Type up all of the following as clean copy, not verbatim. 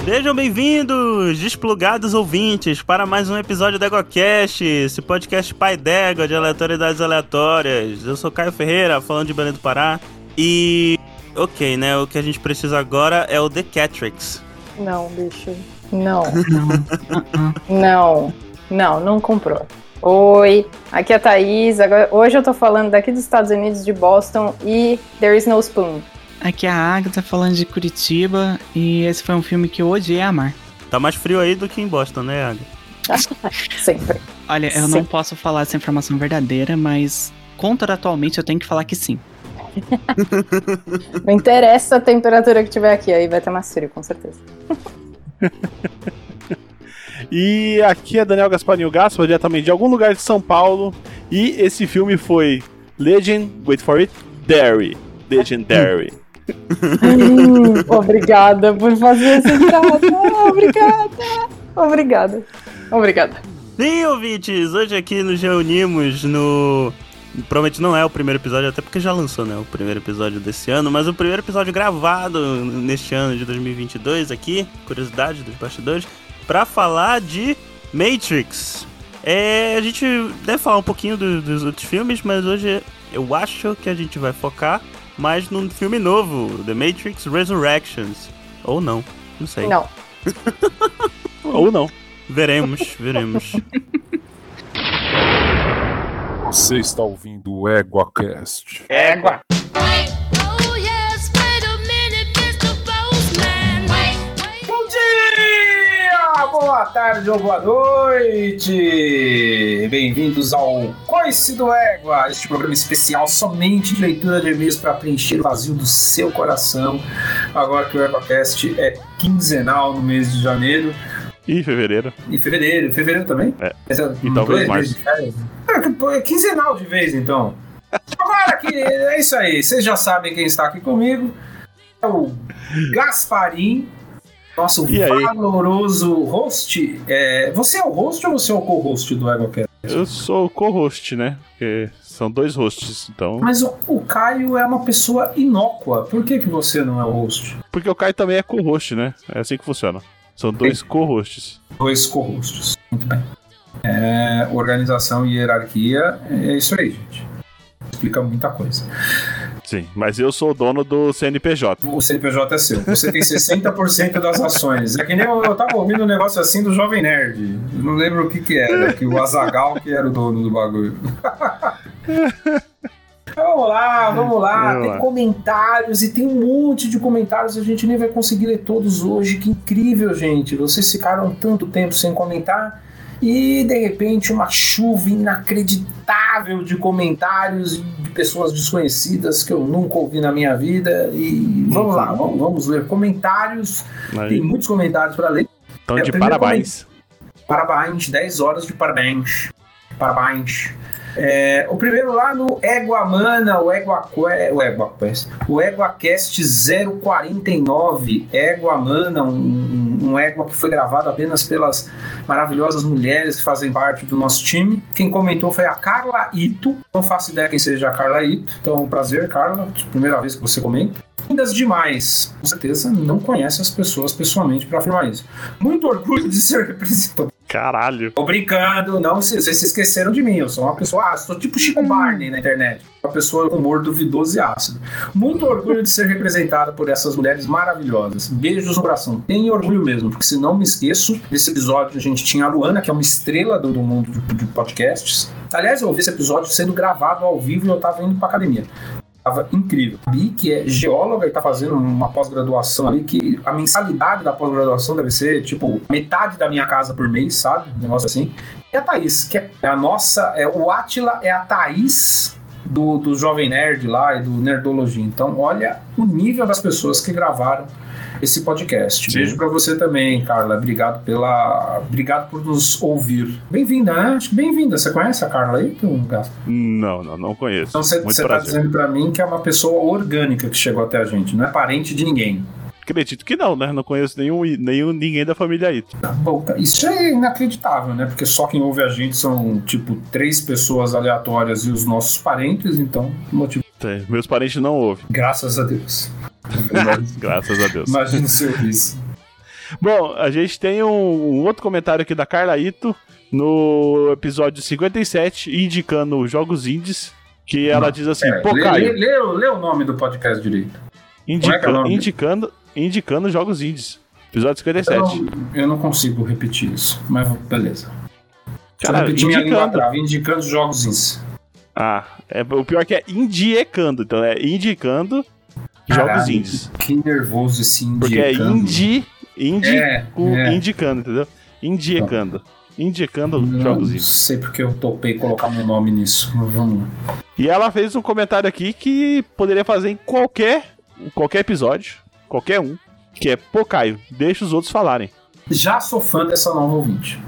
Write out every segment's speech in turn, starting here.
Sejam bem-vindos, desplugados ouvintes, para mais um episódio do EgoCast, esse podcast pai d'égua de aleatoriedades aleatórias. Eu sou Caio Ferreira, falando de Belém do Pará. E, ok, né, o que a gente precisa agora é o The Catrix. Não, bicho, não. Não comprou. Oi, aqui é a Thaís. Hoje eu tô falando daqui dos Estados Unidos, de Boston, e There is no Spoon. Aqui é a Agatha falando de Curitiba, e esse foi um filme que eu odiei amar. Tá mais frio aí do que em Boston, né, Agatha? Sempre. Olha, eu não posso falar essa informação verdadeira, mas contratualmente eu tenho que falar que sim. Não interessa a temperatura que tiver aqui, aí vai ter mais frio, com certeza. E aqui é Daniel Gasparinho Gaspar, diretamente de algum lugar de São Paulo. E esse filme foi wait for it, Legendary. Obrigada por fazer esse entrada. Obrigada. Sim, ouvintes, hoje aqui nos reunimos no... Provavelmente não é o primeiro episódio, até porque já lançou, né, o primeiro episódio desse ano, mas o primeiro episódio gravado neste ano de 2022 aqui, curiosidade dos bastidores, pra falar de Matrix. A gente deve falar um pouquinho dos outros filmes, mas hoje eu acho que a gente vai focar mais num filme novo, The Matrix Resurrections. Ou não sei. Não. Ou não. Veremos. Você está ouvindo o EguaCast. Égua. Bom dia, boa tarde ou boa noite. Bem-vindos ao Coice do Égua, este programa especial somente de leitura de e-mails para preencher o vazio do seu coração. Agora que o EguaCast é quinzenal no mês de janeiro. E fevereiro. E fevereiro também? É. E talvez março. É quinzenal de vez, então. Agora que é isso aí, vocês já sabem quem está aqui comigo. É o Gasparim, nosso valoroso host. Você é o host ou você é o co-host do EgoCast? Eu sou o co-host, né? Porque são dois hosts, então... Mas o Caio é uma pessoa inócua. Por que você não é o host? Porque o Caio também é co-host, né? É assim que funciona. São dois co-hosts. Dois co-hosts. Muito bem. Organização e hierarquia, é isso aí, gente. Explica muita coisa. Sim, mas eu sou o dono do CNPJ. O CNPJ é seu. Você tem 60% das ações. É que nem eu tava ouvindo um negócio assim do Jovem Nerd. Eu não lembro o que era. Que o Azaghal que era o dono do bagulho. Vamos lá. Tem comentários e tem um monte de comentários. A gente nem vai conseguir ler todos hoje. Que incrível, gente. Vocês ficaram tanto tempo sem comentar. E, de repente, uma chuva inacreditável de comentários de pessoas desconhecidas que eu nunca ouvi na minha vida. E vamos lá, vamos ler comentários. Aí. Tem muitos comentários para ler. Então, de parabéns. Parabéns, 10 horas de parabéns. O primeiro lá no Eguamana, o EguaCast 049, Eguamana, um Égua que foi gravado apenas pelas maravilhosas mulheres que fazem parte do nosso time. Quem comentou foi a Carla Ito, não faço ideia quem seja a Carla Ito, então prazer, Carla, primeira vez que você comenta. Lindas demais, com certeza não conhece as pessoas pessoalmente para afirmar isso. Muito orgulho de ser representante. Caralho. Tô brincando, não, vocês se esqueceram de mim, eu sou uma pessoa sou tipo Chico Barney na internet, uma pessoa com humor duvidoso e ácido. Muito orgulho de ser representada por essas mulheres maravilhosas. Beijos no coração, tenho orgulho mesmo, porque se não me esqueço, nesse episódio a gente tinha a Luana, que é uma estrela do mundo de podcasts. Aliás, eu ouvi esse episódio sendo gravado ao vivo e eu tava indo pra academia. Tava incrível. A Bi, que é geóloga e tá fazendo uma pós-graduação ali, que a mensalidade da pós-graduação deve ser, tipo, metade da minha casa por mês, sabe? Um negócio assim. E a Thaís, que é a nossa... o Átila é a Thaís do Jovem Nerd lá e do Nerdologia. Então, olha o nível das pessoas que gravaram esse podcast. Sim. Beijo pra você também, Carla. Obrigado por nos ouvir. Bem-vinda, né? Acho que bem-vinda. Você conhece a Carla aí? Não conheço. Então você tá dizendo pra mim que é uma pessoa orgânica que chegou até a gente, não é parente de ninguém. Acredito que não, né? Não conheço ninguém da família Ito. Tá bom, isso é inacreditável, né? Porque só quem ouve a gente são, tipo, 3 pessoas aleatórias e os nossos parentes, então, motivo. Meus parentes não ouvem. Graças a Deus. Graças a Deus. Imagina o serviço. Bom, a gente tem um outro comentário aqui da Carla Ito no episódio 57, indicando jogos indies, que ela diz assim, pô, Caio... Lê o nome do podcast direito. Indicando jogos indies. Episódio 57. Eu não consigo repetir isso, mas beleza. Cara, indicando jogos indies. O pior que é indicando, então é indicando jogos indies. Que nervoso esse indicando. Porque é indicando, entendeu? Indicando jogos indies. Não sei porque eu topei colocar meu nome nisso, mas vamos lá. E ela fez um comentário aqui que poderia fazer em qualquer episódio, qualquer um, que é, pô, Caio, deixa os outros falarem. Já sou fã dessa nova ouvinte.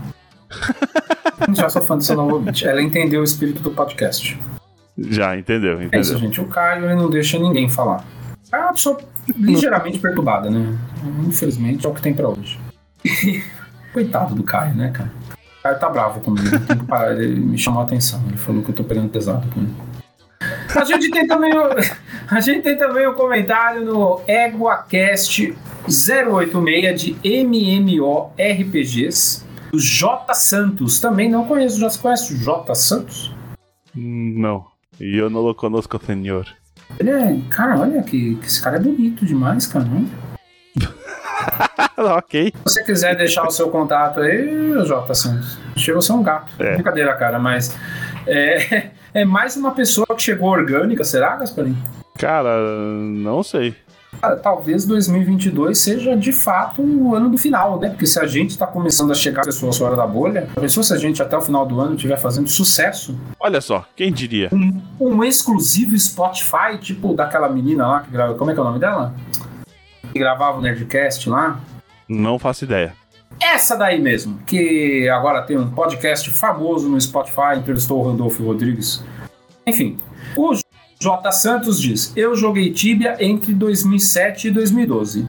Ela entendeu o espírito do podcast. Já, entendeu. É isso, gente. O Caio, ele não deixa ninguém falar. É uma pessoa ligeiramente perturbada, né? Infelizmente, é o que tem pra hoje. Coitado do Caio, né, cara? O Caio tá bravo comigo. Tem que parar. Ele me chamou a atenção. Ele falou que eu tô pegando pesado com ele. A gente tem também o comentário no EguaCast 086 de MMORPGs. O J. Santos. Também não conheço. Já se conhece o J. Santos? Não. E eu não o conosco, senhor. Ele é... Cara, olha que esse cara é bonito demais, cara. Ok. Se você quiser deixar o seu contato aí, J. Santos. Chega a ser um gato. Brincadeira, cara, mas... É mais uma pessoa que chegou orgânica, será, Gasparinho? Cara, não sei. Cara, talvez 2022 seja de fato o ano do final, né? Porque se a gente tá começando a chegar pessoas fora da bolha, a pessoa, se a gente até o final do ano estiver fazendo sucesso. Olha só, quem diria? Um exclusivo Spotify, tipo daquela menina lá que grava. Como é que é o nome dela? Que gravava o Nerdcast lá? Não faço ideia. Essa daí mesmo, que agora tem um podcast famoso no Spotify, entrevistou o Randolfo Rodrigues. Enfim, o J. Santos diz: eu joguei Tibia entre 2007 e 2012.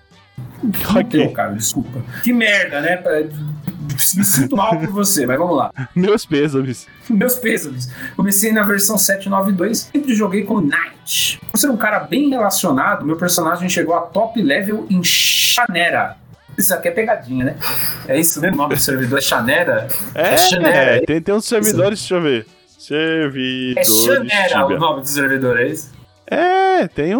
Ok. Cara, desculpa. Que merda, né? Me sinto mal por você, mas vamos lá. Meus pêsames. Comecei na versão 792, sempre joguei com Knight. Por ser um cara bem relacionado, meu personagem chegou a top level em Chanera. Isso aqui é pegadinha, né? É isso mesmo, o nome do servidor é Chanera? Chanera. Tem uns servidores, deixa eu ver. Servidores. É Chanera o nome do servidor, é isso? Tem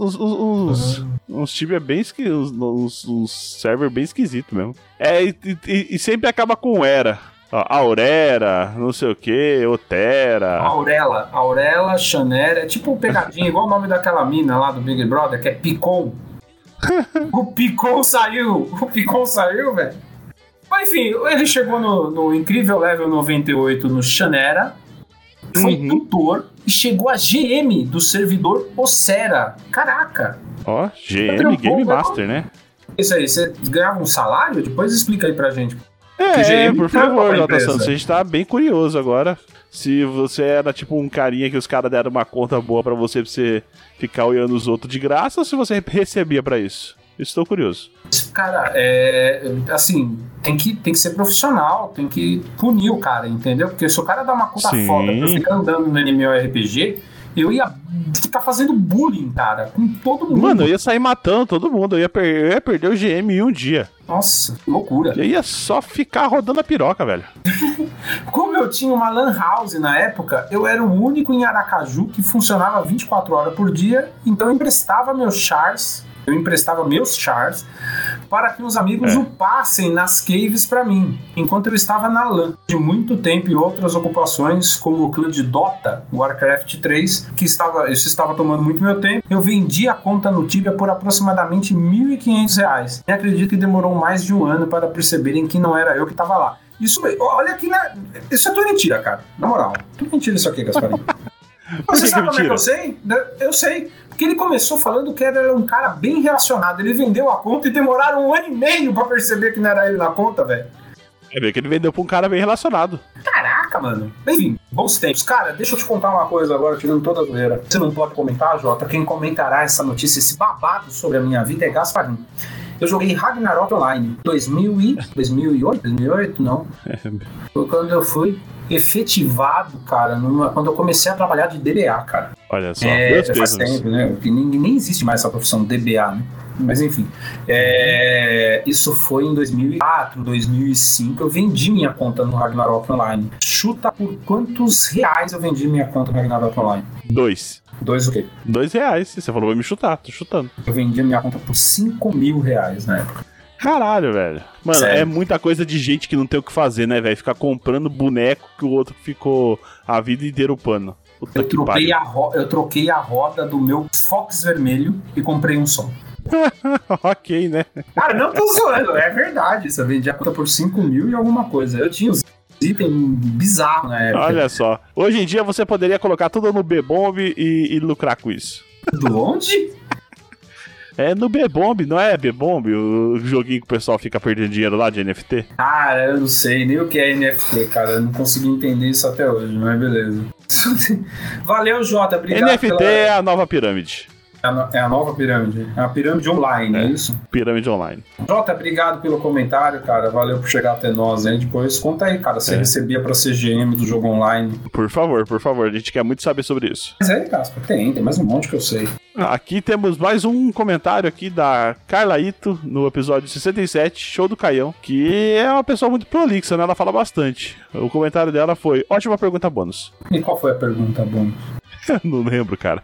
uns Tibia bem esquisitos, uns server bem esquisitos mesmo. E sempre acaba com Era. Aurera, não sei o que, Otera. Aurela, Chanera, é tipo pegadinha, igual o nome daquela mina lá do Big Brother, que é Picon. O Picon saiu, velho. Mas enfim, ele chegou no incrível level 98 no Chanera, foi tutor e chegou a GM do servidor Ocera. Caraca! Ó, GM Game Master, né? Isso aí, você ganhava um salário? Depois explica aí pra gente. Por favor, J. Santos, a gente tá bem curioso agora. Se você era tipo um carinha que os caras deram uma conta boa pra você ficar olhando os outros de graça, ou se você recebia pra isso? Estou curioso. Cara, assim, tem que ser profissional, tem que punir o cara, entendeu? Porque se o cara dá uma conta foda pra ficar andando no MMORPG, eu ia ficar fazendo bullying, cara, com todo mundo. Mano, eu ia sair matando todo mundo, eu ia perder o GM em um dia. Nossa, que loucura. Eu ia só ficar rodando a piroca, velho. Como eu tinha uma lan house na época, eu era o único em Aracaju que funcionava 24 horas por dia, então eu emprestava meus chars para que os amigos upassem nas caves pra mim, enquanto eu estava na LAN. De muito tempo e outras ocupações, como o clã de Dota, Warcraft 3, isso estava tomando muito meu tempo, eu vendi a conta no Tibia por aproximadamente R$1.500. E acredito que demorou mais de um ano para perceberem que não era eu que estava lá. Isso, olha aqui, isso é tudo mentira, cara. Na moral, tudo mentira isso aqui, Gasparinho. Você sabe como é que eu sei? Eu sei. Porque ele começou falando que era um cara bem relacionado. Ele vendeu a conta e demoraram 1 ano e meio pra perceber que não era ele na conta, velho. É ver que ele vendeu pra um cara bem relacionado. Caraca, mano. Enfim, bons tempos. Cara, deixa eu te contar uma coisa agora, tirando toda a zoeira. Você não pode comentar, Jota? Quem comentará essa notícia, esse babado sobre a minha vida é Gasparinho. Eu joguei Ragnarok Online 2008, não. Foi quando eu fui efetivado, cara, quando eu comecei a trabalhar de DBA, cara. Olha só, faz tempo, né? Porque nem existe mais essa profissão DBA, né? Mas enfim, isso foi em 2004, 2005. Eu vendi minha conta no Ragnarok Online. Chuta por quantos reais eu vendi minha conta no Ragnarok Online? 2 o quê? R$2. Você falou, vai me chutar, tô chutando. Eu vendi minha conta por R$5.000 na época. Caralho, velho. Mano, Sério? É muita coisa de gente que não tem o que fazer, né, velho? Ficar comprando boneco que o outro ficou a vida inteira upando. Puta que pariu. Eu troquei a roda do meu Fox vermelho e comprei um só. Ok, né? Cara, não tô zoando, é verdade. Isso, eu vendi a conta por 5.000 e alguma coisa. Eu tinha os itens bizarros na época. Olha só. Hoje em dia você poderia colocar tudo no B-Bomb e lucrar com isso. Do onde? É no B-Bomb, não é B-Bomb? O joguinho que o pessoal fica perdendo dinheiro lá de NFT? Cara, eu não sei nem o que é NFT, cara. Eu não consegui entender isso até hoje, mas beleza. Valeu, Jota. Obrigado. NFT é a nova pirâmide. É a nova pirâmide. É a pirâmide online, é isso? Pirâmide online. Jota, obrigado pelo comentário, cara. Valeu por chegar até nós, hein? Depois conta aí, cara. Você recebia pra CGM do jogo online. Por favor. A gente quer muito saber sobre isso. Mas aí, Casper, tem mais um monte que eu sei. Aqui temos mais um comentário aqui da Carla Ito, no episódio 67, Show do Caião, que é uma pessoa muito prolixa, né? Ela fala bastante. O comentário dela foi, ótima pergunta bônus. E qual foi a pergunta bônus? Não lembro, cara.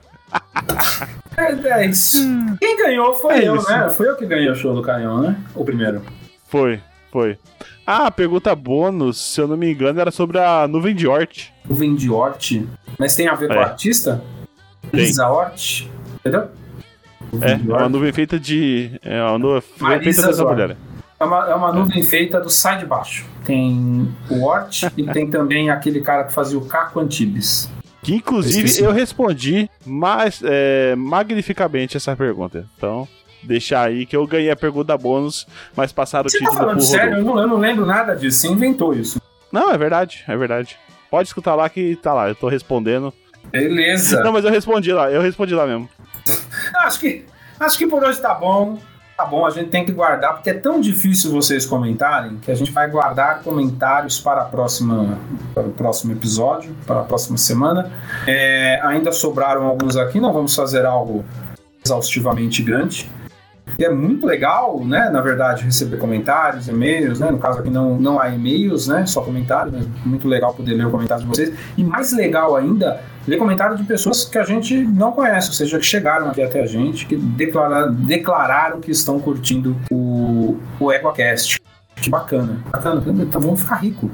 É isso. Quem ganhou foi eu, isso, né? Foi eu que ganhei o Show do Caião, né? O primeiro. Foi. Ah, a pergunta bônus, se eu não me engano, era sobre a nuvem de Oort. Nuvem de Oort? Mas tem a ver com o artista? Tem. Lisa Oort? Entendeu? É uma nuvem feita de... É uma nuvem feita dessa mulher. É uma nuvem feita do sai de baixo. Tem o Oort e tem também aquele cara que fazia o Caco Antibes. Que inclusive eu respondi magnificamente essa pergunta. Então, deixar aí que eu ganhei a pergunta bônus, mas passaram o título pro Rodolfo. Sério? Eu não lembro nada disso. Você inventou isso. Não, é verdade. Pode escutar lá que tá lá, eu tô respondendo. Beleza. Não, mas eu respondi lá mesmo. Acho que por hoje tá bom. Tá bom, a gente tem que guardar, porque é tão difícil vocês comentarem, que a gente vai guardar comentários para o próximo episódio, para a próxima semana. Ainda sobraram alguns aqui, não vamos fazer algo exaustivamente grande. E é muito legal, né, na verdade, receber comentários, e-mails, né, no caso aqui não há e-mails, né, só comentários, mas muito legal poder ler o comentário de vocês. E mais legal ainda, ler comentário de pessoas que a gente não conhece, ou seja, que chegaram aqui até a gente, que declararam que estão curtindo o EguaCast. Que bacana. Então vamos ficar rico.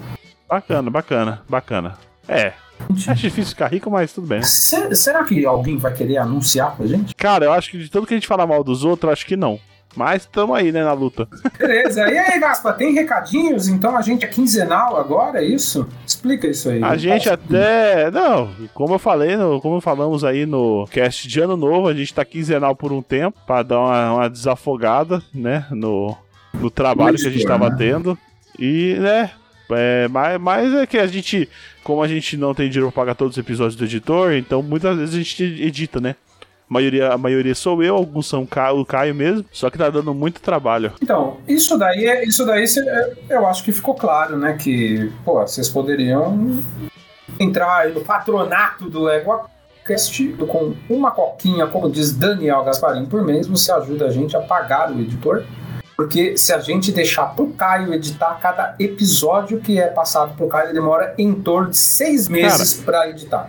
Bacana. Acho difícil ficar rico, mas tudo bem. Será que alguém vai querer anunciar pra gente? Cara, eu acho que de tudo que a gente fala mal dos outros, acho que não. Mas tamo aí, né, na luta. Beleza. E aí, Gaspa, tem recadinhos? Então a gente é quinzenal agora, é isso? Explica isso aí. A gente até... Não, como falamos aí no cast de Ano Novo, a gente tá quinzenal por um tempo, pra dar uma desafogada, né, no trabalho que a gente tava tendo. E, né... Mas é que a gente, como a gente não tem dinheiro pra pagar todos os episódios do editor, então muitas vezes a gente edita, né? A maioria sou eu, alguns são o Caio mesmo, só que tá dando muito trabalho. Então, isso daí eu acho que ficou claro, né? Que, vocês poderiam entrar no patronato do EguaCast com uma coquinha, como diz Daniel Gasparim, por mês, você ajuda a gente a pagar o editor. Porque se a gente deixar pro Caio editar cada episódio que é passado pro Caio, ele demora em torno de 6 meses pra editar.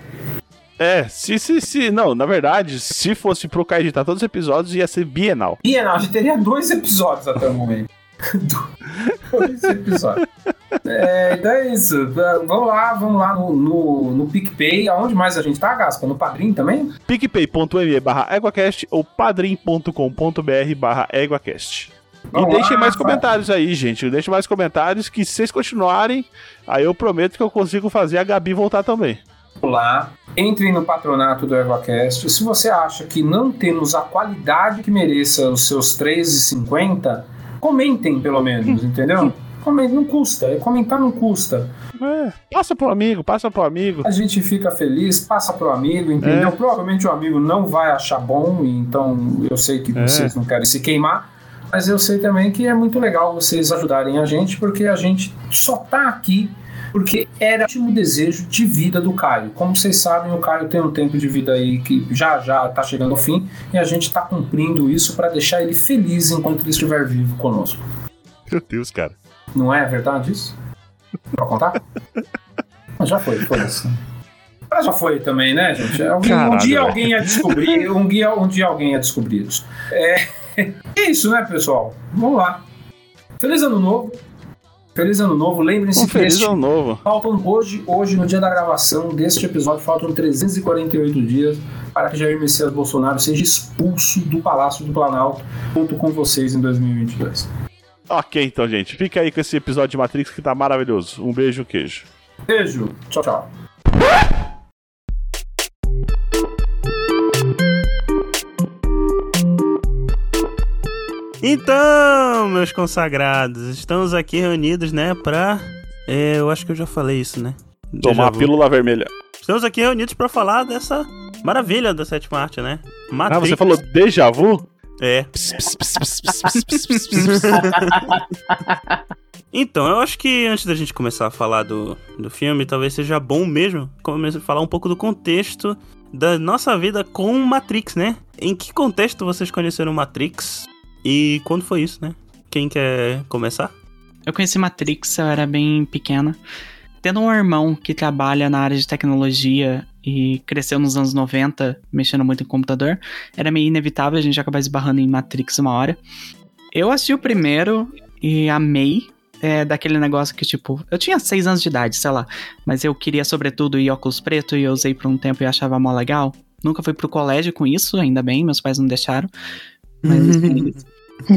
Não, na verdade, se fosse pro Caio editar todos os episódios, ia ser bienal. A gente teria 2 episódios até o momento. 2 episódios. Então é isso. Vamos lá no PicPay. Aonde mais a gente tá, Gaspa? No Padrim também? PicPay.me/EguaCast ou padrim.com.br/EguaCast. E deixem mais comentários aí, gente. Deixem mais comentários que se vocês continuarem, aí eu prometo que eu consigo fazer a Gabi voltar também. Vamos lá. Entre no patronato do EguaCast. Se você acha que não temos a qualidade que mereça os seus R$3,50, comentem pelo menos, entendeu? Comentem, não custa. Comentar não custa. Passa pro amigo. A gente fica feliz, passa pro amigo, entendeu? Provavelmente o amigo não vai achar bom, então eu sei que vocês não querem se queimar. Mas eu sei também que é muito legal vocês ajudarem a gente, porque a gente só tá aqui porque era o último desejo de vida do Caio. Como vocês sabem, o Caio tem um tempo de vida aí que já tá chegando ao fim, e a gente tá cumprindo isso para deixar ele feliz enquanto ele estiver vivo conosco. Meu Deus, cara. Não é verdade isso? Pra contar? Mas já foi isso. Mas já foi também, né, gente? Um dia alguém ia descobrir. Um dia alguém ia descobrir isso. É isso, né, pessoal? Vamos lá. Feliz ano novo. Feliz ano novo. Lembrem-se que feliz ano novo. Faltam hoje, no dia da gravação deste episódio, faltam 348 dias para que Jair Messias Bolsonaro seja expulso do Palácio do Planalto junto com vocês em 2022. Ok, então, gente. Fica aí com esse episódio de Matrix que tá maravilhoso. Um beijo, queijo. Beijo. Tchau, tchau. Então, meus consagrados, estamos aqui reunidos, né, pra... eu acho que eu já falei isso, né? Tomar a pílula vermelha. Estamos aqui reunidos pra falar dessa maravilha da sétima arte, né? Matrix. Ah, você falou déjà vu? É. Então, eu acho que antes da gente começar a falar do filme, talvez seja bom mesmo começar a falar um pouco do contexto da nossa vida com Matrix, né? Em que contexto vocês conheceram Matrix? E quando foi isso, né? Quem quer começar? Eu conheci Matrix, eu era bem pequena. Tendo um irmão que trabalha na área de tecnologia e cresceu nos anos 90, mexendo muito em computador, era meio inevitável a gente acabar esbarrando em Matrix uma hora. Eu assisti o primeiro e amei. Daquele negócio que, tipo, eu tinha 6 anos de idade, sei lá, mas eu queria, sobretudo, ir óculos preto e eu usei por um tempo e achava mó legal. Nunca fui pro colégio com isso, ainda bem, meus pais não deixaram. Mas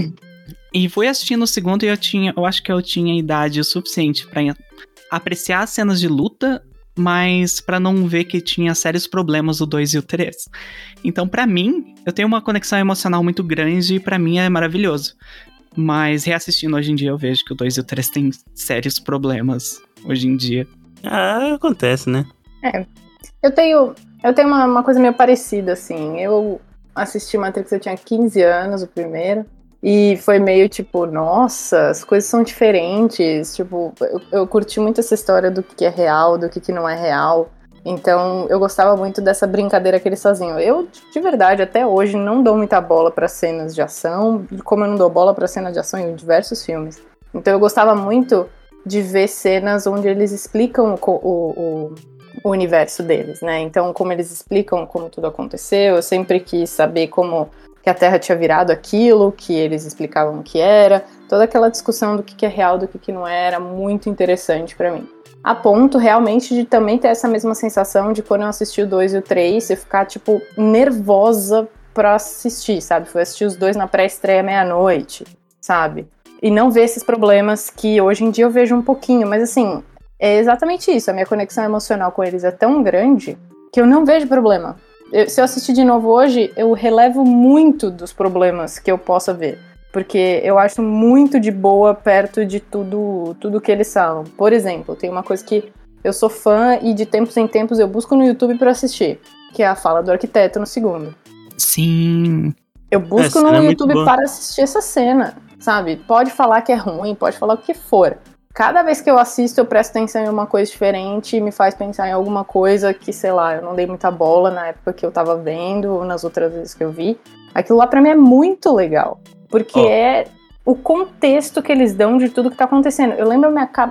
e fui assistindo o segundo e eu acho que eu tinha idade o suficiente pra apreciar as cenas de luta, mas pra não ver que tinha sérios problemas o 2 e o 3. Então, pra mim, eu tenho uma conexão emocional muito grande e pra mim é maravilhoso. Mas reassistindo hoje em dia eu vejo que o 2 e o 3 têm sérios problemas hoje em dia. Ah, acontece, né? Eu tenho uma coisa meio parecida, assim. Eu assisti Matrix, eu tinha 15 anos, o primeiro. E foi meio tipo, nossa, as coisas são diferentes. Tipo, eu curti muito essa história do que é real, do que não é real. Então, eu gostava muito dessa brincadeira que eles faziam. Eu, de verdade, até hoje, não dou muita bola para cenas de ação, como eu não dou bola para cenas de ação em diversos filmes. Então, eu gostava muito de ver cenas onde eles explicam o universo deles, né? Então, como eles explicam como tudo aconteceu, eu sempre quis saber como que a Terra tinha virado aquilo, que eles explicavam o que era. Toda aquela discussão do que é real, do que não é, era muito interessante para mim. A ponto, realmente, de também ter essa mesma sensação de quando eu assisti o 2 e o 3, eu ficar, tipo, nervosa pra assistir, sabe? Fui assistir os 2 na pré-estreia meia-noite, sabe? E não ver esses problemas que hoje em dia eu vejo um pouquinho, mas assim, é exatamente isso. A minha conexão emocional com eles é tão grande que eu não vejo problema. Se eu assistir de novo hoje, eu relevo muito dos problemas que eu possa ver. Porque eu acho muito de boa perto de tudo que eles falam. Por exemplo, tem uma coisa que eu sou fã e de tempos em tempos eu busco no YouTube pra assistir, que é a fala do arquiteto no segundo. Sim. Eu busco no YouTube para assistir essa cena, sabe? Pode falar que é ruim, pode falar o que for. Cada vez que eu assisto, eu presto atenção em uma coisa diferente e me faz pensar em alguma coisa que, sei lá, eu não dei muita bola na época que eu tava vendo ou nas outras vezes que eu vi. Aquilo lá pra mim é muito legal. Porque é o contexto que eles dão de tudo que tá acontecendo. Eu lembro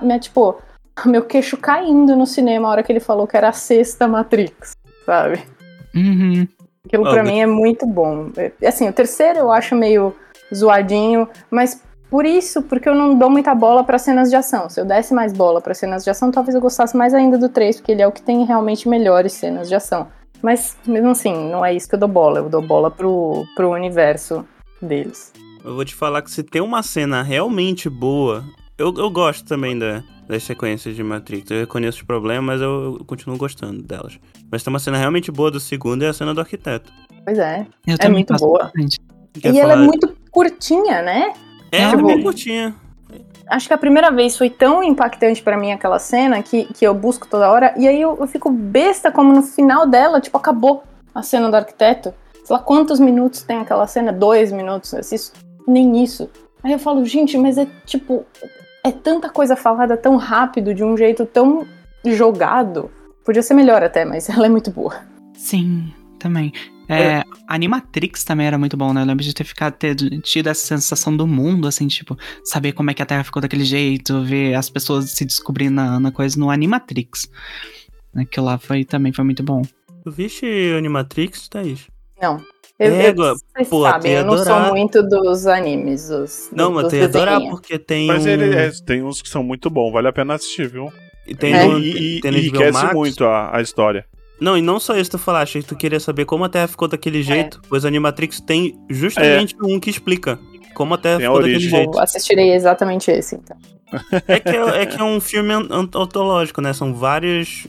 meu queixo caindo no cinema a hora que ele falou que era a 6ª Matrix, sabe? Uhum. Aquilo pra mim é muito bom. Assim, o terceiro eu acho meio zoadinho, mas porque eu não dou muita bola pra cenas de ação. Se eu desse mais bola pra cenas de ação, talvez eu gostasse mais ainda do 3, porque ele é o que tem realmente melhores cenas de ação. Mas, mesmo assim, não é isso que eu dou bola. Eu dou bola pro universo deles. Eu vou te falar que se tem uma cena realmente boa... Eu gosto também das sequências de Matrix. Eu reconheço os problemas, mas eu continuo gostando delas. Mas tem uma cena realmente boa do segundo, é a cena do arquiteto. Pois é. Eu é muito boa. E ela é muito curtinha, né? É bem curtinha. Acho que a primeira vez foi tão impactante pra mim aquela cena que eu busco toda hora. E aí eu fico besta como no final dela, tipo, acabou a cena do arquiteto. Sei lá quantos minutos tem aquela cena? 2 minutos. Eu assisto nem isso. Aí eu falo, gente, mas é tipo, é tanta coisa falada tão rápido, de um jeito tão jogado. Podia ser melhor até, mas ela é muito boa. Sim, também. Animatrix também era muito bom, né? Eu lembro de ter tido essa sensação do mundo, assim, tipo, saber como é que a Terra ficou daquele jeito, ver as pessoas se descobrindo na coisa no Animatrix. Aquilo lá também foi muito bom. Tu viste Animatrix, Thaís? Não. Vocês pô, sabem, eu não sou muito dos animes. Não, mas tu ia adorar porque tem. Mas tem uns que são muito bons, vale a pena assistir, viu? E tem E enriquece muito a história. Não, e não só isso, tu falaste, tu queria saber como a Terra ficou daquele jeito, pois Animatrix tem justamente um que explica como a Terra ficou daquele jeito. Eu assistirei exatamente esse, então. É que é um filme antológico, né? São vários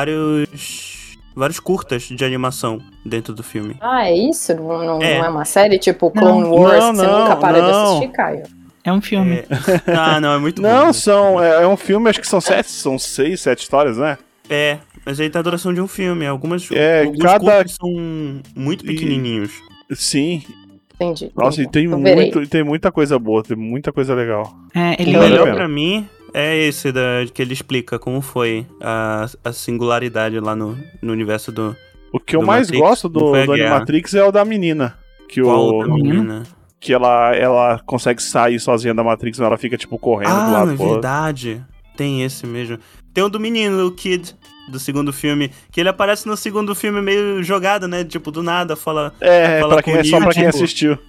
curtas de animação dentro do filme. Ah, é isso? Não é uma série tipo Clone Wars? Você nunca parou de assistir, Caio? É um filme. Não, é muito bom. Não, é um filme, acho que são 6, 7 histórias, né? Mas aí tá a duração de um filme. Alguns curtas são muito pequenininhos. Sim. Entendi. Nossa, e tem muita coisa boa, tem muita coisa legal. O melhor pra mim é esse que ele explica como foi a singularidade lá no universo do O que eu mais Matrix, gosto do Animatrix é o da menina. Qual da menina? Que ela consegue sair sozinha da Matrix, ela fica, tipo, correndo do lado do outro. Verdade. Tem esse mesmo. Tem o do menino, o Kid, do segundo filme, que ele aparece no segundo filme meio jogado, né? Tipo, do nada, fala pra quem, só pra quem assistiu.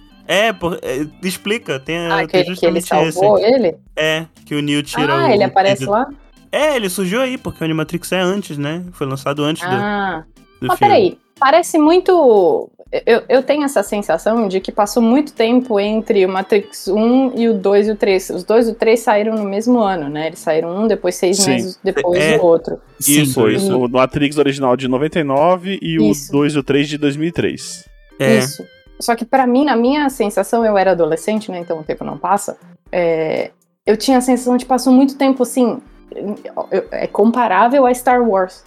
Explica. Tem que ele salvou ele? Que o Neo tira ele aparece lá? Ele surgiu aí, porque o Animatrix é antes, né? Foi lançado antes do filme. Peraí, parece muito... Eu tenho essa sensação de que passou muito tempo entre o Matrix 1 e o 2 e o 3. Os 2 e o 3 saíram no mesmo ano, né? Eles saíram um, depois 6 meses depois do outro. Isso. O Matrix original de 99 e o 2 e o 3 de 2003. Isso. Só que pra mim, na minha sensação, eu era adolescente, né? Então o tempo não passa. Eu tinha a sensação de que passou muito tempo, assim... É comparável a Star Wars.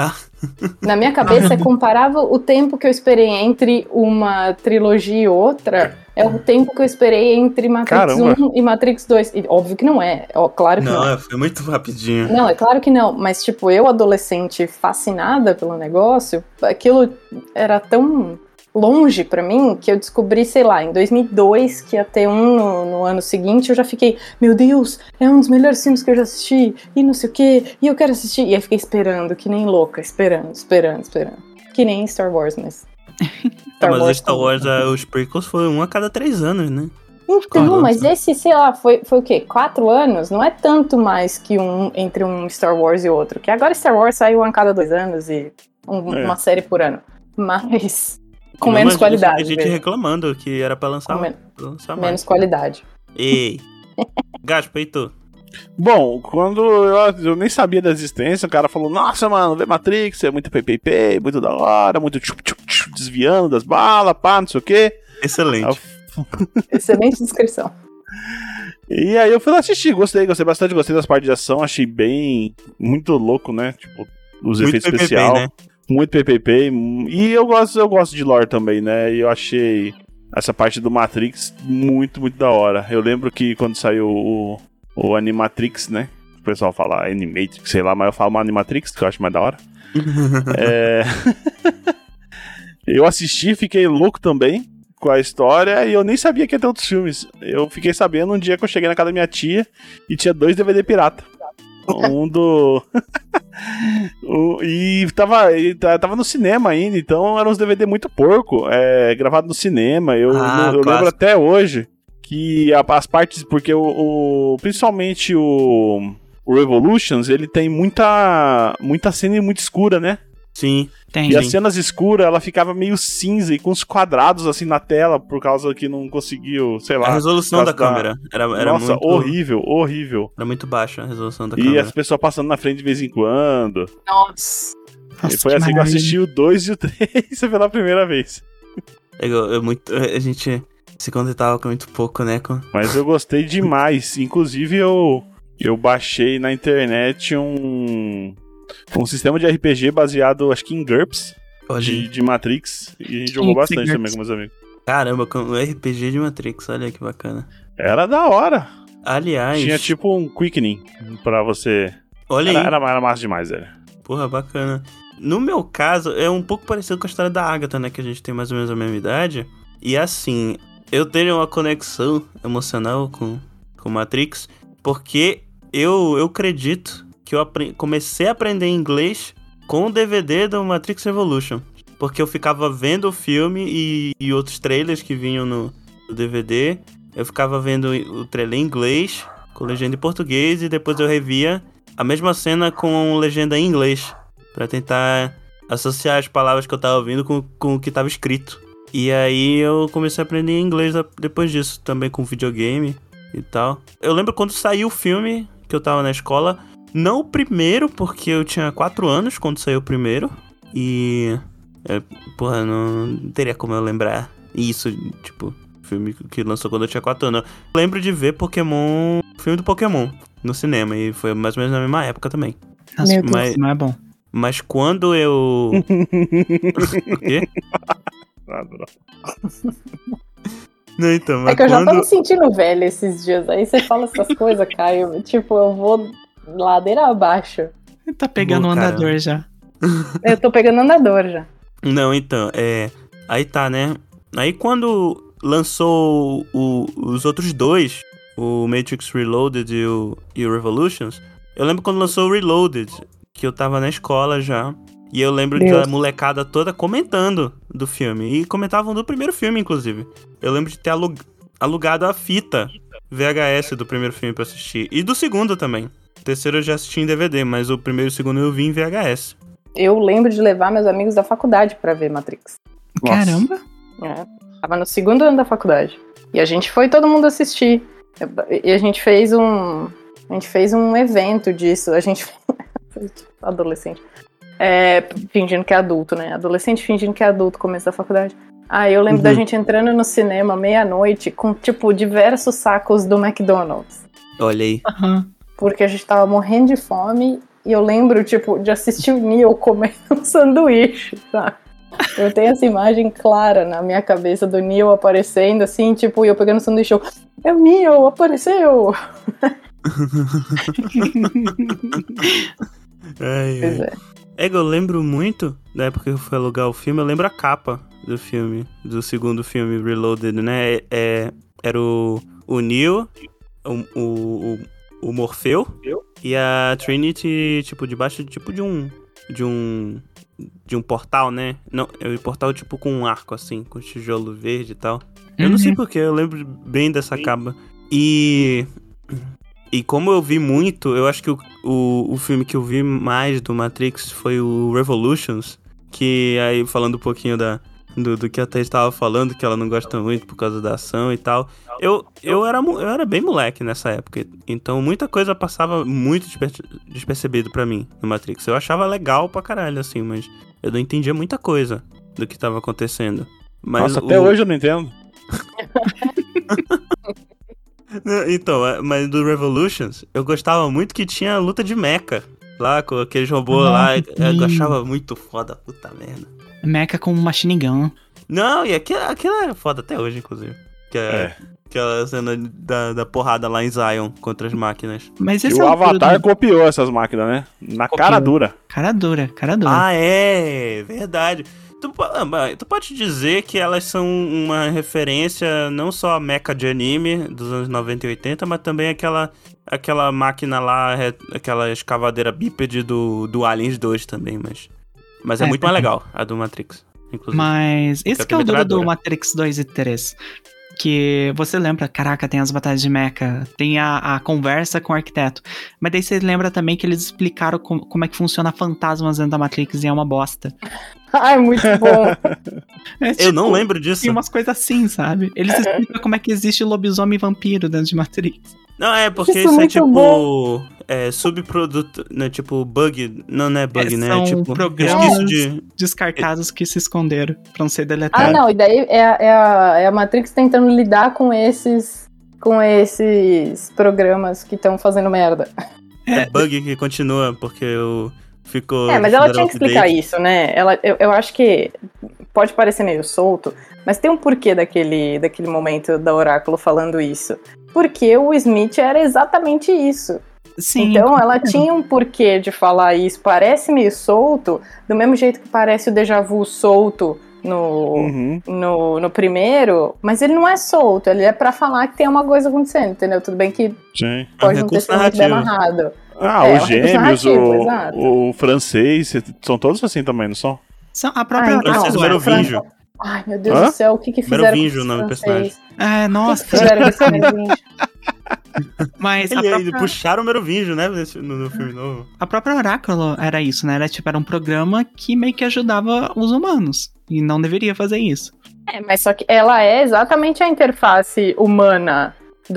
Na minha cabeça é comparável o tempo que eu esperei entre uma trilogia e outra. É o tempo que eu esperei entre Matrix 1 e Matrix 2. E, óbvio que não é. Claro que não. Não, foi muito rapidinho. Não, é claro que não. Mas, tipo, eu, adolescente, fascinada pelo negócio, aquilo era tão longe pra mim que eu descobri, sei lá, em 2002 que ia ter um no ano seguinte. Eu já fiquei, meu Deus, é um dos melhores filmes que eu já assisti e não sei o que, e eu quero assistir. E aí fiquei esperando, que nem louca, esperando. Que nem Star Wars, mas mas Star Wars, os prequels foi um a cada 3 anos, né? Então, mas esse, sei lá, foi o quê? 4 anos? Não é tanto mais que entre um Star Wars e outro. Que agora Star Wars saiu um a cada 2 anos e uma série por ano. Mas... com menos qualidade. A gente reclamando que era pra lançar mais. Menos qualidade. Ei. Gaspa, e tu? Bom, quando eu nem sabia da existência, o cara falou, nossa, mano, vê Matrix, é muito PPP, muito da hora, muito desviando das balas, não sei o quê. Excelente. Excelente descrição. E aí eu fui lá assistir, gostei bastante, gostei das partes de ação, achei muito louco, né? Tipo, os efeitos especiais. Né? Muito PPP, e eu gosto de lore também, né? E eu achei essa parte do Matrix muito, muito da hora. Eu lembro que quando saiu o Animatrix, né? O pessoal fala Animatrix, sei lá, mas eu falo Animatrix, que eu acho mais da hora. Eu assisti, fiquei louco também com a história, e eu nem sabia que ia ter outros filmes. Eu fiquei sabendo um dia que eu cheguei na casa da minha tia e tinha 2 DVD pirata. Um do... e tava no cinema ainda, então eram uns DVD muito porco, gravado no cinema. Eu lembro até hoje que as partes, porque principalmente o Revolutions, ele tem muita cena muito escura, né? Sim, tem. E as cenas escuras, ela ficava meio cinza e com os quadrados assim na tela, por causa que não conseguiu, sei lá. A resolução da câmera era nossa, muito... horrível. Era muito baixa a resolução da câmera. E as pessoas passando na frente de vez em quando. Nossa. E foi assim que eu assisti o 2 e o 3 pela primeira vez. A gente se contentava com muito pouco, né? Mas eu gostei demais. Inclusive eu baixei na internet um sistema de RPG baseado, acho que em GURPS, de Matrix, e a gente jogou bastante também com meus amigos. Caramba, com o RPG de Matrix, olha que bacana. Era da hora. Aliás... Tinha tipo um quickening pra você... Olha aí. Era massa demais, velho. Porra, bacana. No meu caso, é um pouco parecido com a história da Agatha, né? Que a gente tem mais ou menos a mesma idade. E assim, eu tenho uma conexão emocional com Matrix, porque eu acredito que eu comecei a aprender inglês com o DVD do Matrix Revolution. Porque eu ficava vendo o filme e outros trailers que vinham no DVD. Eu ficava vendo o trailer em inglês, com legenda em português, e depois eu revia a mesma cena com legenda em inglês, pra tentar associar as palavras que eu tava ouvindo com o que tava escrito. E aí eu comecei a aprender inglês depois disso, também com videogame e tal. Eu lembro quando saiu o filme, que eu tava na escola, não o primeiro, porque eu tinha 4 anos quando saiu o primeiro, e... porra, não teria como eu lembrar isso, tipo... filme que lançou quando eu tinha 4 anos. Eu lembro de ver Pokémon, filme do Pokémon, no cinema, e foi mais ou menos na mesma época também. Nossa, mas não é bom. Mas quando eu... O quê? Não, então, mas é que eu já tô me sentindo velha esses dias. Aí você fala essas coisas, Caio. Tipo, eu vou ladeira abaixo. Ele tá pegando um andador já. Eu tô pegando andador já. Não, então, aí tá, né? Aí quando lançou os outros dois, o Matrix Reloaded e o Revolutions, eu lembro quando lançou o Reloaded, que eu tava na escola já, e eu lembro da molecada toda comentando do filme, e comentavam do primeiro filme, inclusive. Eu lembro de ter alugado a fita VHS do primeiro filme pra assistir, e do segundo também. O terceiro eu já assisti em DVD, mas o primeiro e o segundo eu vi em VHS. Eu lembro de levar meus amigos da faculdade pra ver Matrix. Caramba! Tava no segundo ano da faculdade. E a gente foi todo mundo assistir. E a gente fez um evento disso. A gente... adolescente. Fingindo que é adulto, né? Adolescente fingindo que é adulto, começo da faculdade. Aí eu lembro da gente entrando no cinema meia-noite com, tipo, diversos sacos do McDonald's. Olha aí. Porque a gente tava morrendo de fome. E eu lembro, tipo, de assistir o Neo comendo um sanduíche, sabe? Eu tenho essa imagem clara na minha cabeça do Neo aparecendo, assim, tipo, e eu pegando o sanduíche, é o Neo, apareceu! Pois é. Eu lembro muito, da época que eu fui alugar o filme, eu lembro a capa do filme, do segundo filme, Reloaded, né? Era o Neo, o Morfeu e a Trinity, tipo, debaixo tipo de um portal, né? Não, é um portal tipo com um arco, assim, com tijolo verde e tal. Eu não sei porquê, eu lembro bem dessa capa. E como eu vi muito, eu acho que o filme que eu vi mais do Matrix foi o Revolutions, que aí, falando um pouquinho do que a Thaís estava falando, que ela não gosta muito por causa da ação e tal. Eu era bem moleque nessa época, então muita coisa passava muito despercebido pra mim no Matrix. Eu achava legal pra caralho, assim, mas eu não entendia muita coisa do que tava acontecendo. Mas nossa, até hoje eu não entendo. Então, mas do Revolutions, eu gostava muito que tinha luta de mecha, lá com aqueles robôs lá, eu achava muito foda, puta merda. Mecha com machine gun. Não, e aquilo é foda até hoje, inclusive. Aquela cena da porrada lá em Zion contra as máquinas. Mas esse o Avatar copiou essas máquinas, né? Cara dura. Cara dura. Ah, é verdade. Tu pode dizer que elas são uma referência não só a mecha de anime dos anos 90 e 80, mas também aquela máquina lá, aquela escavadeira bípede do Aliens 2 também, mas é muito mais legal a do Matrix, inclusive. Mas esse que é o duro do Matrix 2 e 3. Que você lembra, caraca, tem as batalhas de mecha, tem a conversa com o arquiteto. Mas daí você lembra também que eles explicaram como é que funciona fantasmas dentro da Matrix e é uma bosta. Ai, muito bom. Eu não lembro disso. Tem umas coisas assim, sabe? Eles explicam como é que existe lobisomem e vampiro dentro de Matrix. Não, porque isso é tipo... Bom. Subproduto, né? Tipo bug. Não é bug, né? São tipo programas descartados que se esconderam pra não ser deletados. Ah, não, e daí é a Matrix tentando lidar com esses programas que estão fazendo merda. É bug que continua, porque ficou... Mas ela tinha que explicar isso, né? Eu acho que pode parecer meio solto, mas tem um porquê daquele momento da Oráculo falando isso. Porque o Smith era exatamente isso. Sim. Então ela tinha um porquê de falar isso. Parece meio solto, do mesmo jeito que parece o déjà vu solto no primeiro, mas ele não é solto, ele é pra falar que tem uma coisa acontecendo, entendeu? Tudo bem que Sim. pode não ter sido muito bem amarrado. Os gêmeos, o francês, são todos assim também, não são? A própria Francês Merovingio. Ai, meu Deus do céu, o que fizeram Merovingio, o nome do personagem. Nossa. O que fizeram com esse Merovingio? Mas puxaram o Merovingio, né, no filme novo. A própria Oráculo era isso, né? Era um programa que meio que ajudava os humanos. E não deveria fazer isso. Mas só que ela é exatamente a interface humana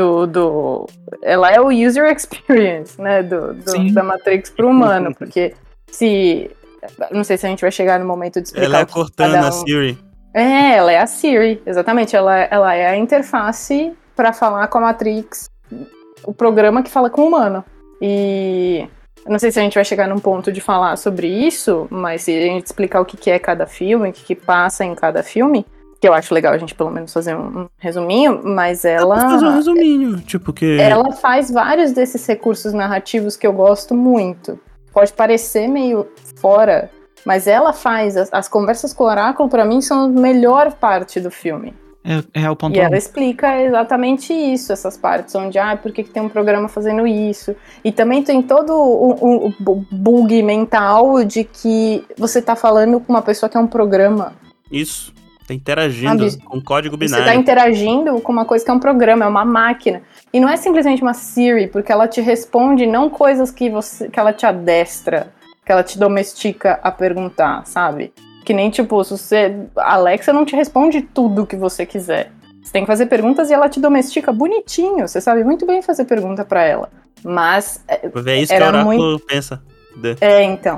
ela é o user experience, né? Da Matrix pro humano. Porque não sei se a gente vai chegar no momento de explicar. Ela é a Cortana, a Siri. Ela é a Siri, exatamente. Ela é a interface pra falar com a Matrix, o programa que fala com o humano. E não sei se a gente vai chegar num ponto de falar sobre isso, mas se a gente explicar o que é cada filme, o que passa em cada filme, que eu acho legal a gente pelo menos fazer um resuminho, mas ela... fazer um resuminho, tipo que... Ela faz vários desses recursos narrativos que eu gosto muito. Pode parecer meio fora, mas ela faz... As conversas com o Oráculo, pra mim, são a melhor parte do filme. É o ponto. E ela explica exatamente isso, essas partes, onde, por que tem um programa fazendo isso? E também tem todo o bug mental de que você tá falando com uma pessoa que é um programa. Isso, tá interagindo com código binário. Você tá interagindo com uma coisa que é um programa, é uma máquina. E não é simplesmente uma Siri, porque ela te responde não coisas que ela te adestra, que ela te domestica a perguntar, sabe? Que nem, tipo, a Alexa não te responde tudo que você quiser. Você tem que fazer perguntas e ela te domestica bonitinho. Você sabe muito bem fazer pergunta pra ela. Mas é isso que o Oráculo pensa. Então.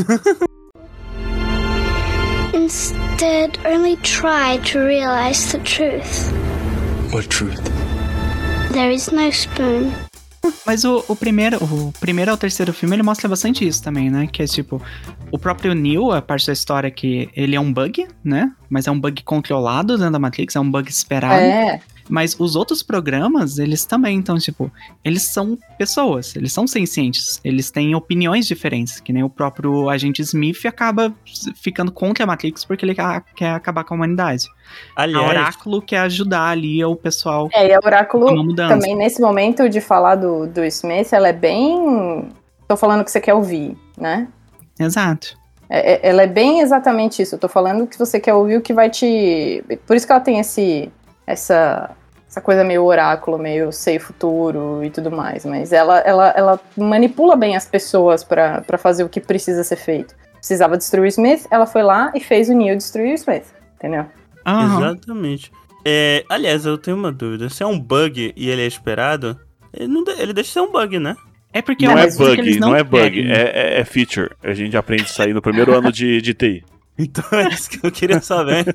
Instead, only try to realize the truth. What truth? There is no spoon. Mas o primeiro ao terceiro filme, ele mostra bastante isso também, né? Que é tipo, o próprio Neo, a parte da história que ele é um bug, né? Mas é um bug controlado dentro da Matrix, é um bug esperado. Mas os outros programas, eles também, então, tipo, eles são pessoas, eles são sencientes, eles têm opiniões diferentes, que nem o próprio agente Smith acaba ficando contra a Matrix porque ele quer acabar com a humanidade. Aliás, a Oráculo quer ajudar ali o pessoal. E a Oráculo também, nesse momento de falar do Smith, ela é bem... Tô falando o que você quer ouvir, né? Exato. Ela é bem exatamente isso. Eu tô falando que você quer ouvir o que vai te... Por isso que ela tem essa coisa meio oráculo, meio sei futuro e tudo mais. Mas ela manipula bem as pessoas pra fazer o que precisa ser feito. Precisava destruir o Smith, ela foi lá e fez o Neo destruir o Smith. Entendeu? Exatamente. Aliás, eu tenho uma dúvida. Se é um bug e ele é esperado, ele deixa de ser um bug, né? É porque não é bug, é feature. A gente aprende isso aí no primeiro ano de TI. Então é isso que eu queria saber.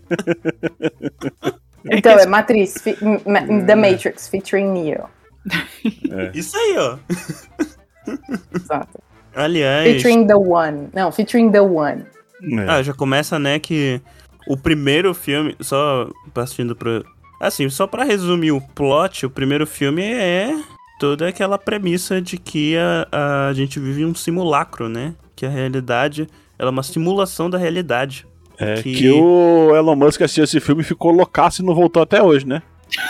Então, é Matrix, The Matrix, featuring Neo. Isso aí, ó. Exato. Aliás... Featuring The One. Não, featuring The One. Já começa, né, que o primeiro filme, só partindo pro... Assim, só pra resumir o plot, o primeiro filme é toda aquela premissa de que a gente vive um simulacro, né? Que a realidade, ela é uma simulação da realidade. Que o Elon Musk assistiu esse filme e ficou loucaço e não voltou até hoje, né?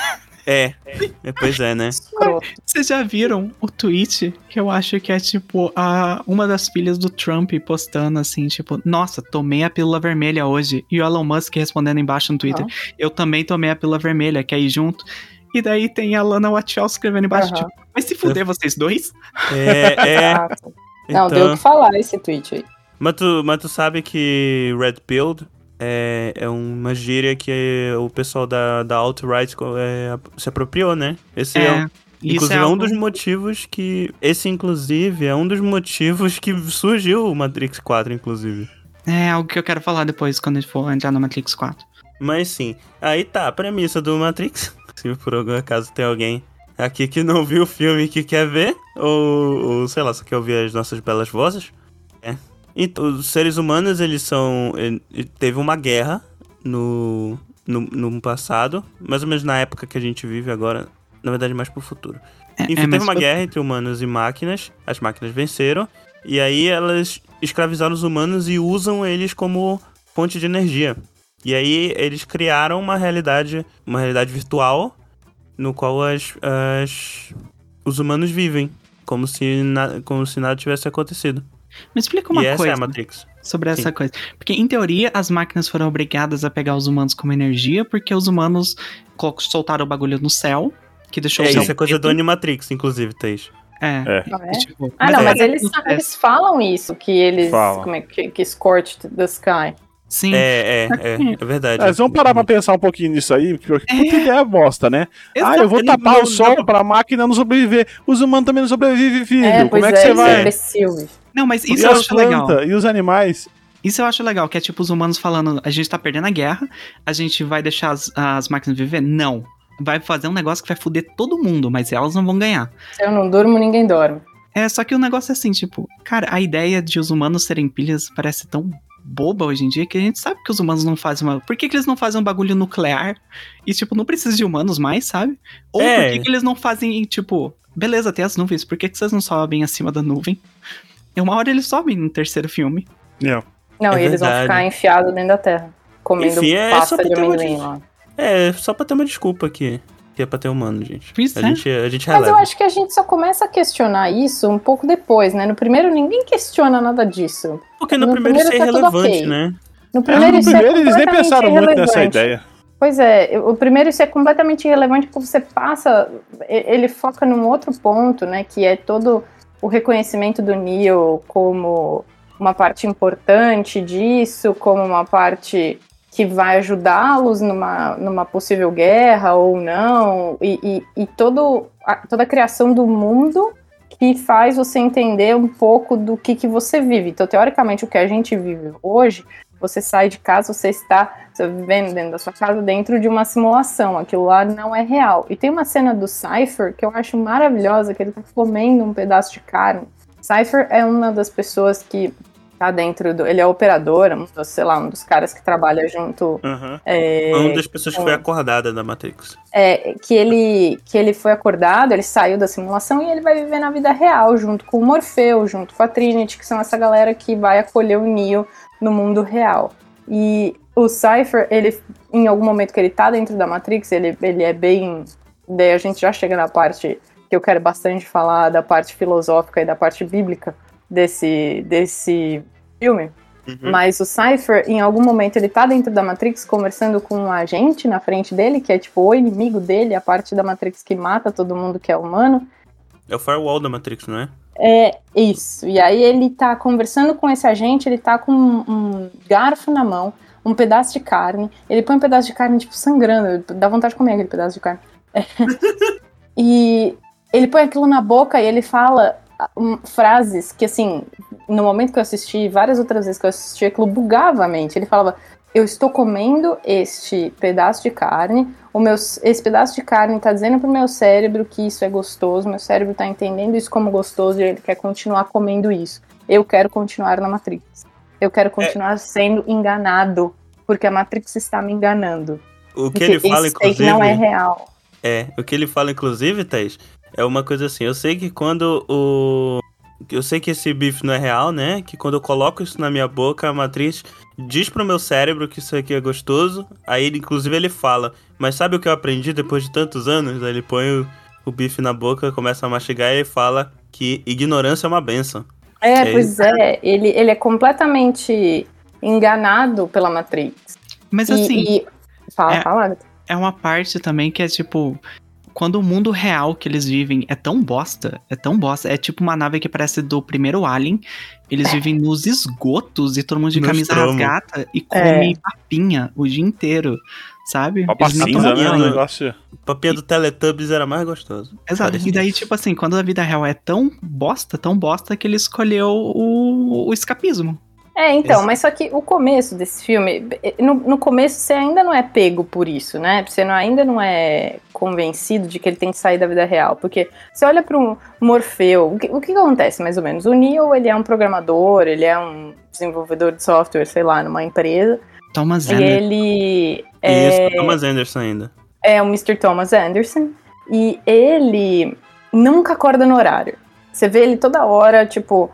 Pois é, né? Vocês já viram o tweet que eu acho que é tipo uma das filhas do Trump postando assim, tipo, nossa, tomei a pílula vermelha hoje. E o Elon Musk respondendo embaixo no Twitter, eu também tomei a pílula vermelha, quer ir junto? E daí tem a Lana Wachowski escrevendo embaixo, tipo, vai se fuder vocês dois? Não, deu o que falar esse tweet aí. Mas tu sabe que Red Pill é uma gíria que o pessoal da alt-right se apropriou, né? Esse inclusive é um dos motivos que... Esse, inclusive, é um dos motivos que surgiu o Matrix 4, inclusive. É algo que eu quero falar depois, quando a gente for entrar no Matrix 4. Mas sim, aí tá, a premissa do Matrix. Se por algum acaso tem alguém aqui que não viu o filme e que quer ver, ou sei lá, só quer ouvir as nossas belas vozes, Então, os seres humanos, eles são... Teve uma guerra no passado, mais ou menos na época que a gente vive agora, na verdade mais pro futuro. Enfim, teve uma guerra entre humanos e máquinas, as máquinas venceram, e aí elas escravizaram os humanos e usam eles como fonte de energia. E aí eles criaram uma realidade virtual no qual os humanos vivem, como se nada tivesse acontecido. Me explica uma essa coisa é a Matrix. sobre essa coisa. Porque, em teoria, as máquinas foram obrigadas a pegar os humanos como energia, porque os humanos soltaram o bagulho no céu, que deixou o céu Isso é coisa do Animatrix, inclusive, Thaís. Tipo, Mas eles falam isso, que eles... Falam. Como é que scorched the sky. Sim. É verdade. Mas vamos parar pra pensar um pouquinho nisso aí, porque puta ideia bosta, né? Exato. Eu vou tapar o sol pra máquina não sobreviver. Os humanos também não sobrevivem, filho. Como é que você vai? Imbecil, bicho. Não, mas E isso eu as acho legal. plantas, e os animais? Isso eu acho legal, que é tipo os humanos falando, a gente tá perdendo a guerra, a gente vai deixar as máquinas viver? Não. Vai fazer um negócio que vai foder todo mundo, mas elas não vão ganhar. Se eu não durmo, ninguém dorme. Só que o negócio é assim, tipo, cara, a ideia de os humanos serem pilhas parece tão boba hoje em dia, que a gente sabe que os humanos não fazem uma... Por que eles não fazem um bagulho nuclear e, tipo, não precisa de humanos mais, sabe? Ou por que eles não fazem, tipo... Beleza, tem as nuvens, por que vocês não sobem acima da nuvem? E uma hora eles sobem no terceiro filme. Não, e eles vão ficar enfiados dentro da terra, comendo pasta de amendoim lá. Só pra ter uma desculpa aqui. Que é pra ter humano, gente. Isso a gente Mas releva. eu acho que a gente só começa a questionar isso um pouco depois, né? No primeiro, ninguém questiona nada disso. Porque no primeiro isso é tá tudo irrelevante, ok. né? No primeiro isso é eles nem completamente pensaram muito nessa irrelevante. ideia. Pois é, o primeiro isso é completamente irrelevante porque você passa... Ele foca num outro ponto, né? Que é todo o reconhecimento do Neo como uma parte importante disso, como uma parte que vai ajudá-los numa possível guerra ou não, e toda a criação do mundo que faz você entender um pouco do que você vive. Então, teoricamente, o que a gente vive hoje, você sai de casa, você está vivendo dentro da sua casa, dentro de uma simulação. Aquilo lá não é real. E tem uma cena do Cypher que eu acho maravilhosa, que ele tá comendo um pedaço de carne. Cypher é uma das pessoas que tá dentro do... Ele é operador, um dos caras que trabalha junto... Uma das pessoas que foi acordada da Matrix. Que ele foi acordado, ele saiu da simulação e ele vai viver na vida real, junto com o Morfeu, junto com a Trinity, que são essa galera que vai acolher o Neo no mundo real. E o Cypher, ele, em algum momento que ele tá dentro da Matrix, ele é bem... Daí a gente já chega na parte que eu quero bastante falar, da parte filosófica e da parte bíblica desse filme. Mas o Cypher, em algum momento, ele tá dentro da Matrix conversando com um agente na frente dele, que é tipo o inimigo dele, a parte da Matrix que mata todo mundo que é humano. É o firewall da Matrix, não é? É isso. E aí ele tá conversando com esse agente, ele tá com um garfo na mão, um pedaço de carne. Ele põe um pedaço de carne, tipo, sangrando. Dá vontade de comer aquele pedaço de carne. E ele põe aquilo na boca e ele fala frases que, assim, no momento que eu assisti, várias outras vezes que eu assisti, aquilo bugava a mente. Ele falava: eu estou comendo este pedaço de carne, esse pedaço de carne está dizendo pro meu cérebro que isso é gostoso, meu cérebro está entendendo isso como gostoso e ele quer continuar comendo isso. Eu quero continuar na Matrix. Eu quero continuar sendo enganado, porque a Matrix está me enganando. O que ele fala, inclusive... não é real. O que ele fala, inclusive, Thaís, é uma coisa assim, eu sei que eu sei que esse bife não é real, né? Que quando eu coloco isso na minha boca, a Matrix diz pro meu cérebro que isso aqui é gostoso. Aí, inclusive, ele fala: mas sabe o que eu aprendi depois de tantos anos? Aí ele põe o bife na boca, começa a mastigar e fala que ignorância é uma benção. Ele é completamente enganado pela Matrix. Mas assim... Fala. É uma parte também que é tipo... Quando o mundo real que eles vivem é tão bosta, é tipo uma nave que parece do primeiro Alien, eles vivem nos esgotos e todo mundo de camisa rasgada e come papinha o dia inteiro, sabe? Papa cinza, né? O negócio... Papinha do Teletubbies era mais gostoso. Exato, e daí tipo assim, quando a vida real é tão bosta, que ele escolheu o escapismo. Então, mas só que o começo desse filme, no começo você ainda não é pego por isso, né? Você ainda não é convencido de que ele tem que sair da vida real, porque você olha para um Morfeu, o que acontece mais ou menos? O Neo, ele é um programador, ele é um desenvolvedor de software, sei lá, numa empresa. Thomas Anderson. E ele é... Isso, Thomas Anderson ainda. É o Mr. Thomas Anderson, e ele nunca acorda no horário. Você vê ele toda hora, tipo...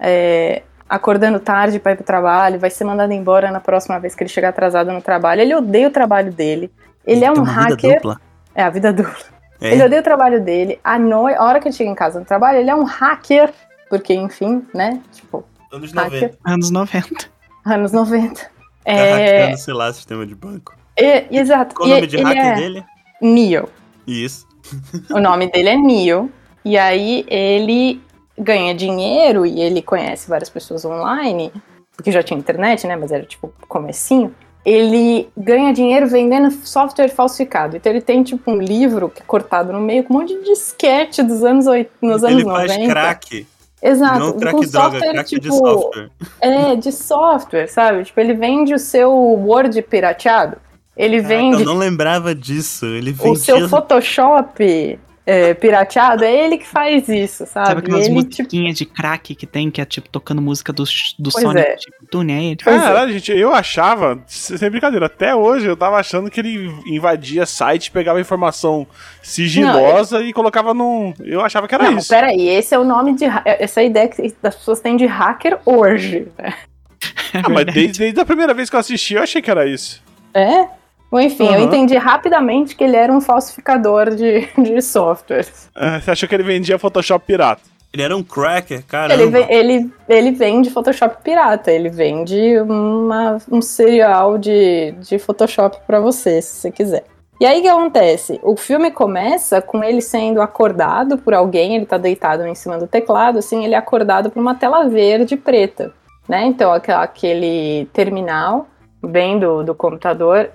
acordando tarde pra ir pro trabalho, vai ser mandado embora na próxima vez que ele chegar atrasado no trabalho. Ele odeia o trabalho dele. Ele é um hacker. Vida dupla. É, a vida dupla. Ele odeia o trabalho dele. A hora que ele chega em casa no trabalho, ele é um hacker. Porque, enfim, né? Tipo, Anos hacker. 90. Anos 90. Anos 90. Tá hackeando, sei lá, sistema de banco. Exato. Qual o nome de hacker dele? Neo. Isso. O nome dele é Neo. E aí ele ganha dinheiro e ele conhece várias pessoas online, porque já tinha internet, né, mas era tipo comecinho. Ele ganha dinheiro vendendo software falsificado. Então ele tem tipo um livro que é cortado no meio com um monte de disquete dos anos 90. Ele faz crack. Exato. Não crack com droga, software, crack tipo, de software. De software, sabe? Tipo, ele vende o seu Word pirateado. Ele vende... Eu não lembrava disso. Ele vendia... O seu Photoshop... pirateado, é ele que faz isso, sabe? Sabe aquelas ele, musiquinhas de crack que tem, que é tipo tocando música do Sonic, tipo, Tune é ele. Caralho, gente, eu achava, sem brincadeira, até hoje eu tava achando que ele invadia site, pegava informação sigilosa e colocava num... Eu achava que era isso. Não, peraí, esse é o nome de... Essa ideia que as pessoas têm de hacker hoje, né? Mas desde a primeira vez que eu assisti, eu achei que era isso. Bom, enfim, eu entendi rapidamente que ele era um falsificador de softwares. Você achou que ele vendia Photoshop pirata? Ele era um cracker, caramba. Ele vende Photoshop pirata, ele vende um serial de Photoshop pra você, se você quiser. E aí o que acontece? O filme começa com ele sendo acordado por alguém, ele tá deitado em cima do teclado, assim, ele é acordado por uma tela verde e preta, né? Então aquele terminal vem do computador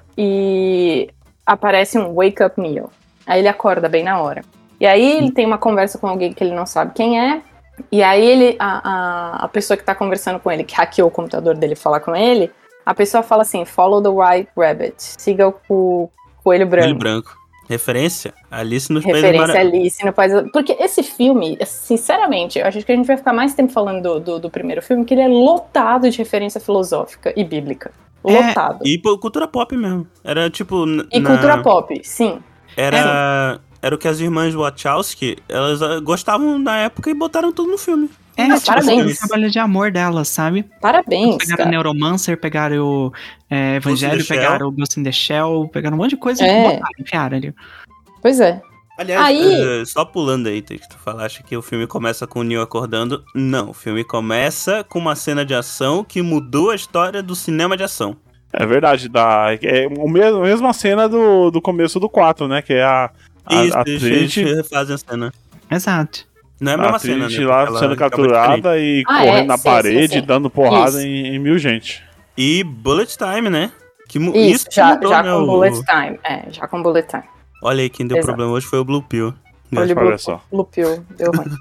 e aparece um Wake Up Neo. Aí ele acorda bem na hora. E aí ele tem uma conversa com alguém que ele não sabe quem é. E aí a pessoa que tá conversando com ele, que hackeou o computador dele falar com ele, a pessoa fala assim, follow the white rabbit. Siga o coelho branco. Coelho branco. Referência? Alice nos Países Referência Alice no País... Porque esse filme, sinceramente, eu acho que a gente vai ficar mais tempo falando do primeiro filme, que ele é lotado de referência filosófica e bíblica. Lotado. E cultura pop mesmo. Era tipo... Cultura pop, sim. Era o que as irmãs Wachowski, elas gostavam na época e botaram tudo no filme. Tipo, parabéns. o trabalho de amor delas, sabe? Parabéns, pegaram o Neuromancer, pegaram o Evangelho, pegaram o Ghost in the Shell, pegaram um monte de coisa e botaram, enfiaram ali. Pois é. Aliás, só pulando aí, que tu falaste que o filme começa com o Neo acordando. Não, o filme começa com uma cena de ação que mudou a história do cinema de ação. É verdade, é a mesma cena do começo do 4, né? Que é a eles refazem a cena. Exato. Não é a mesma cena, né? Lá sendo capturada e correndo na parede, sim. Dando porrada em mil gente. E Bullet Time, né? Isso já mudou, já né, com Bullet Time. Já com Bullet Time. Olha aí, quem deu problema hoje foi o Blue Pill. Olha só. Blue Pill, deu ruim.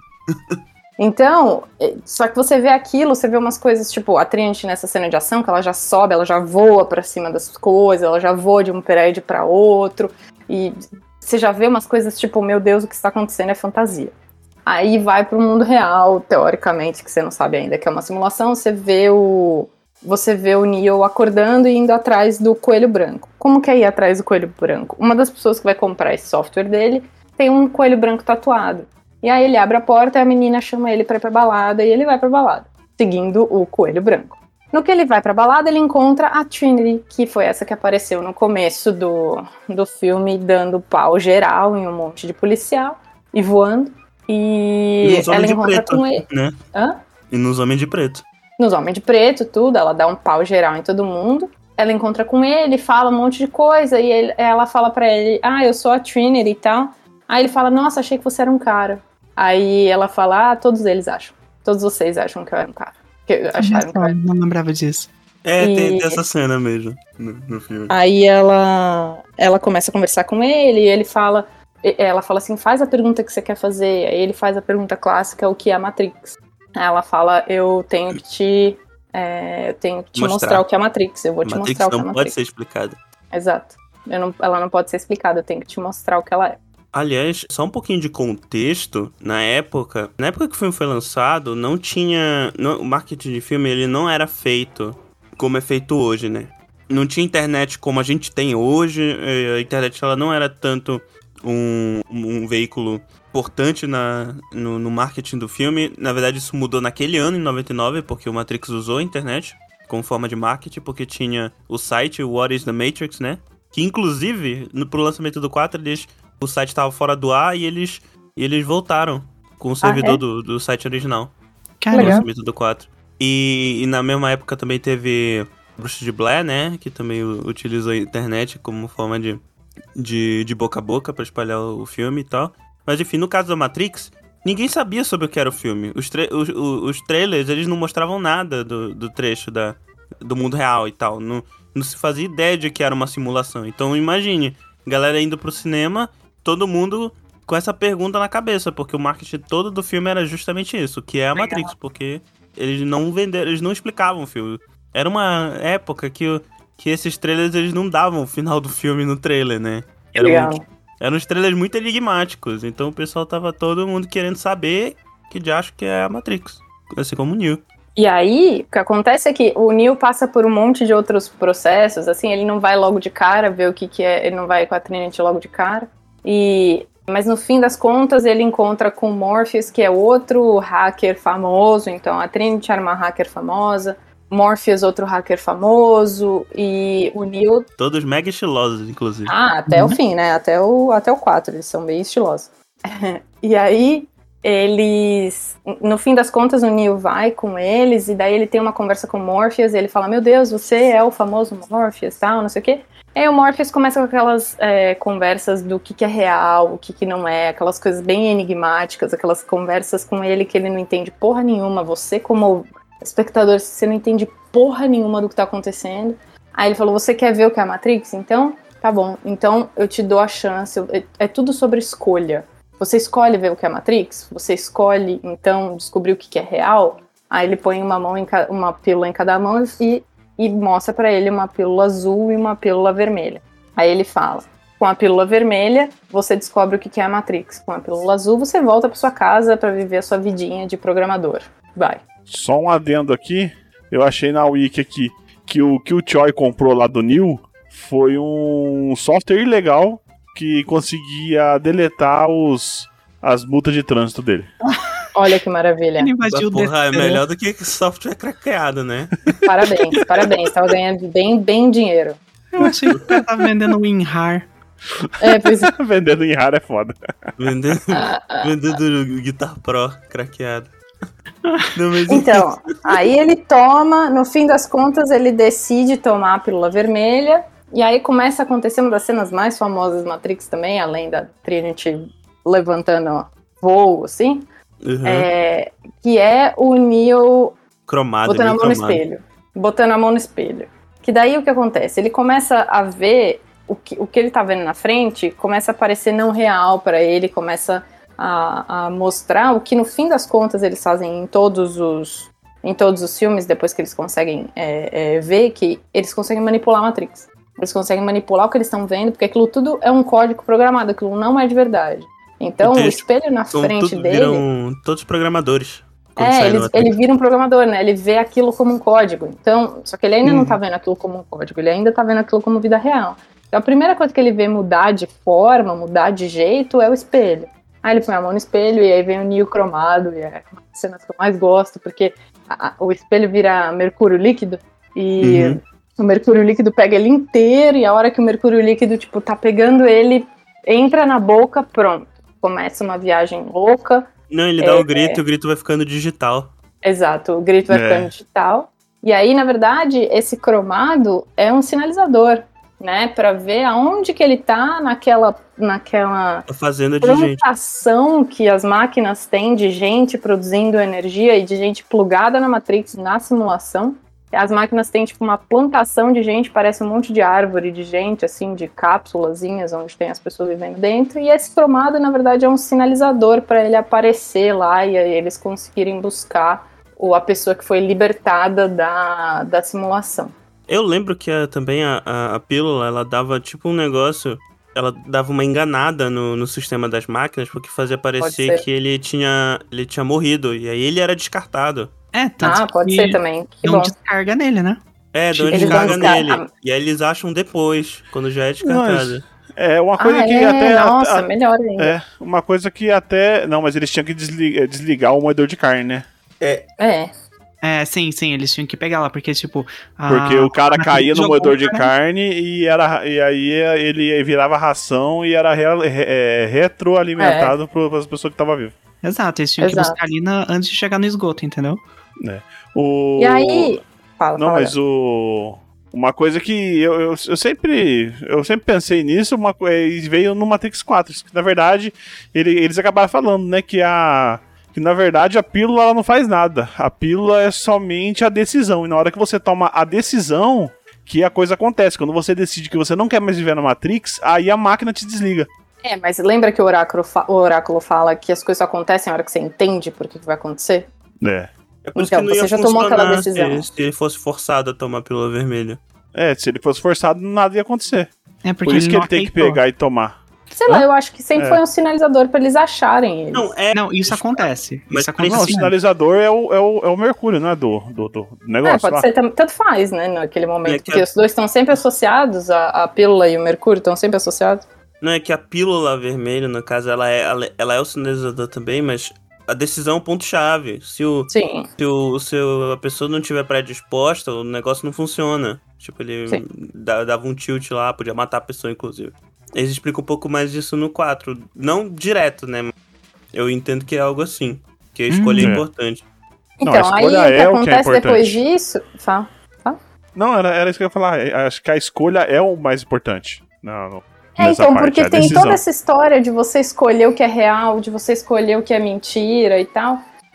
Então, só que você vê aquilo, você vê umas coisas, tipo, a Trinity nessa cena de ação, que ela já sobe, ela já voa pra cima das coisas, ela já voa de um prédio pra outro, e você já vê umas coisas tipo, meu Deus, o que está acontecendo é fantasia. Aí vai pro mundo real, teoricamente, que você não sabe ainda que é uma simulação, você vê o Neo acordando e indo atrás do coelho branco. Como que é ir atrás do coelho branco? Uma das pessoas que vai comprar esse software dele tem um coelho branco tatuado. E aí ele abre a porta e a menina chama ele pra ir pra balada e ele vai pra balada, seguindo o coelho branco. No que ele vai pra balada, ele encontra a Trinity, que foi essa que apareceu no começo do filme, dando pau geral em um monte de policial e voando. E ela encontra com ele. Né? E nos Homens de Preto. Nos Homens de Preto, tudo, ela dá um pau geral em todo mundo. Ela encontra com ele, fala um monte de coisa, e ela fala pra ele, eu sou a Trinity e tal. Aí ele fala, nossa, achei que você era um cara. Aí ela fala, todos eles acham. Todos vocês acham que eu era um cara. Não lembrava disso. Tem essa cena mesmo no filme. Aí ela começa a conversar com ele, e ela fala assim, faz a pergunta que você quer fazer. Aí ele faz a pergunta clássica, o que é a Matrix? Aí ela fala, eu tenho que te eu tenho que te mostrar o que é a Matrix. Eu vou te mostrar o que é a Matrix. Não pode ser explicada. Exato. Ela não pode ser explicada, eu tenho que te mostrar o que ela é. Aliás, só um pouquinho de contexto, na época que o filme foi lançado, não tinha... o marketing de filme, ele não era feito como é feito hoje, né? Não tinha internet como a gente tem hoje, a internet ela não era tanto um veículo importante no marketing do filme. Na verdade, isso mudou naquele ano, em 99, porque o Matrix usou a internet como forma de marketing, porque tinha o site What is the Matrix, né? Que, inclusive, pro lançamento do 4, o site estava fora do ar e eles voltaram com o servidor do site original. Caramba. No lançamento do 4. E na mesma época também teve Bruxa de Blair, né? Que também utilizou a internet como forma de boca a boca pra espalhar o filme e tal. Mas enfim, no caso da Matrix, ninguém sabia sobre o que era o filme. Os trailers, eles não mostravam nada do trecho do mundo real e tal. Não se fazia ideia de que era uma simulação. Então imagine, galera indo pro cinema, todo mundo com essa pergunta na cabeça, porque o marketing todo do filme era justamente isso, que é a Matrix, porque eles não venderam, eles não explicavam o filme. Era uma época que esses trailers, eles não davam o final do filme no trailer, né? Eram uns trailers muito enigmáticos, então o pessoal tava todo mundo querendo saber que de acho que é a Matrix, assim como o Neo. E aí, o que acontece é que o Neo passa por um monte de outros processos, assim, ele não vai logo de cara ver o que é, ele não vai com a Trinity logo de cara, mas no fim das contas ele encontra com o Morpheus, que é outro hacker famoso, então a Trinity era uma hacker famosa, Morpheus outro hacker famoso, e o Neo... Todos mega estilosos, inclusive. Até o fim, né, até o 4, eles são bem estilosos. E aí... eles, no fim das contas, o Neo vai com eles, e daí ele tem uma conversa com o Morpheus, e ele fala, meu Deus, você é o famoso Morpheus, tal, não sei o quê. Aí o Morpheus começa com aquelas conversas do que é real, o que não é, aquelas coisas bem enigmáticas, aquelas conversas com ele que ele não entende porra nenhuma, você como espectador, você não entende porra nenhuma do que tá acontecendo. Aí ele falou, você quer ver o que é a Matrix? Então, tá bom, então eu te dou a chance, é tudo sobre escolha. Você escolhe ver o que é Matrix? Você escolhe, então, descobrir o que é real? Aí ele põe uma pílula em cada mão e mostra pra ele uma pílula azul e uma pílula vermelha. Aí ele fala, com a pílula vermelha, você descobre o que é a Matrix. Com a pílula azul, você volta pra sua casa pra viver a sua vidinha de programador. Vai. Só um adendo aqui, eu achei na Wiki aqui, que o Choi comprou lá do Neo foi um software ilegal que conseguia deletar as multas de trânsito dele. Olha que maravilha. Ele invadiu o Porra, é melhor do que software craqueado, né? Parabéns. Tava ganhando bem dinheiro. Eu achei que o cara tava vendendo WinRAR. Pois é. Vendendo em raro é foda. Vendendo Guitar Pro craqueado. Não, mas... Então, aí ele toma, no fim das contas, ele decide tomar a pílula vermelha. E aí começa a acontecer uma das cenas mais famosas da Matrix também, além da Trinity levantando voo, assim, que é o Neo botando a mão no espelho. Botando a mão no espelho. Que daí o que acontece? Ele começa a ver o que ele tá vendo na frente, começa a parecer não real para ele, começa a mostrar o que no fim das contas eles fazem em todos os filmes, depois que eles conseguem ver que eles conseguem manipular a Matrix. Eles conseguem manipular o que eles estão vendo, porque aquilo tudo é um código programado, aquilo não é de verdade. Então, o espelho na frente dele... Viram todos programadores. Ele vira um programador, né? Ele vê aquilo como um código. Então, só que ele ainda não tá vendo aquilo como um código, ele ainda tá vendo aquilo como vida real. Então, a primeira coisa que ele vê mudar de forma, mudar de jeito, é o espelho. Aí ele põe a mão no espelho e aí vem o Neo cromado, e é uma das cenas que eu mais gosto, porque o espelho vira mercúrio líquido, e... O mercúrio líquido pega ele inteiro, e a hora que o mercúrio líquido, tipo, tá pegando ele, entra na boca, pronto. Começa uma viagem louca. Não, ele dá o grito e o grito vai ficando digital. Exato, o grito vai ficando digital. E aí, na verdade, esse cromado é um sinalizador, né? Pra ver aonde que ele tá naquela fazenda de gente. Plantação que as máquinas têm de gente produzindo energia e de gente plugada na Matrix, na simulação. As máquinas têm, tipo, uma plantação de gente, parece um monte de árvore de gente, assim, de cápsulazinhas, onde tem as pessoas vivendo dentro, e esse cromado, na verdade, é um sinalizador para ele aparecer lá e aí eles conseguirem buscar ou a pessoa que foi libertada da simulação. Eu lembro que também a pílula, ela dava tipo um negócio, ela dava uma enganada no sistema das máquinas, porque fazia parecer que ele tinha morrido, e aí ele era descartado. Tanto pode ser também. Que não bom. descarga nele, né? Deu uma descarga nele. E aí eles acham depois, quando já é descartado. Uma coisa que até... Nossa, melhor ainda. Uma coisa que até... Não, mas eles tinham que desligar o moedor de carne, né? Sim, eles tinham que pegar lá, porque, tipo... Porque o cara caía no moedor de carne e aí ele virava ração e era retroalimentado para as pessoas que estavam vivas. Exato, eles tinham que buscar ali antes de chegar no esgoto, entendeu? E aí... Mas uma coisa que eu sempre pensei nisso, veio no Matrix 4, que na verdade eles acabaram falando, né, que na verdade a pílula ela não faz nada, a pílula é somente a decisão, e na hora que você toma a decisão que a coisa acontece, quando você decide que você não quer mais viver na Matrix, aí a máquina te desliga. Mas lembra que o oráculo fala que as coisas acontecem na hora que você entende por que vai acontecer? É por isso que não ia você já tomou aquela decisão. Se ele fosse forçado a tomar a pílula vermelha. Se ele fosse forçado, nada ia acontecer. Porque por isso que ele tem que pegar e tomar. Sei lá, eu acho que sempre foi um sinalizador pra eles acharem eles. Não, isso acontece. Mas isso acontece. Não, o sinalizador é o Mercúrio, não é do negócio. Pode ser, tanto faz, né, naquele momento. Porque os dois estão sempre associados, a pílula e o Mercúrio estão sempre associados. Não, é que a pílula vermelha, no caso, ela é o sinalizador também, mas a decisão é um ponto-chave. Se a pessoa não estiver predisposta, o negócio não funciona. Tipo, ele dava um tilt lá, podia matar a pessoa, inclusive. Eles explicam um pouco mais disso no 4. Não direto, né? Eu entendo que é algo assim. Que a escolha é importante. Então, aí o que acontece depois disso... Fala. Não, era isso que eu ia falar. Acho que a escolha é o mais importante. Então, porque tem toda essa história de você escolher o que é real, de você escolher o que é mentira e tal.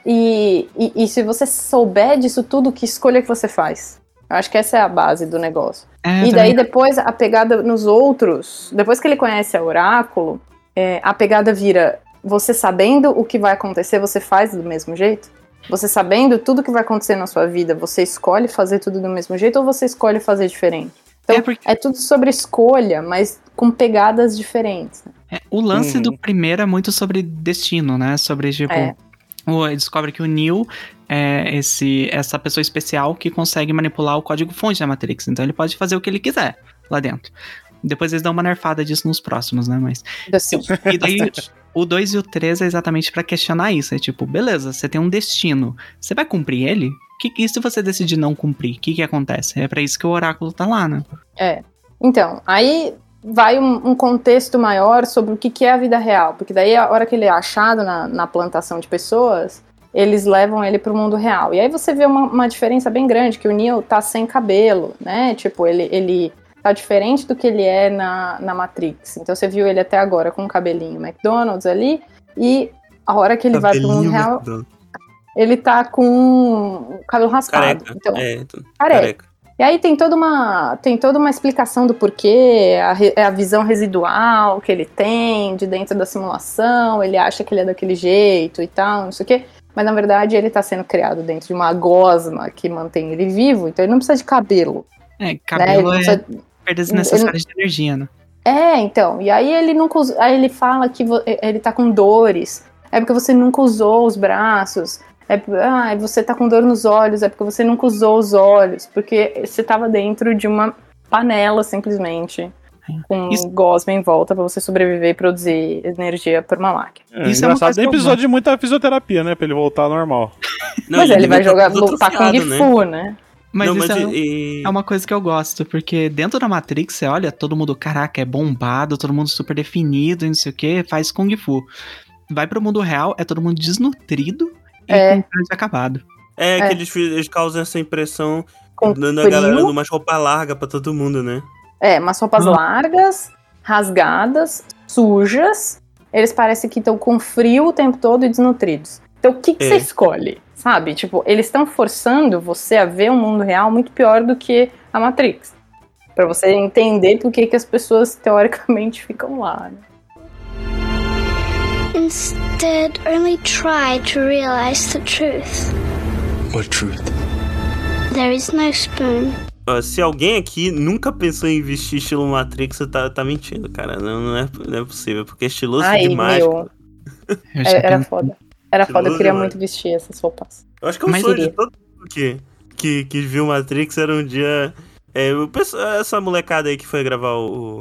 E se você souber disso tudo, que escolha que você faz? Eu acho que essa é a base do negócio. E daí depois a pegada nos outros, depois que ele conhece a Oráculo, a pegada vira, você sabendo o que vai acontecer, você faz do mesmo jeito? Você sabendo tudo que vai acontecer na sua vida, você escolhe fazer tudo do mesmo jeito ou você escolhe fazer diferente? Então, é tudo sobre escolha, mas com pegadas diferentes. O lance do primeiro é muito sobre destino, né? Sobre, tipo... Descobre que o Neo é essa pessoa especial que consegue manipular o código-fonte da Matrix. Então ele pode fazer o que ele quiser lá dentro. Depois eles dão uma nerfada disso nos próximos, né? Mas... E daí, o 2 e o 3 é exatamente pra questionar isso. É tipo, beleza, você tem um destino. Você vai cumprir ele? E se você decidir não cumprir? O que acontece? É pra isso que o oráculo tá lá, né? Então, aí vai um contexto maior sobre o que é a vida real. Porque daí, a hora que ele é achado na plantação de pessoas, eles levam ele pro mundo real. E aí você vê uma diferença bem grande, que o Neo tá sem cabelo, né? Tipo, ele tá diferente do que ele é na Matrix. Então você viu ele até agora com um cabelinho McDonald's ali, e a hora que ele vai pro mundo real, ele tá com o cabelo raspado. Careca. Então, Careca. E aí tem toda uma explicação do porquê, a visão residual que ele tem de dentro da simulação, ele acha que ele é daquele jeito e tal, não sei o quê. Mas na verdade ele tá sendo criado dentro de uma gosma que mantém ele vivo, então ele não precisa de cabelo. Cabelo é perdas necessárias de energia, né? Então, e aí aí ele fala que ele tá com dores, é porque você nunca usou os braços. Você tá com dor nos olhos, é porque você nunca usou os olhos, porque você tava dentro de uma panela, simplesmente, com gosma em volta pra você sobreviver e produzir energia por uma máquina. Isso engraçado, nem precisou de muita fisioterapia, né, pra ele voltar ao normal. Mas ele vai lutar com Kung Fu, né? Mas é uma coisa que eu gosto, porque dentro da Matrix, você olha, todo mundo, caraca, é bombado, todo mundo super definido, não sei o que, faz Kung Fu. Vai pro mundo real, é todo mundo desnutrido, e com traje acabado. Que eles causam essa impressão dando a galera numa roupa larga pra todo mundo, né? Umas roupas largas, rasgadas, sujas. Eles parecem que estão com frio o tempo todo e desnutridos. Então o que você escolhe? Sabe? Tipo, eles estão forçando você a ver um mundo real muito pior do que a Matrix. Pra você entender por que as pessoas teoricamente ficam lá, né? Instead, only try to realize the truth. What truth? There is no spoon. Se alguém aqui nunca pensou em vestir estilo Matrix, você tá mentindo, cara. Não é possível, porque é estiloso demais. Meu. Era foda. Era foda, eu queria muito vestir essas roupas. Eu acho que é um sonho de todo mundo que viu Matrix era um dia... essa molecada aí que foi gravar o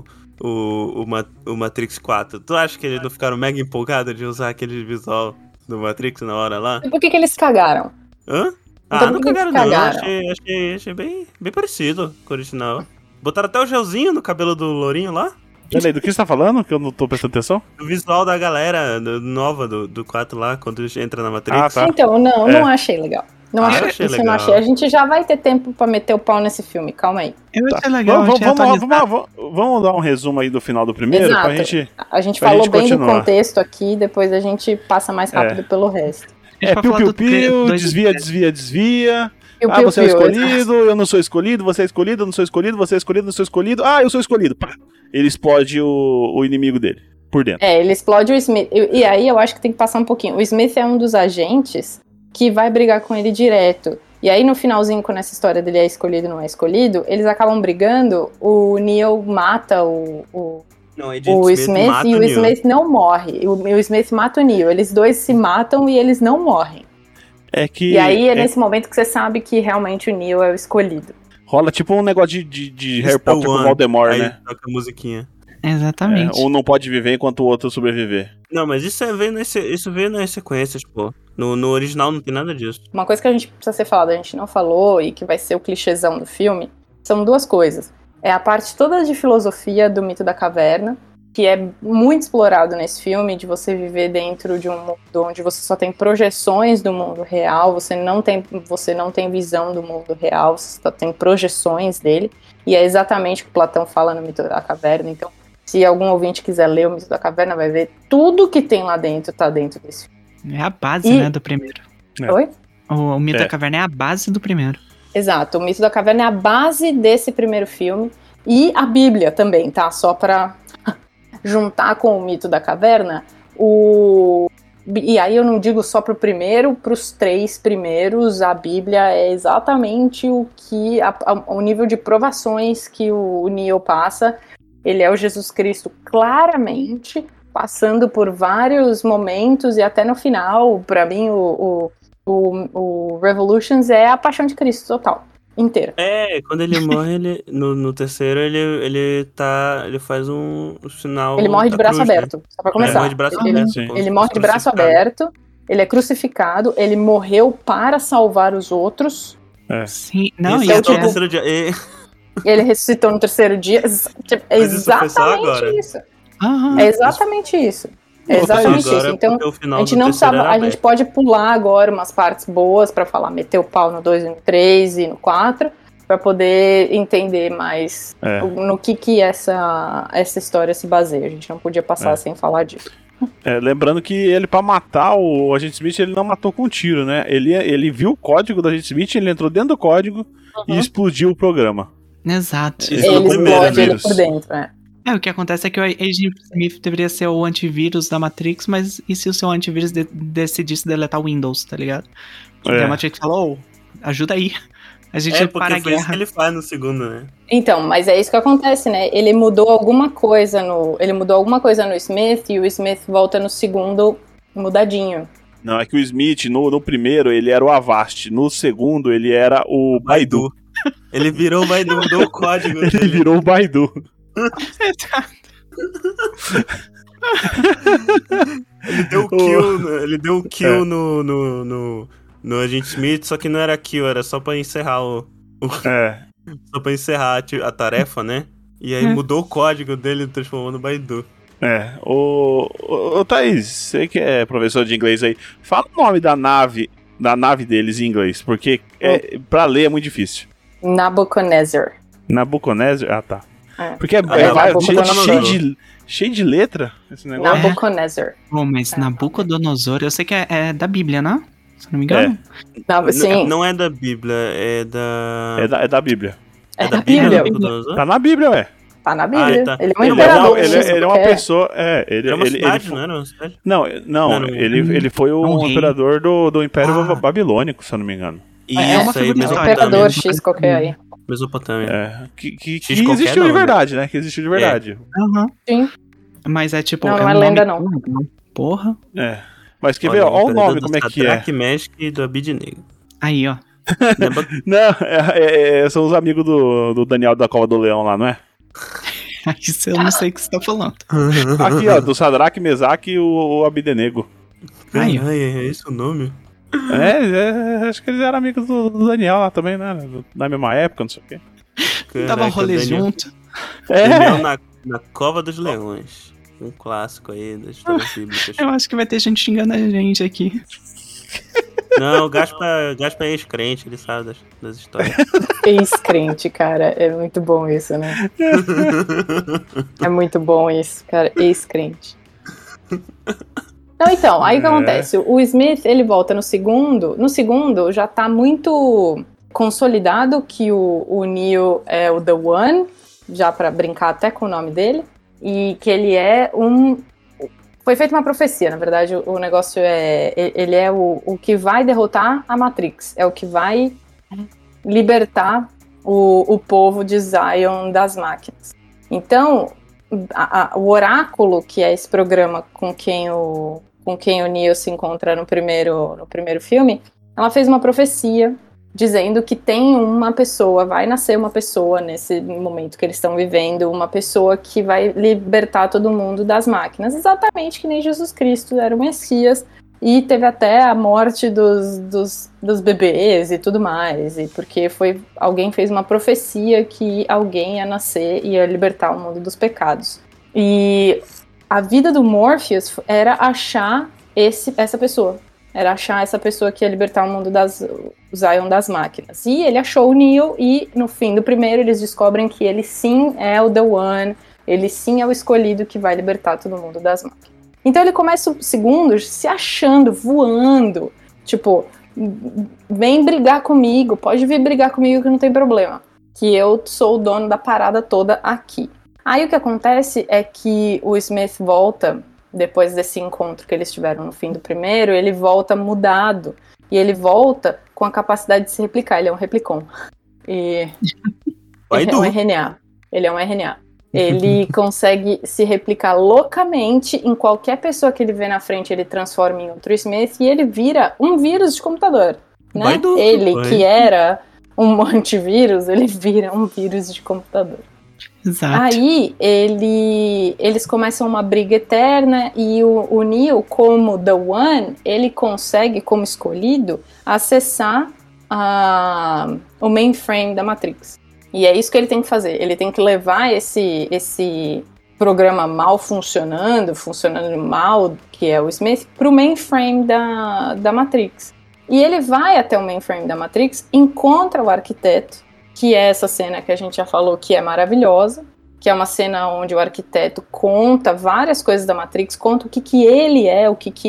Matrix 4, tu acha que eles não ficaram mega empolgados de usar aquele visual do Matrix na hora lá? E por que eles cagaram? Hã? Então, Não cagaram não, achei bem parecido com o original. Botaram até o gelzinho no cabelo do lourinho lá. Peraí, do que você tá falando? Que eu não tô prestando atenção? O visual da galera nova do 4 lá, quando entra na Matrix. Tá. Então, não achei legal. Não achei legal. Eu não achei. A gente já vai ter tempo pra meter o pau nesse filme, calma aí. Eu achei legal. Vamos dar um resumo aí do final do primeiro? Exato. A gente falou bem continuar. do contexto aqui, depois a gente passa mais rápido pelo resto. Piu-piu-piu, desvia. Você é escolhido, eu não sou escolhido, você é escolhido, eu não sou escolhido, você é escolhido, eu não sou escolhido. Eu sou escolhido. Pá. Ele explode o inimigo dele, por dentro. Ele explode o Smith. E aí eu acho que tem que passar um pouquinho. O Smith é um dos agentes que vai brigar com ele direto. E aí no finalzinho, quando essa história dele é escolhido ou não é escolhido, eles acabam brigando, o Neo mata o Smith e o Smith não morre. O Smith mata o Neo. Eles dois se matam e eles não morrem. E aí nesse momento que você sabe que realmente o Neo é o escolhido. Rola tipo um negócio de Harry Potter com o Voldemort, aí né? Toca a musiquinha. Exatamente. Um não pode viver enquanto o outro sobreviver. Não, mas isso veio nas sequências, pô. No original não tem nada disso. Uma coisa que a gente precisa ser falada, a gente não falou e que vai ser o clichêzão do filme, são duas coisas. É a parte toda de filosofia do mito da caverna, que é muito explorado nesse filme, de você viver dentro de um mundo onde você só tem projeções do mundo real, você não tem visão do mundo real, você só tem projeções dele, e é exatamente o que Platão fala no mito da caverna. Então, se algum ouvinte quiser ler o mito da caverna, vai ver tudo que tem lá dentro, tá dentro desse filme. É a base, do primeiro. Oi? O mito da caverna é a base do primeiro. Exato, o mito da caverna é a base desse primeiro filme, e a Bíblia também, tá? Só pra juntar com o mito da caverna, e aí eu não digo só pro primeiro, pros 3 primeiros, a Bíblia é exatamente o que, o nível de provações que o Neo passa. Ele é o Jesus Cristo claramente, passando por vários momentos, e até no final, pra mim, o Revolutions é a paixão de Cristo total. Inteira. Quando ele morre, no terceiro, ele faz um sinal. Ele morre de braço aberto, só pra começar. Ele morre de braço aberto. Ele morre de braço aberto, ele é crucificado, ele morreu para salvar os outros. Sim, não, e no terceiro dia. Ele ressuscitou no terceiro dia. É exatamente isso. É exatamente isso. É exatamente isso. Então, a gente não sabe. A gente pode pular agora umas partes boas pra falar, meter o pau no 2, no 3 e no 4, pra poder entender mais no que essa história se baseia. A gente não podia passar sem falar disso. Lembrando que ele, pra matar o Agente Smith, ele não matou com tiro, né? Ele viu o código do Agente Smith, ele entrou dentro do código e explodiu o programa. Exato. Ele explode ele por dentro, o que acontece é que o Agent Smith deveria ser o antivírus da Matrix, mas e se o seu antivírus decidisse deletar o Windows, tá ligado? Porque a Matrix falou, ajuda aí. A gente para a guerra. É isso que ele faz no segundo, né? Então, mas é isso que acontece, né? Ele mudou alguma coisa no Smith, e o Smith volta no segundo mudadinho. Não, é que o Smith, no primeiro, ele era o Avast. No segundo, ele era o Baidu. Ele virou o Baidu, mudou o código. Ele virou o Baidu. Ele deu o kill no Agente Smith, só que não era kill, era só pra encerrar só pra encerrar a tarefa, né? E aí mudou o código dele e transformou no Baidu. Ô Thaís, você que é professor de inglês aí, fala o nome da nave deles em inglês, porque pra ler é muito difícil. Nabucodonosor. Ah, tá. Porque cheio de letra esse negócio. Nabucodonosor. Mas Nabucodonosor, eu sei que é da Bíblia, né? Se não me engano. Não é da Bíblia, é da... É da Bíblia. É da Bíblia. Tá na Bíblia, ué. Tá na Bíblia. Tá. Ele é um imperador. Ele é uma pessoa... Ele é uma cidade, não era uma cidade? Não, ele foi o imperador do Império Babilônico, se eu não me engano. Isso aí, Imperador X qualquer aí. Mesopotâmia. Que existiu de verdade, né? Que existiu de verdade. Sim. Mas é tipo... Não é lenda, não. Porra. Mas quer ver, ó o nome, como é que é. Sadraque, Meshach e do Abednego. Aí, ó. Não, são os amigos do Daniel da Cova do Leão lá, não é? Isso eu não sei o que você tá falando. Aqui, ó, do Sadraque, Mesaque e o Abednego. Aí, É esse o nome? Acho que eles eram amigos do Daniel lá também, né? Na mesma época, não sei o quê. Dava rolê junto. Daniel na Cova dos Leões. Um clássico aí das histórias bíblicas. Eu acho que vai ter gente xingando a gente aqui. Não, o Gaspa é ex-crente, ele sabe das histórias. Ex-crente, cara. É muito bom isso, né? É muito bom isso, cara. Ex-crente. Não, então, aí o que acontece? O Smith, ele volta no segundo. No segundo, já tá muito consolidado que o Neo é o The One, já pra brincar até com o nome dele, e que ele é Foi feita uma profecia, na verdade, o negócio ele é o que vai derrotar a Matrix, é o que vai libertar o povo de Zion das máquinas. Então, o Oráculo, que é esse programa com quem o Neo se encontra no primeiro filme, ela fez uma profecia dizendo que vai nascer uma pessoa nesse momento que eles estão vivendo, uma pessoa que vai libertar todo mundo das máquinas, exatamente que nem Jesus Cristo era o Messias, e teve até a morte dos bebês e tudo mais, e porque alguém fez uma profecia que alguém ia nascer e ia libertar o mundo dos pecados. E a vida do Morpheus era achar essa pessoa. Era achar essa pessoa que ia libertar o mundo Zion das máquinas. E ele achou o Neo, e no fim do primeiro eles descobrem que ele sim é o The One, ele sim é o escolhido que vai libertar todo mundo das máquinas. Então ele começa o segundo se achando, voando, tipo, vem brigar comigo, pode vir brigar comigo que não tem problema, que eu sou o dono da parada toda aqui. Aí o que acontece é que o Smith volta, depois desse encontro que eles tiveram no fim do primeiro, ele volta mudado. E ele volta com a capacidade de se replicar. Ele é um replicon. E ele é um RNA. Ele é um RNA. Ele consegue se replicar loucamente em qualquer pessoa que ele vê na frente. Ele transforma em outro Smith e ele vira um vírus de computador. Né? Que era um antivírus, ele vira um vírus de computador. Exato. Aí eles começam uma briga eterna e o Neo, como The One, ele consegue, como escolhido, acessar o mainframe da Matrix. E é isso que ele tem que fazer. Ele tem que levar esse programa mal funcionando mal, que é o Smith, para o mainframe da Matrix. E ele vai até o mainframe da Matrix, encontra o arquiteto, que é essa cena que a gente já falou que é maravilhosa, que é uma cena onde o arquiteto conta várias coisas da Matrix, conta o que ele é,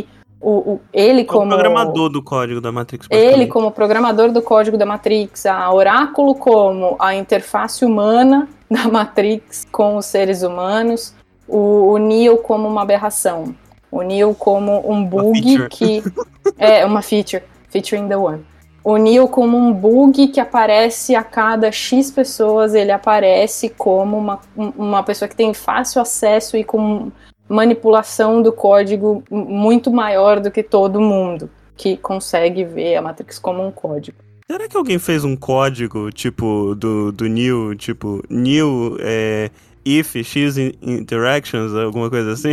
ele como... O programador do código da Matrix. Ele como programador do código da Matrix, a Oráculo como a interface humana da Matrix com os seres humanos, o Neo como uma aberração, o Neo como um bug que... É, uma featuring the One. O Neo como um bug que aparece a cada X pessoas, ele aparece como uma pessoa que tem fácil acesso e com manipulação do código muito maior do que todo mundo, que consegue ver a Matrix como um código. Será que alguém fez um código, tipo, do Neo, tipo, Neo if X interactions, alguma coisa assim?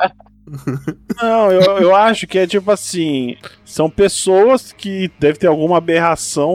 Não, eu acho que é tipo assim, são pessoas que devem ter alguma aberração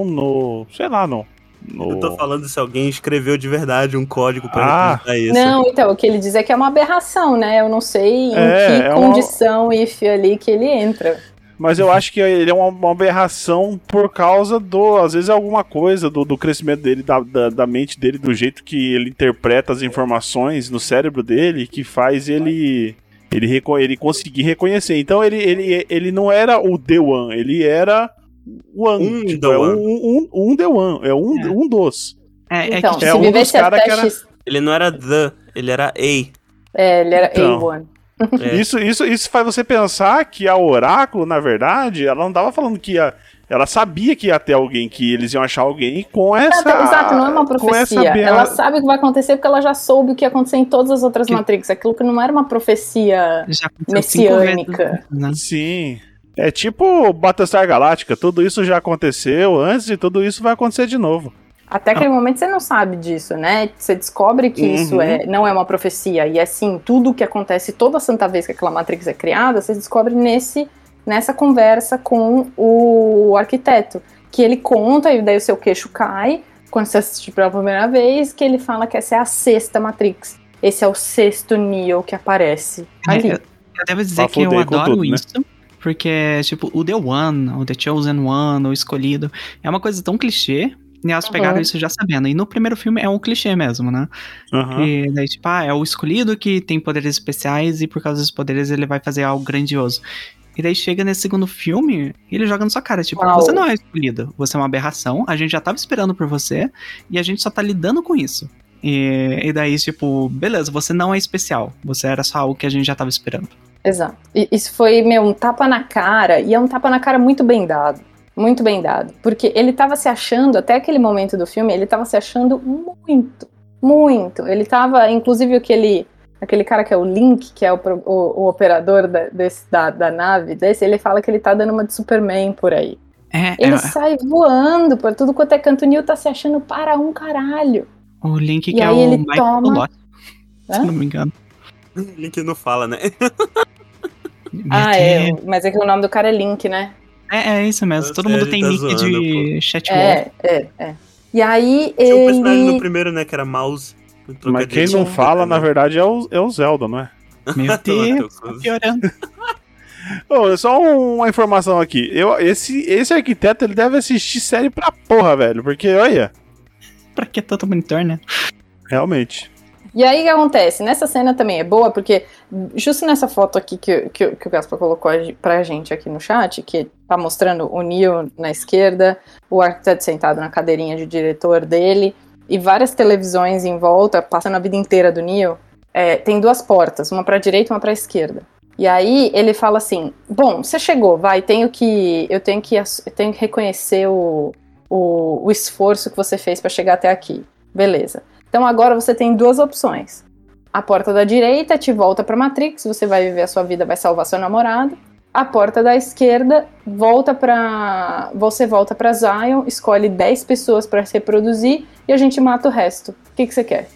Eu tô falando se alguém escreveu de verdade um código pra representar isso. Não, então, o que ele diz é que é uma aberração, né? Eu não sei em que condição if ali que ele entra. Mas eu acho que ele é uma aberração por causa às vezes é alguma coisa do crescimento dele, da mente dele, do jeito que ele interpreta as informações no cérebro dele, que faz ele conseguir reconhecer. Então ele não era o The One, ele era One. Um The One. É um dos. Então, se vivesse até X... Ele não era ele era A. Ele era A1. Isso faz você pensar que a Oráculo, na verdade, ela não tava falando que Ela sabia que ia ter alguém, que eles iam achar alguém com essa... Exato, não é uma profecia. Ela sabe o que vai acontecer porque ela já soube o que ia acontecer em todas as outras Matrix. Aquilo que não era uma profecia messiânica. Vezes, né? Sim. É tipo Battlestar Galactica. Tudo isso já aconteceu antes e tudo isso vai acontecer de novo. Até aquele momento você não sabe disso, né? Você descobre que isso não é uma profecia. E é sim, tudo o que acontece toda santa vez que aquela Matrix é criada, você descobre nessa conversa com o arquiteto. Que ele conta, e daí o seu queixo cai, quando você assiste pela primeira vez, que ele fala que essa é a 6ª Matrix. Esse é o 6º Neo que aparece ali. Eu devo dizer que eu adoro tudo, isso. Né? Porque, tipo, o The One, o The Chosen One, o Escolhido, é uma coisa tão clichê. E elas pegaram isso já sabendo. E no primeiro filme é um clichê mesmo, né? E daí, tipo, é o escolhido que tem poderes especiais e por causa dos poderes ele vai fazer algo grandioso. E daí chega nesse segundo filme e ele joga na sua cara, tipo, você não é escolhido, você é uma aberração, a gente já tava esperando por você e a gente só tá lidando com isso. E daí, tipo, beleza, você não é especial, você era só algo que a gente já tava esperando. Exato. E isso foi, um tapa na cara, e é um tapa na cara muito bem dado. Muito bem dado, porque ele tava se achando, até aquele momento do filme, ele tava se achando muito. Ele tava, inclusive aquele cara que é o Link, que é o operador da nave ele fala que ele tá dando uma de Superman por aí. Ele sai voando por tudo quanto é canto, o Neo tá se achando para um caralho. O Link e que é o ele Michael Lott, se não me engano. O Link não fala, né? Mas é que o nome do cara é Link, né? É isso mesmo, todo mundo tem nick de chatwall. E aí tinha um personagem no primeiro, né, que era Mouse. Mas quem não fala, na verdade, é o Zelda, não é? Meu Deus, tá piorando. Só uma informação aqui. Esse arquiteto, ele deve assistir série pra porra, velho. Porque, olha... Pra que tanto monitor, né? Realmente. E aí o que acontece? Nessa cena também é boa, porque justo nessa foto aqui que o Gaspar colocou pra gente aqui no chat, que tá mostrando o Neo na esquerda, o arquiteto sentado na cadeirinha de diretor dele, e várias televisões em volta, passando a vida inteira do Neo, tem 2 portas, uma pra direita e uma pra esquerda. E aí ele fala assim, bom, você chegou, vai, eu tenho que reconhecer o esforço que você fez pra chegar até aqui. Beleza. Então agora você tem 2 opções. A porta da direita te volta pra Matrix, você vai viver a sua vida, vai salvar seu namorado. A porta da esquerda você volta pra Zion, escolhe 10 pessoas pra se reproduzir e a gente mata o resto. O que você quer?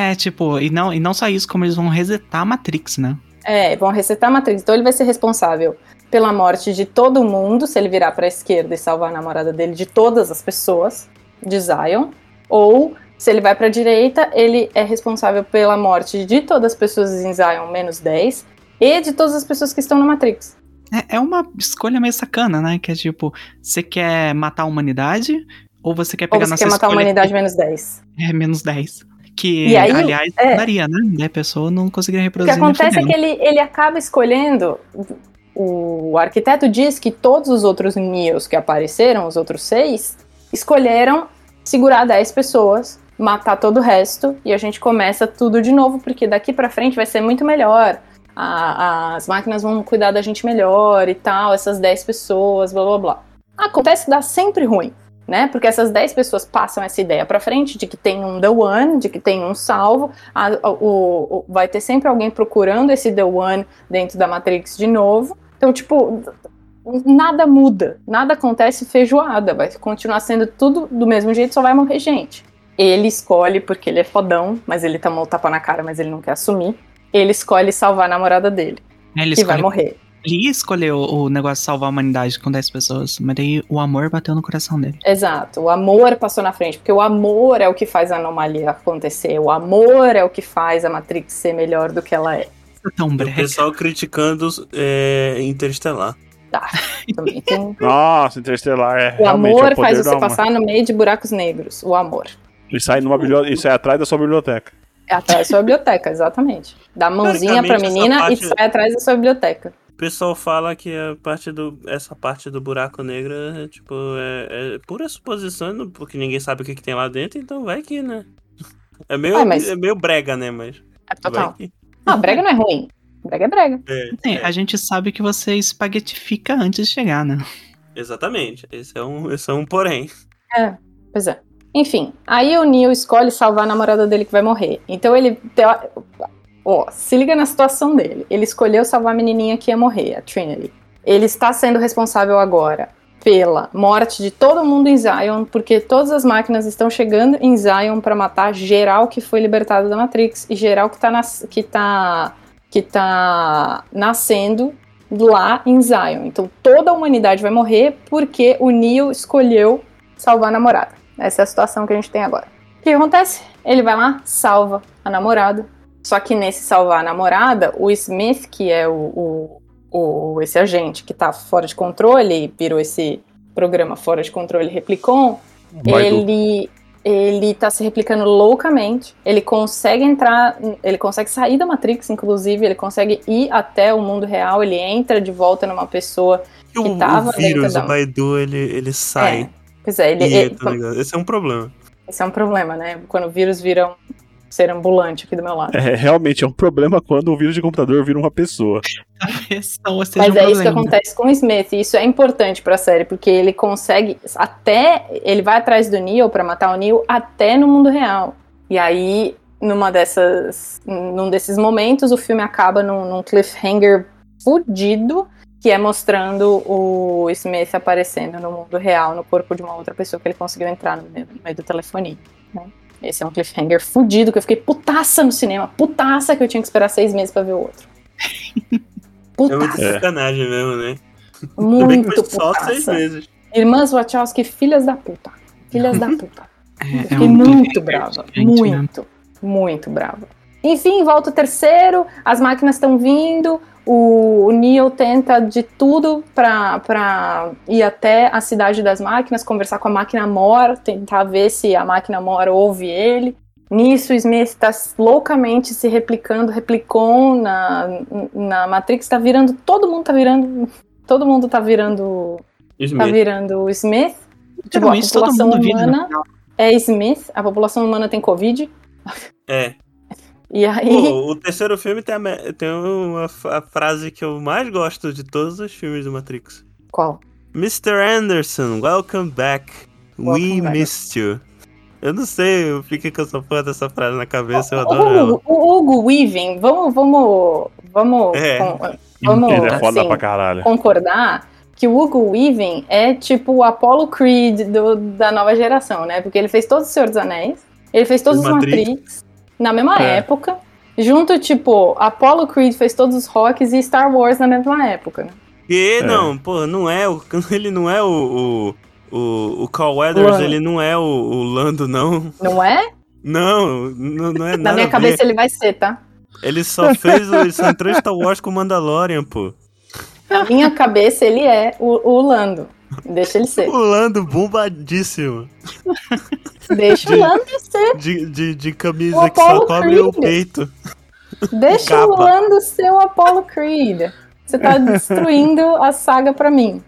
E não só isso, como eles vão resetar a Matrix, né? Vão resetar a Matrix. Então ele vai ser responsável pela morte de todo mundo, se ele virar pra esquerda e salvar a namorada dele, de todas as pessoas de Zion. Ou... se ele vai pra direita, ele é responsável pela morte de todas as pessoas em Zion, menos 10, e de todas as pessoas que estão na Matrix. É uma escolha meio sacana, né? Que é tipo, você quer matar a humanidade, ou você quer pegar nossa escolha... Ou você quer matar a humanidade menos 10. Menos 10. Que, aí, aliás, daria, né? A pessoa não conseguiria reproduzir. O que acontece é que ele acaba escolhendo... O arquiteto diz que todos os outros Neos que apareceram, os outros 6, escolheram segurar 10 pessoas, matar todo o resto, e a gente começa tudo de novo, porque daqui pra frente vai ser muito melhor. As máquinas vão cuidar da gente melhor e tal, essas 10 pessoas, blá blá blá. Acontece que dá sempre ruim, né? Porque essas 10 pessoas passam essa ideia pra frente de que tem um The One, de que tem um salvo, vai ter sempre alguém procurando esse The One dentro da Matrix de novo. Então, tipo, nada muda, nada acontece feijoada, vai continuar sendo tudo do mesmo jeito, só vai morrer gente. Ele escolhe, porque ele é fodão, mas ele tomou o tapa na cara, mas ele não quer assumir. Ele escolhe salvar a namorada dele, que vai morrer. Ele escolheu o negócio de salvar a humanidade com 10 pessoas, mas daí o amor bateu no coração dele. Exato, o amor passou na frente, porque o amor é o que faz a anomalia acontecer, o amor é o que faz a Matrix ser melhor do que ela é. Tão brega. O pessoal criticando Interestelar. Tá, também tem... Nossa, Interestelar é o amor faz você passar no meio de buracos negros, o amor. Isso é atrás da sua biblioteca. É atrás da sua biblioteca, exatamente. Dá a mãozinha pra menina e sai atrás da sua biblioteca. O pessoal fala que essa parte do buraco negro é pura suposição, porque ninguém sabe o que tem lá dentro, então vai que, né? É meio brega, né? Mas é total. Não, brega não é ruim. Brega é brega. A gente sabe que você espaguetifica antes de chegar, né? Exatamente. Esse é um porém. Pois é. Enfim, aí o Neo escolhe salvar a namorada dele que vai morrer. Então ele... se liga na situação dele. Ele escolheu salvar a menininha que ia morrer, a Trinity. Ele está sendo responsável agora pela morte de todo mundo em Zion, porque todas as máquinas estão chegando em Zion para matar geral que foi libertado da Matrix e geral que tá nascendo lá em Zion. Então toda a humanidade vai morrer porque o Neo escolheu salvar a namorada. Essa é a situação que a gente tem agora. O que acontece? Ele vai lá, salva a namorada. Só que nesse salvar a namorada, o Smith, que é esse agente que tá fora de controle, virou esse programa fora de controle Replicon, ele tá se replicando loucamente, ele consegue sair da Matrix, inclusive, ele consegue ir até o mundo real, ele entra de volta numa pessoa que tava o vírus, o Baidu, ele sai. Pois é, esse é um problema. Esse é um problema, né? Quando o vírus vira um ser ambulante aqui do meu lado. Realmente é um problema quando o vírus de computador vira uma pessoa. Mas é isso que acontece com o Smith, e isso é importante pra série, porque ele consegue ele vai atrás do Neo pra matar o Neo até no mundo real. E aí, num desses momentos, o filme acaba num cliffhanger fudido, que é mostrando o Smith aparecendo no mundo real, no corpo de uma outra pessoa que ele conseguiu entrar no meio do telefonia, né? Esse é um cliffhanger fudido, que eu fiquei putaça no cinema. Putaça que eu tinha que esperar 6 meses pra ver o outro. Putaça. É muito sacanagem mesmo, né? Muito putaça. Só 6 meses. Irmãs Wachowski, filhas da puta. Filhas da puta. Eu fiquei um muito brava. Muito brava. Enfim, volta o terceiro, as máquinas estão vindo, o Neo tenta de tudo pra ir até a cidade das máquinas, conversar com a máquina Mor, tentar ver se a máquina Mor ouve ele. Nisso, o Smith tá loucamente se replicou na Matrix, todo mundo tá virando Smith. Tá virando o Smith. Tipo, a população humana é Smith, a população humana tem Covid. É. E aí... Pô, o terceiro filme tem a frase que eu mais gosto de todos os filmes do Matrix. Qual? Mr. Anderson, welcome back. We missed you. Eu não sei, eu fiquei com essa porra dessa frase na cabeça, eu adoro ela. O Hugo Weaving, vamos Ele é foda pra caralho. Concordar que o Hugo Weaving é tipo o Apollo Creed da nova geração, né? Porque ele fez todos os Senhor dos Anéis, ele fez todos os Matrix na mesma época, junto, tipo, Apollo Creed fez todos os Rocks e Star Wars na mesma época, né? Não, pô, não é, ele não é o Carl Weathers, Lando. ele não é o Lando, não. Não é? Não é nada. Na minha cabeça ele vai ser, tá? Ele só entrou em Star Wars com o Mandalorian, pô. Na minha cabeça ele é o Lando. Deixa ele ser. O Lando bombadíssimo. Deixa o Lando ser. De camisa que só cobre o peito. Deixa o Lando ser o Apollo Creed. Você tá destruindo a saga pra mim.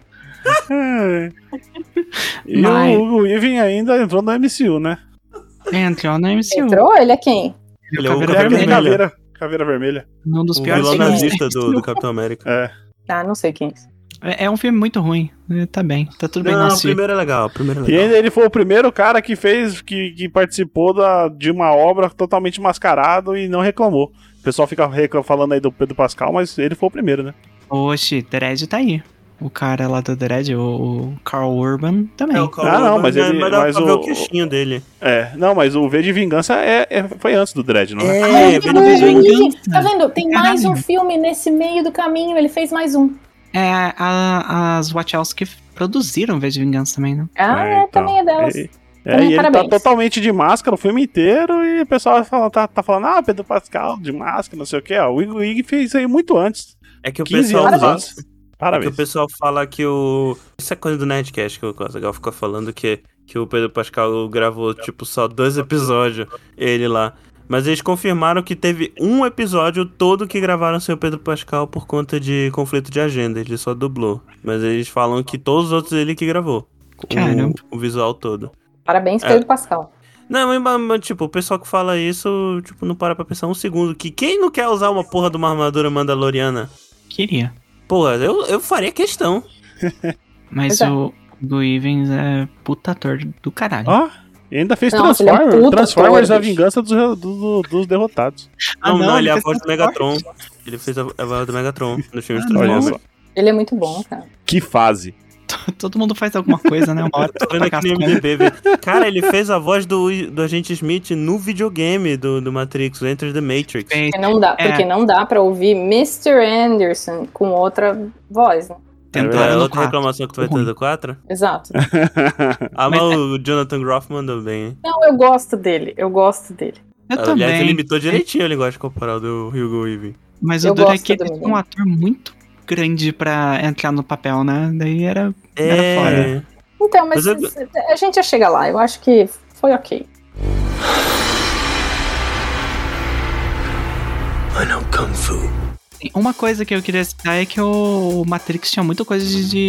E o Hugo Weaving ainda entrou no MCU, né? Entrou no MCU. Entrou? Ele é quem? Ele é o Caveira Caveira Vermelha. Um dos o piores vilão filmes. nazista do Capitão América. Ah, não sei quem é isso. É um filme muito ruim. Tá bem, tá tudo bem. Não, Não, o primeiro é legal. E ainda ele foi o primeiro cara que participou de uma obra totalmente mascarado e não reclamou. O pessoal fica falando aí do Pedro Pascal, mas ele foi o primeiro, né? Oxe, Dredd tá aí. O cara lá do Dredd, o Carl Urban, também. O Carl Urban, mas ele... Mas dá pra ver o queixinho dele. Não, mas o V de Vingança foi antes do Dredd, não é? Ai, V de Vingança. Tá vendo? Tem mais um filme nesse meio do caminho, ele fez mais um. As Wachowski produziram V de Vingança também, né? Então. Também é delas. E ele tá totalmente de máscara o filme inteiro e o pessoal tá falando, Pedro Pascal de máscara, não sei o que. O Wig fez aí muito antes. É que o 15 pessoal anos antes. Parabéns. É que o pessoal fala que isso é coisa do Nerdcast que o Cosagal ficou falando que o Pedro Pascal gravou, tipo, só 2 episódios, ele lá. Mas eles confirmaram que teve um episódio todo que gravaram sem o Pedro Pascal por conta de conflito de agenda. Ele só dublou. Mas eles falam que todos os outros ele que gravou. Caramba. O visual todo. Parabéns, Pedro Pascal. Não, mas, tipo, o pessoal que fala isso, tipo, não para pra pensar um segundo. Que quem não quer usar uma porra de uma armadura mandaloriana? Queria. Porra, eu faria questão. Mas Pois é. o Hugo Weaving é puta ator do caralho. Ó, e ainda fez Nossa, ele é um Transformers. puta Transformers, ator, a bicho. vingança dos derrotados. Não, ele é a fez voz do Megatron. Ele fez a voz do Megatron no filme de Olha Transformers. só. Ele é muito bom, cara. Que fase. Todo mundo faz alguma coisa, né? Uma hora Tô vendo aqui no MDB, velho. Cara, ele fez a voz do Agente Smith no videogame do Matrix, Enter the Matrix. Porque não dá pra ouvir Mr. Anderson com outra voz, né? Tentaram É no outra 4. reclamação que tu vai ter do 4? Exato. Ah, mas o Jonathan Groff mandou bem, hein? Não, eu gosto dele. Eu Aliás, também. ele imitou direitinho a linguagem corporal do Hugo Weaving. Mas Eu o duro é gosto que do ele é um menino. ator muito grande pra entrar no papel, né? Daí era fora. Então, mas Mas a gente já chega lá. Eu acho que foi ok. I know Kung Fu. Uma coisa que eu queria citar é que o Matrix tinha muita coisa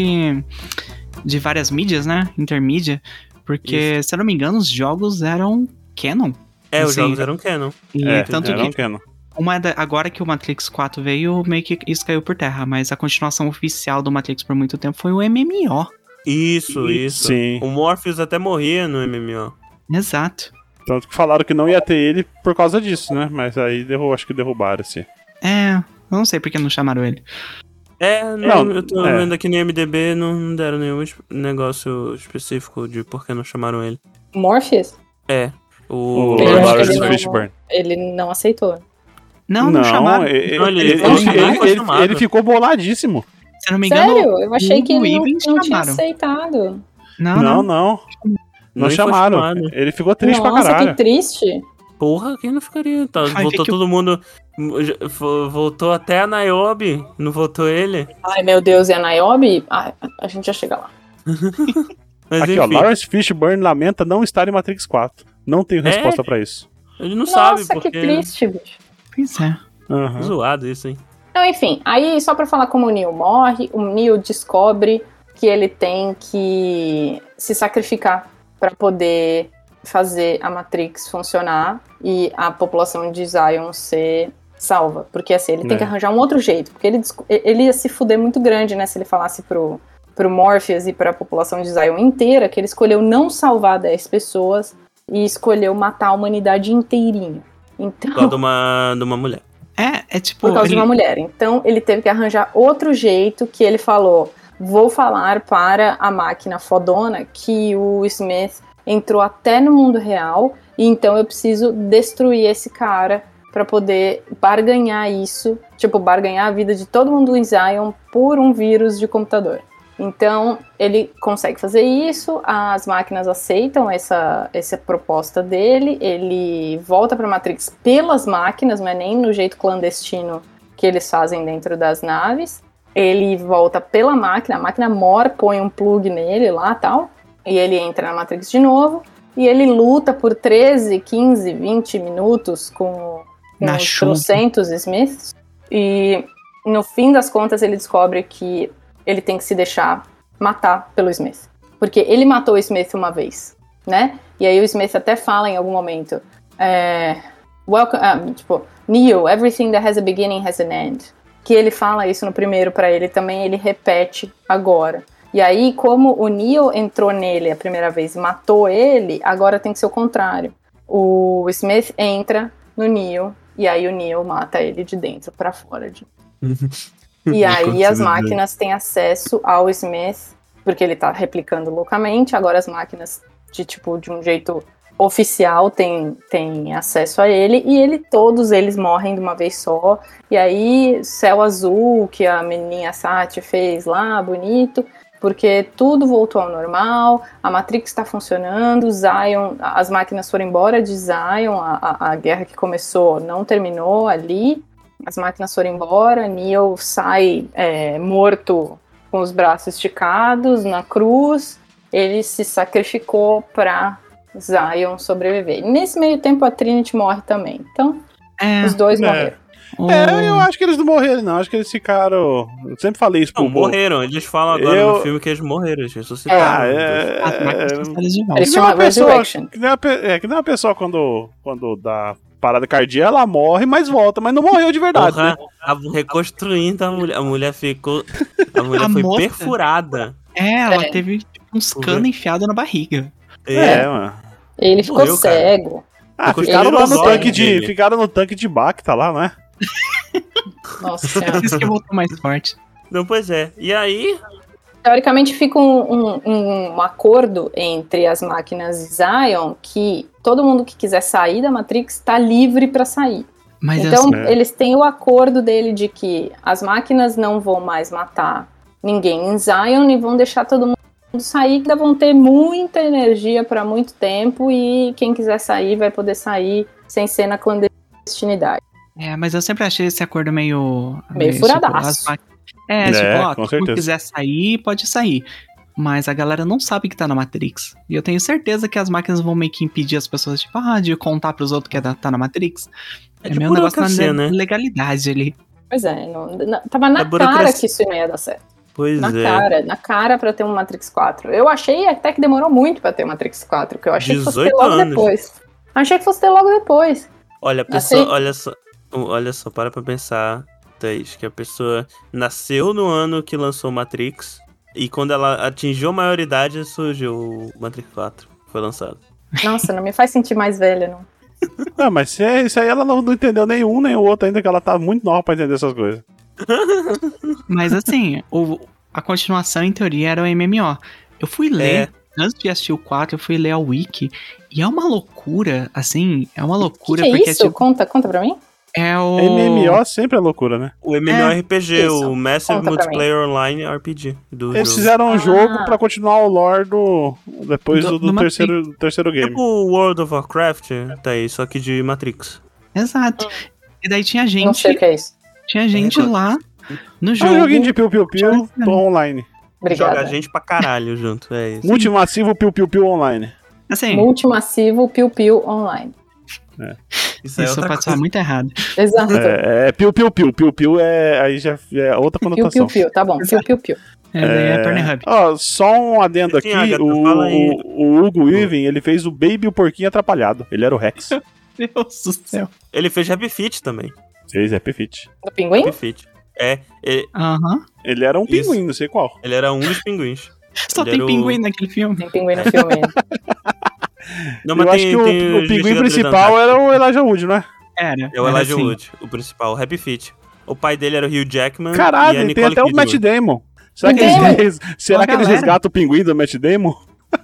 de várias mídias, né? Intermídia. Porque, se eu não me engano, os jogos eram canon. Os Assim, jogos eram canon. E tanto era um que canon. agora que o Matrix 4 veio, meio que isso caiu por terra. Mas a continuação oficial do Matrix por muito tempo foi o MMO. Isso. Sim. O Morpheus até morria no MMO. Exato. Tanto que falaram que não ia ter ele por causa disso, né? Mas aí acho que derrubaram, assim. Eu não sei por que não chamaram ele. Não, eu tô vendo aqui no IMDB, não deram nenhum negócio específico de por que não chamaram ele. Morpheus? O Eu acho que Lawrence ele não- Fishburne. Ele não aceitou. Não chamaram. Ele ficou boladíssimo. Se eu não me engano, Sério? Eu achei que ele Weaving não tinha chamaram. aceitado. Não Nem foi chamaram. chamado. Ele ficou triste pra Nossa, caralho. que triste. Porra, quem não ficaria? Tá, Ai, voltou que todo mundo. Voltou até a Niobe, não voltou ele? Ai, meu Deus, e a Niobe? Ah, a gente já chega lá. Mas Aqui, enfim, ó, Lawrence Fishburne lamenta não estar em Matrix 4. Não tenho resposta pra isso. ele não sabe Nossa, porque. que triste, bicho. Pois é. Aham. Zoado isso, hein? Então, enfim, aí só pra falar como o Neo morre, o Neo descobre que ele tem que se sacrificar pra poder fazer a Matrix funcionar e a população de Zion ser salva. Porque assim, ele tem que arranjar um outro jeito, porque ele ia se fuder muito grande, né, se ele falasse pro Morpheus e pra população de Zion inteira que ele escolheu não salvar 10 pessoas e escolheu matar a humanidade inteirinha. Então, Por causa de uma mulher. É tipo. por causa de uma mulher. Então, ele teve que arranjar outro jeito que ele falou, vou falar para a máquina fodona que o Smith entrou até no mundo real, e então eu preciso destruir esse cara pra poder barganhar isso, tipo, barganhar a vida de todo mundo em Zion por um vírus de computador. Então, ele consegue fazer isso, as máquinas aceitam essa proposta dele, ele volta pra Matrix pelas máquinas, não é nem no jeito clandestino que eles fazem dentro das naves. Ele volta pela máquina, a máquina mora, põe um plug nele lá e tal, e ele entra na Matrix de novo, e ele luta por 13, 15, 20 minutos com os trocentos Smiths, e no fim das contas ele descobre que ele tem que se deixar matar pelo Smith. Porque ele matou o Smith uma vez, né? E aí o Smith até fala em algum momento, tipo, Neo, everything that has a beginning has an end. Que ele fala isso no primeiro pra ele também, ele repete agora. E aí, como o Neo entrou nele a primeira vez e matou ele, agora tem que ser o contrário. O Smith entra no Neo, e aí o Neo mata ele de dentro pra fora. E aí as máquinas têm acesso ao Smith, porque ele tá replicando loucamente, agora as máquinas de um jeito oficial têm acesso a ele, e todos eles morrem de uma vez só, e aí céu azul que a menininha Sati fez lá, bonito, porque tudo voltou ao normal, a Matrix está funcionando, Zion, as máquinas foram embora de Zion, a guerra que começou não terminou ali, as máquinas foram embora, Neo sai morto com os braços esticados na cruz, ele se sacrificou para Zion sobreviver. Nesse meio tempo a Trinity morre também, então os dois morreram. Eu acho que eles não morreram, não. Acho que eles ficaram. Eu sempre falei isso pro Não, morreram. Eles falam agora no filme que eles morreram, eles ressuscitaram. Eles chamam a Resurrection. Que nem uma pessoa quando dá parada cardíaca, ela morre, mas volta, mas não morreu de verdade, né? Reconstruindo a mulher ficou. A mulher foi moça? perfurada. Ela teve tipo, uns canos enfiados na barriga. Mano. Ele ficou Morreu, cara. cego. Ficaram lá no Ele tanque dele. ficaram no tanque de Bacta lá, né? Nossa senhora. Por isso que voltou mais forte. Não, pois é. E aí, Teoricamente fica um acordo entre as máquinas Zion que todo mundo que quiser sair da Matrix está livre para sair. Mas Então assim, eles têm o acordo dele de que as máquinas não vão mais matar ninguém em Zion e vão deixar todo mundo sair, que ainda vão ter muita energia para muito tempo e quem quiser sair vai poder sair sem ser na clandestinidade. mas eu sempre achei esse acordo meio furadaço. Tipo, com quem certeza. quiser sair, pode sair. Mas a galera não sabe que tá na Matrix. E eu tenho certeza que as máquinas vão meio que impedir as pessoas, tipo, de contar pros outros que tá na Matrix. É de meio um negócio burocracia, na né? legalidade ali. Pois é, tava na burocracia. cara que isso não ia dar certo. pois é. Na cara pra ter um Matrix 4. Eu achei até que demorou muito pra ter um Matrix 4, porque eu achei que fosse ter 18 logo anos. depois. Achei que fosse ter logo depois. Olha, a pessoa, Assim- olha só, para pra pensar, Thaís, que a pessoa nasceu no ano que lançou Matrix e quando ela atingiu a maioridade surgiu o Matrix 4, foi lançado. Nossa, não me faz sentir mais velha, não. Mas isso aí ela não entendeu nenhum nem o outro ainda, que ela tá muito nova pra entender essas coisas. Mas assim, a continuação, em teoria, era o MMO. Eu fui ler, antes de assistir o 4, eu fui ler a Wiki, e é uma loucura, assim, é uma loucura, Que é porque isso? tipo, Conta pra mim. é o... MMO sempre é loucura, né? O MMORPG, isso. o Massive Conta pra Multiplayer Online RPG do Eles jogo. fizeram um jogo pra continuar o lore depois do do terceiro game. Tipo World of Warcraft, Thaís, só que de Matrix. Exato. E daí tinha Não sei gente, o que é isso. lá no É jogo. um joguinho de piu-piu-piu online. Obrigada. Joga gente pra caralho junto, é isso. Multimassivo piu-piu-piu online. Assim, Multimassivo Piu-Piu Online. Isso é isso outra pode soar coisa. muito errado. Exato. É piu-piu-piu. Piu-piu aí já é outra conotação. Piu-Piu-Piu, tá bom. Piu-Piu-Piu. Daí é Pornhub. Ó, só um adendo aqui, Sim, Agatha, fala aí. o Hugo Weaving, ele fez o Baby e o Porquinho Atrapalhado. Ele era o Rex. Deus do céu. Ele fez Happy Feet também. Fez Happy Feet. Do pinguim? Happy Feet. Aham. Ele era um Isso. pinguim, não sei qual. Ele era um dos pinguins. Só Ele tem era o- pinguim naquele filme. Tem pinguim no filme. Não, Eu acho que o pinguim principal era o Elijah Wood, não é? Era. É o era Elijah assim. Wood, o principal, o Happy Feet. O pai dele era o Hugh Jackman Caralho, e a ele tem Nicole até o Matt Kidman. Damon. Será O que eles, Damon. será que eles galera. resgatam o pinguim do Matt Damon?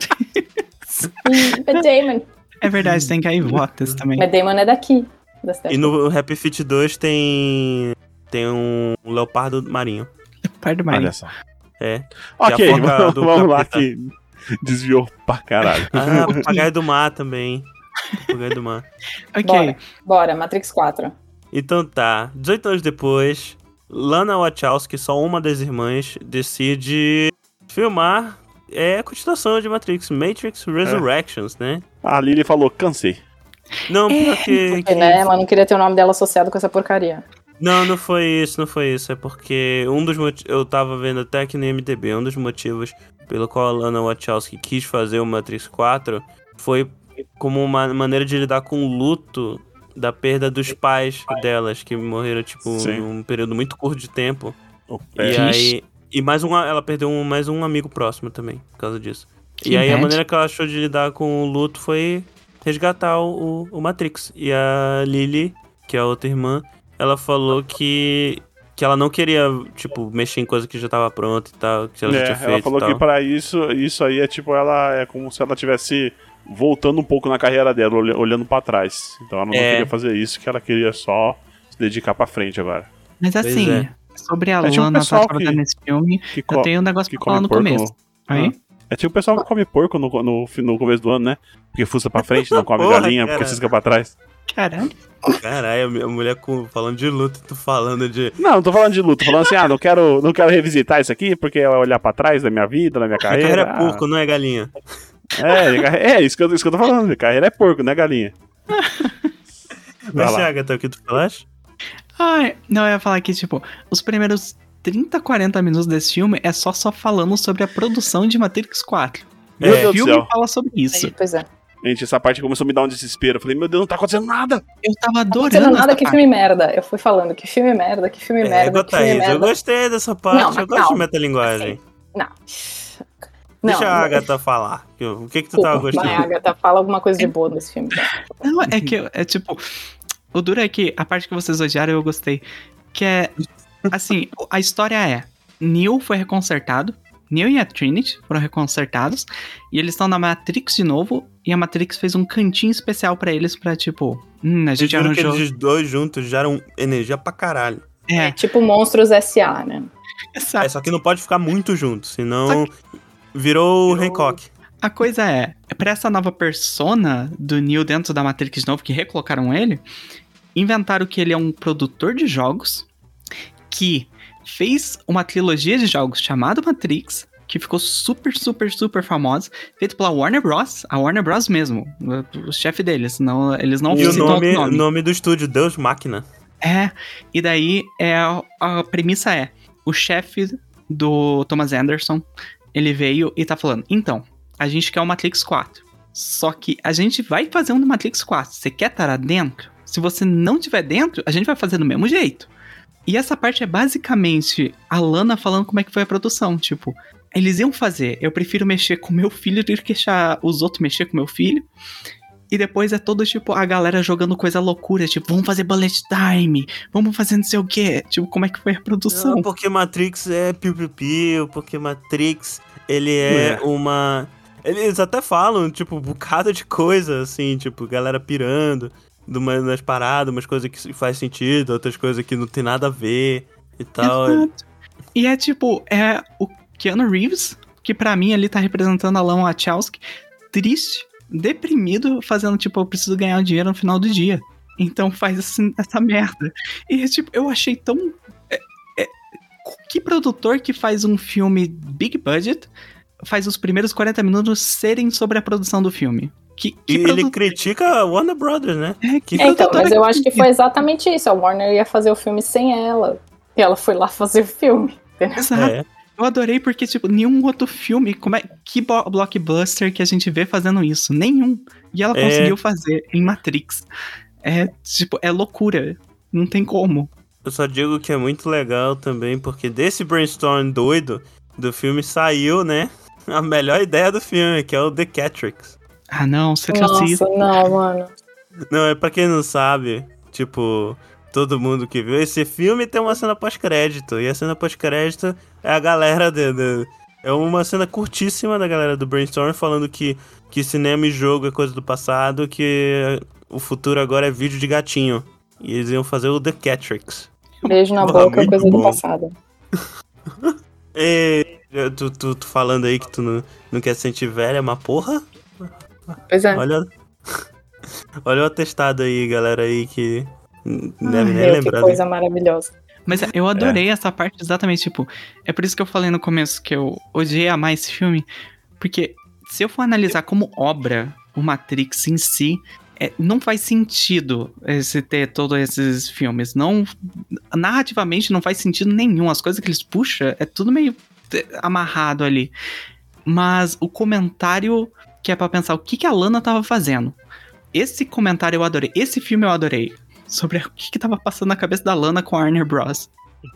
Matt Damon. É verdade, tem que ir votas também. Matt Damon é daqui. Da cidade. E no Happy Feet 2 tem um leopardo marinho. Par do Marinho. Olha só. É. Ok, Que é a foca do vamos lá capeta. que desviou pra caralho. Ah, o papagaio do mar também. Papagaio do mar. Ok. Bora, Matrix 4. Então tá, 18 anos depois, Lana Wachowski, só uma das irmãs, decide filmar a continuação de Matrix Resurrections, né? A Lily falou, cansei. Não, pior que... Porque, né, ela não queria ter o nome dela associado com essa porcaria. Não foi isso. É porque um dos motivos... Eu tava vendo até aqui no IMDb, um dos motivos pelo qual a Lana Wachowski quis fazer o Matrix 4 foi como uma maneira de lidar com o luto da perda dos pais delas, que morreram, tipo, Sim. num período muito curto de tempo. É. E aí... E ela perdeu mais um amigo próximo também, por causa disso. Que E aí a bad. maneira que ela achou de lidar com o luto foi resgatar o Matrix. E a Lily, que é a outra irmã, ela falou que ela não queria, tipo, mexer em coisa que já tava pronta e tal, que ela já tinha feito Ela falou e tal. que pra isso aí é tipo, ela é como se ela tivesse voltando um pouco na carreira dela, olhando pra trás. Então ela não queria fazer isso, que ela queria só se dedicar pra frente agora. Mas assim, é. sobre a É tipo o Lana pessoal trabalhando nesse filme, Que eu tenho um negócio que pra falar no come porco começo. Aí? É tipo o pessoal que come porco no começo do ano, né? Porque fuça pra frente, não come Porra, galinha, cara. porque cisca pra trás. Caralho. Caralho, a mulher falando de luto e tu falando de... Não tô falando de luto, tô falando assim, não quero revisitar isso aqui, porque é olhar pra trás da minha vida, da minha Minha carreira carreira. é porco, não é galinha. Isso que eu tô falando, minha carreira é porco, não é galinha. Vai Mas, lá. Agatha, o que tu falaste? Ai, não, eu ia falar que, tipo, os primeiros 30, 40 minutos desse filme é só falando sobre a produção de Matrix 4. Meu O Deus do filme céu. fala sobre isso. Aí, pois é. Gente, essa parte começou a me dar um desespero. Eu falei, meu Deus, não tá acontecendo nada. Eu tava Não adorando acontecendo nada, essa que parte. filme merda. Eu fui falando que filme merda, que filme merda, que filme Thaís, eu merda. gostei dessa parte, Não, mas eu gosto de calma. metalinguagem. Deixa a Agatha falar. O que tu tava gostando? Vai, Agatha, fala alguma coisa de boa nesse filme. Não, é que é tipo. O duro é que a parte que vocês odiaram eu gostei. Que é. Assim, a história é: Neo foi reconcertado. Neo e a Trinity foram reconcertados. E eles estão na Matrix de novo. E a Matrix fez um cantinho especial pra eles pra tipo. A gente arranjou. arranjou. Que eles dois juntos geram energia pra caralho. É. Tipo Monstros S.A., né? Exato. Só que não pode ficar muito junto, senão virou o Hancock. A coisa é, pra essa nova persona do Neo dentro da Matrix de novo, que recolocaram ele, inventaram que ele é um produtor de jogos que fez uma trilogia de jogos chamada Matrix, que ficou super, super, super famosa, feito pela Warner Bros. A Warner Bros mesmo, o chefe deles. Não, eles não E o citam nome do estúdio, Deus Máquina. É, e daí a premissa é, o chefe do Thomas Anderson, ele veio e tá falando, então, a gente quer o Matrix 4, só que a gente vai fazer um do Matrix 4, você quer estar dentro? Se você não tiver dentro, a gente vai fazer do mesmo jeito. E essa parte é basicamente a Lana falando como é que foi a produção, tipo, eles iam fazer, eu prefiro mexer com meu filho do que deixar os outros mexer com meu filho. E depois é todo, tipo, a galera jogando coisa loucura, tipo, vamos fazer bullet time, vamos fazer não sei o quê. Tipo, como é que foi a produção? Não, porque Matrix é piu-piu-piu, porque Matrix, ele é uma... Eles até falam, tipo, um bocado de coisa, assim, tipo, galera pirando nas paradas, umas coisas que faz sentido, outras coisas que não tem nada a ver e tal. Exato. E é, tipo, é o Keanu Reeves, que pra mim ali tá representando a Lana Wachowski, triste, deprimido, fazendo, tipo, eu preciso ganhar dinheiro no final do dia. Então faz assim, essa merda. E, tipo, eu achei tão... Que produtor que faz um filme big budget faz os primeiros 40 minutos serem sobre a produção do filme? Que ele critica a Warner Brothers, né? Então, mas eu acho que foi exatamente isso. A Warner ia fazer o filme sem ela. E ela foi lá fazer o filme. Entendeu? Exato. Eu adorei porque, tipo, nenhum outro filme... Que blockbuster que a gente vê fazendo isso? Nenhum. E ela conseguiu fazer em Matrix. É loucura. Não tem como. Eu só digo que é muito legal também, porque desse brainstorm doido do filme saiu, né? A melhor ideia do filme, que é o The Catrix. Ah, não. Você trouxe isso. Nossa, não, mano. Não, é pra quem não sabe, tipo... Todo mundo que viu esse filme tem uma cena pós-crédito. E a cena pós-crédito é a galera é uma cena curtíssima da galera do Brainstorm falando que cinema e jogo é coisa do passado, que o futuro agora é vídeo de gatinho. E eles iam fazer o The Catrix. Beijo na boca é coisa do passado. Tu falando aí que tu não quer se sentir velha, mas porra. Pois é. Olha o atestado aí, galera aí que... Deve nem lembrar. Que coisa maravilhosa. Mas eu adorei essa parte exatamente, tipo... É por isso que eu falei no começo que eu odiei amar esse filme. Porque se eu for analisar como obra o Matrix em si, não faz sentido ter todos esses filmes. Não, narrativamente não faz sentido nenhum. As coisas que eles puxam é tudo meio amarrado ali. Mas o comentário que é pra pensar o que a Lana tava fazendo. Esse comentário eu adorei. Esse filme eu adorei. Sobre o que tava passando na cabeça da Lana com a Warner Bros.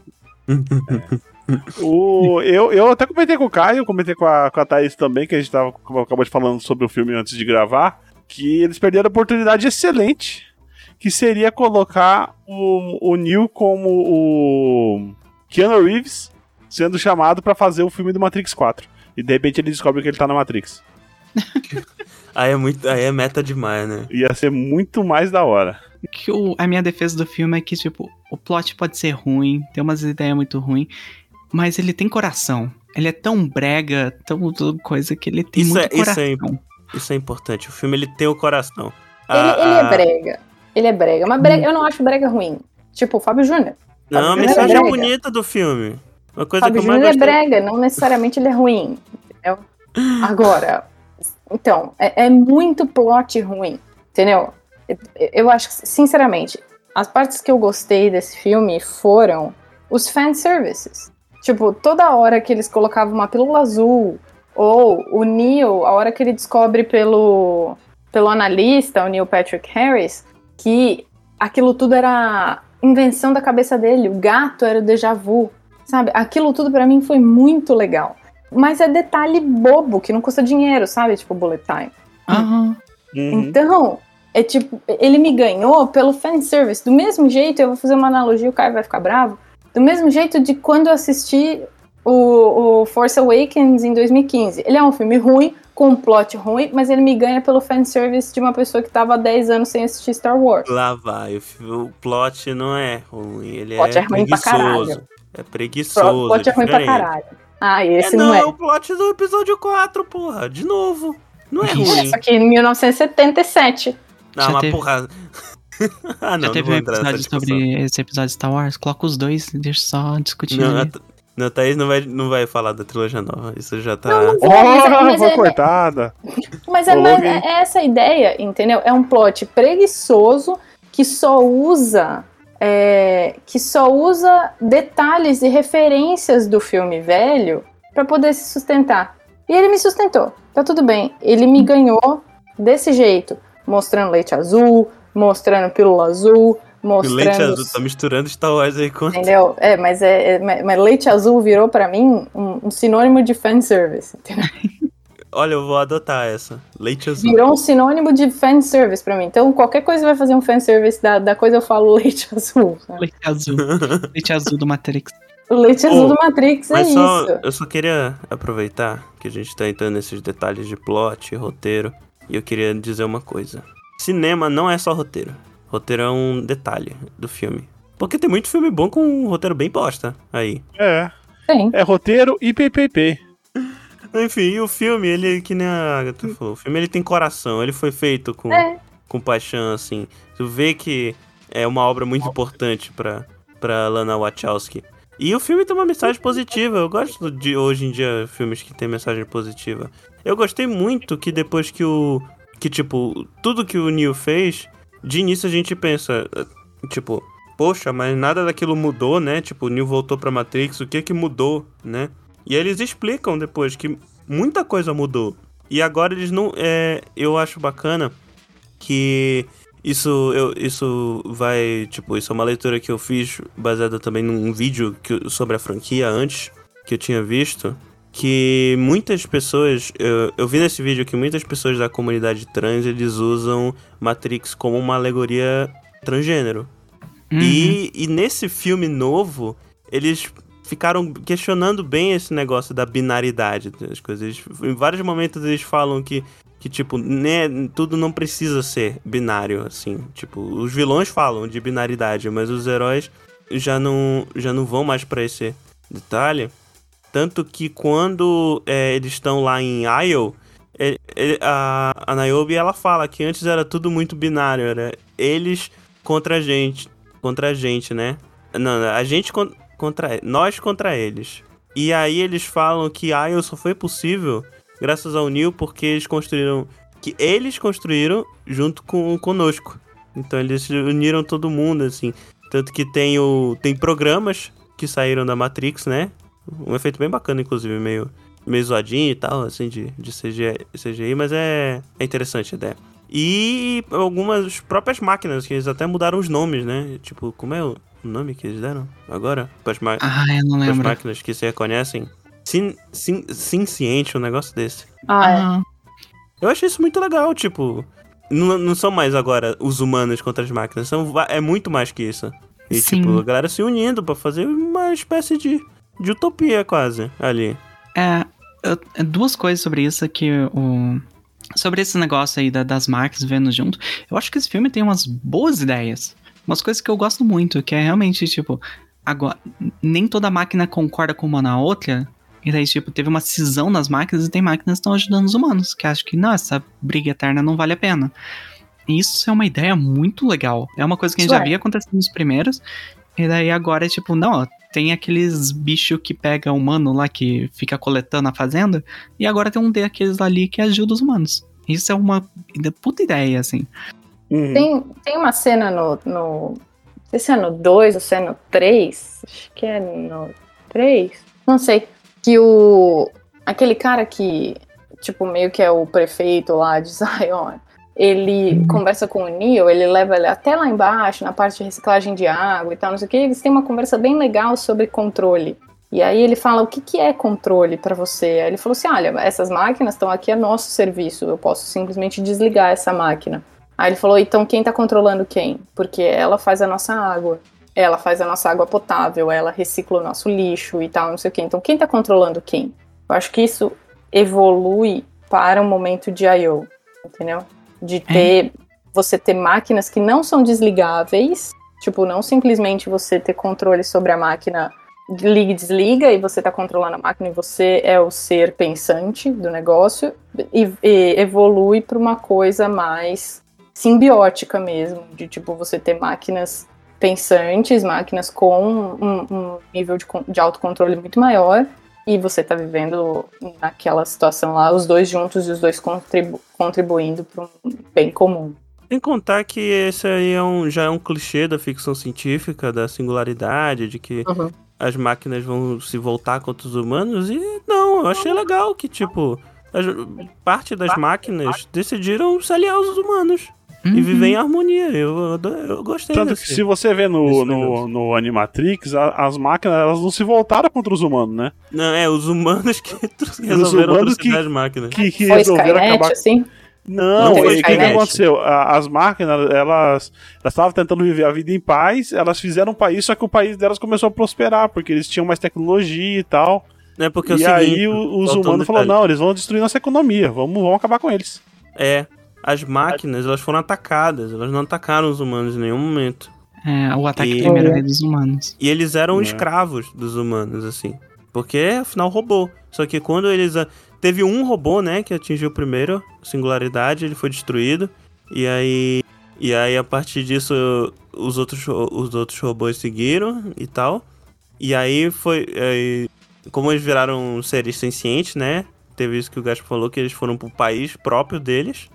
Eu até comentei com o Caio, comentei com a Thaís também, que a gente acabou de falando sobre o filme antes de gravar, que eles perderam a oportunidade excelente, que seria colocar o Neo como o Keanu Reeves sendo chamado pra fazer o filme do Matrix 4. E de repente ele descobre que ele tá na Matrix. Aí é meta demais, né? Ia ser muito mais da hora. Que a minha defesa do filme é que, tipo, o plot pode ser ruim, tem umas ideias muito ruins, mas ele tem coração. Ele é tão brega, tão coisa que ele tem muito coração. Isso é importante. O filme, ele tem o coração. Ele é brega. Ele é brega. Mas brega, eu não acho brega ruim. Tipo, o Fábio Júnior. Não, a mensagem é bonita do filme. Uma coisa Fábio que eu mais Júnior gostei. é brega, não necessariamente ele é ruim. Entendeu? Agora, então, é muito plot ruim. Entendeu? Eu acho que, sinceramente, as partes que eu gostei desse filme foram os fanservices. Tipo, toda hora que eles colocavam uma pílula azul, ou o Neo, a hora que ele descobre pelo analista, o Neil Patrick Harris, que aquilo tudo era invenção da cabeça dele, o gato era o déjà vu, sabe? Aquilo tudo pra mim foi muito legal. mas é detalhe bobo, que não custa dinheiro, sabe? Tipo bullet time. Aham. Então, é tipo, ele me ganhou pelo fanservice. Do mesmo jeito, eu vou fazer uma analogia, o Caio vai ficar bravo. Do mesmo jeito de quando eu assisti o Force Awakens em 2015. Ele é um filme ruim, com um plot ruim, mas ele me ganha pelo fanservice de uma pessoa que tava há 10 anos sem assistir Star Wars. Lá vai, o plot não é ruim, ele Plot é ruim pra caralho. preguiçoso. É preguiçoso, O plot é ruim pra diferente. caralho. Ah, esse não é. o plot do episódio 4, porra, de novo. Não é Isso. ruim. Só que em 1977. Não, Já mas teve- porra... Ah, não, Já teve não um vou entrar nessa episódio discussão. sobre esse episódio de Star Wars? Coloca os dois, deixa só discutir. Não, ali. a Thaís não vai falar da trilogia nova. Isso já tá... Não, mas Foi cortada. Mas Ô, Logan. é essa a ideia, entendeu? É um plot preguiçoso que só usa detalhes e referências do filme velho pra poder se sustentar. E ele me sustentou. Tá tudo bem. Ele me ganhou desse jeito, mostrando leite azul, mostrando pílula azul, O mostrando... leite azul tá misturando Star Wars aí com... Entendeu? Mas leite azul virou pra mim um sinônimo de fanservice, entendeu? Olha, eu vou adotar essa. Leite azul. Virou um sinônimo de fanservice pra mim. Então, qualquer coisa que vai fazer um fanservice da coisa, eu falo leite azul. Sabe? Leite azul. Leite azul do Matrix. O leite azul do Matrix é Mas isso. eu só queria aproveitar que a gente tá entrando nesses detalhes de plot, roteiro, e eu queria dizer uma coisa. Cinema não é só roteiro. Roteiro é um detalhe do filme. Porque tem muito filme bom com um roteiro bem bosta aí. Sim. É roteiro e PPP. Enfim, e o filme, ele, que nem a Agatha falou, o filme ele tem coração, ele foi feito com paixão, assim. Tu vê que é uma obra muito importante pra Lana Wachowski. E o filme tem uma mensagem positiva, eu gosto de, hoje em dia, filmes que tem mensagem positiva. Eu gostei muito que depois que tipo, tudo que o Neo fez, de início a gente pensa, tipo, poxa, mas nada daquilo mudou, né? Tipo, o Neo voltou pra Matrix, o que mudou, né? E aí eles explicam depois que muita coisa mudou. E agora eles não... eu acho bacana que isso vai... Tipo, isso é uma leitura que eu fiz baseada também num vídeo sobre a franquia antes, que eu tinha visto. Que muitas pessoas... Eu vi nesse vídeo que muitas pessoas da comunidade trans, eles usam Matrix como uma alegoria transgênero. Uhum. E nesse filme novo, eles ficaram questionando bem esse negócio da binaridade das coisas. Em vários momentos eles falam que tipo, né, tudo não precisa ser binário, assim. Tipo, os vilões falam de binaridade, mas os heróis já não vão mais pra esse detalhe. Tanto que quando eles estão lá em Isle, a Niobe, ela fala que antes era tudo muito binário, era eles contra a gente, né? Não, a gente nós contra eles. E aí eles falam que Isle só foi possível graças ao Neo porque eles construíram junto conosco. Então eles uniram todo mundo, assim. Tanto que tem programas que saíram da Matrix, né? Um efeito bem bacana, inclusive, meio zoadinho e tal, assim, de CGI, mas é interessante a ideia. E algumas próprias máquinas, que eles até mudaram os nomes, né? Tipo, como é o nome que eles deram agora? Eu não As lembro. máquinas que se reconhecem. Ciente, um negócio desse. Eu achei isso muito legal, tipo... Não são mais agora os humanos contra as máquinas, é muito mais que isso. E Sim. tipo, a galera se unindo pra fazer uma espécie de utopia quase, ali. Duas coisas sobre isso que sobre esse negócio aí das máquinas vendo junto. Eu acho que esse filme tem umas boas ideias. Umas coisas que eu gosto muito, que é realmente, tipo... Agora, nem toda máquina concorda com uma na outra. E daí, tipo, teve uma cisão nas máquinas e tem máquinas que estão ajudando os humanos. Que acham que, não, essa briga eterna não vale a pena. E isso é uma ideia muito legal. É uma coisa que a gente já via acontecendo nos primeiros. E daí agora é tipo, não, ó, tem aqueles bichos que pega humano lá que fica coletando a fazenda. E agora tem um daqueles ali que ajuda os humanos. Isso é uma puta ideia, assim. Tem uma cena no não sei se é no 2 ou se é no 3. Acho que é no 3. Não sei. Que aquele cara que, tipo, meio que é o prefeito lá de Zion, ele conversa com o Neo, ele leva ele até lá embaixo, na parte de reciclagem de água e tal, não sei o que. Eles têm uma conversa bem legal sobre controle, E aí ele fala, o que é controle para você? Aí ele falou assim, olha, essas máquinas estão aqui a nosso serviço, eu posso simplesmente desligar essa máquina. Aí ele falou, então quem tá controlando quem? Porque ela faz a nossa água, ela faz a nossa água potável, ela recicla o nosso lixo e tal, não sei o quê. Então quem tá controlando quem? Eu acho que isso evolui para um momento de I.O., entendeu? De ter, você ter máquinas que não são desligáveis, tipo, não simplesmente você ter controle sobre a máquina liga e desliga, e você tá controlando a máquina e você é o ser pensante do negócio, e evolui para uma coisa mais simbiótica mesmo, de tipo, você ter máquinas pensantes, máquinas com um nível de autocontrole muito maior, e você tá vivendo naquela situação lá, os dois juntos e os dois contribuindo para um bem comum. Sem contar que esse aí já é um clichê da ficção científica, da singularidade, de que as máquinas vão se voltar contra os humanos, e não, eu achei legal que, tipo, parte das máquinas decidiram se aliar aos humanos e viver em harmonia. Eu gostei Tanto que se você vê no Animatrix, as máquinas, elas não se voltaram contra os humanos, né? Não, os humanos que resolveram trucidar as máquinas. Que foi resolveram Skynet, acabar... assim? Não, o que aconteceu? aconteceu? As máquinas, elas estavam tentando viver a vida em paz, elas fizeram um país, só que o país delas começou a prosperar, porque eles tinham mais tecnologia e tal. É porque e aí os humanos falaram, não, eles vão destruir nossa economia, vamos acabar com eles. As máquinas, elas foram atacadas, elas não atacaram os humanos em nenhum momento. O ataque primeiro veio dos humanos. E eles eram escravos dos humanos, assim, porque afinal roubou. Só que quando eles... Teve um robô, né, que atingiu primeiro a singularidade, ele foi destruído. E aí a partir disso, os outros robôs seguiram e tal. E aí como eles viraram seres sencientes, né, teve isso que o Gaspar falou, que eles foram pro país próprio deles.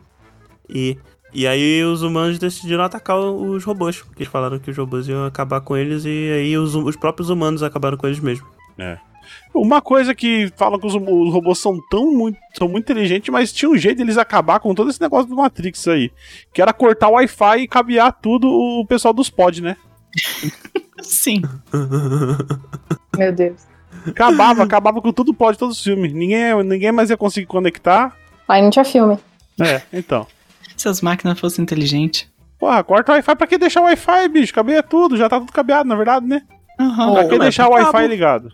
E aí os humanos decidiram atacar os robôs, porque eles falaram que os robôs iam acabar com eles, e aí os próprios humanos acabaram com eles mesmos. Uma coisa que falam que os robôs são muito inteligentes, mas tinha um jeito deles acabar com todo esse negócio do Matrix aí, que era cortar o Wi-Fi e cabear tudo o pessoal dos pods, né? Sim. Meu Deus. Acabava com tudo pod, todos os filmes. Ninguém mais ia conseguir conectar. Aí não tinha filme. Então. Se as máquinas fossem inteligentes. Porra, corta o Wi-Fi, pra que deixar o Wi-Fi, bicho? Cabeia tudo, já tá tudo cabeado, na verdade, né? Pra que deixar o Wi-Fi ligado?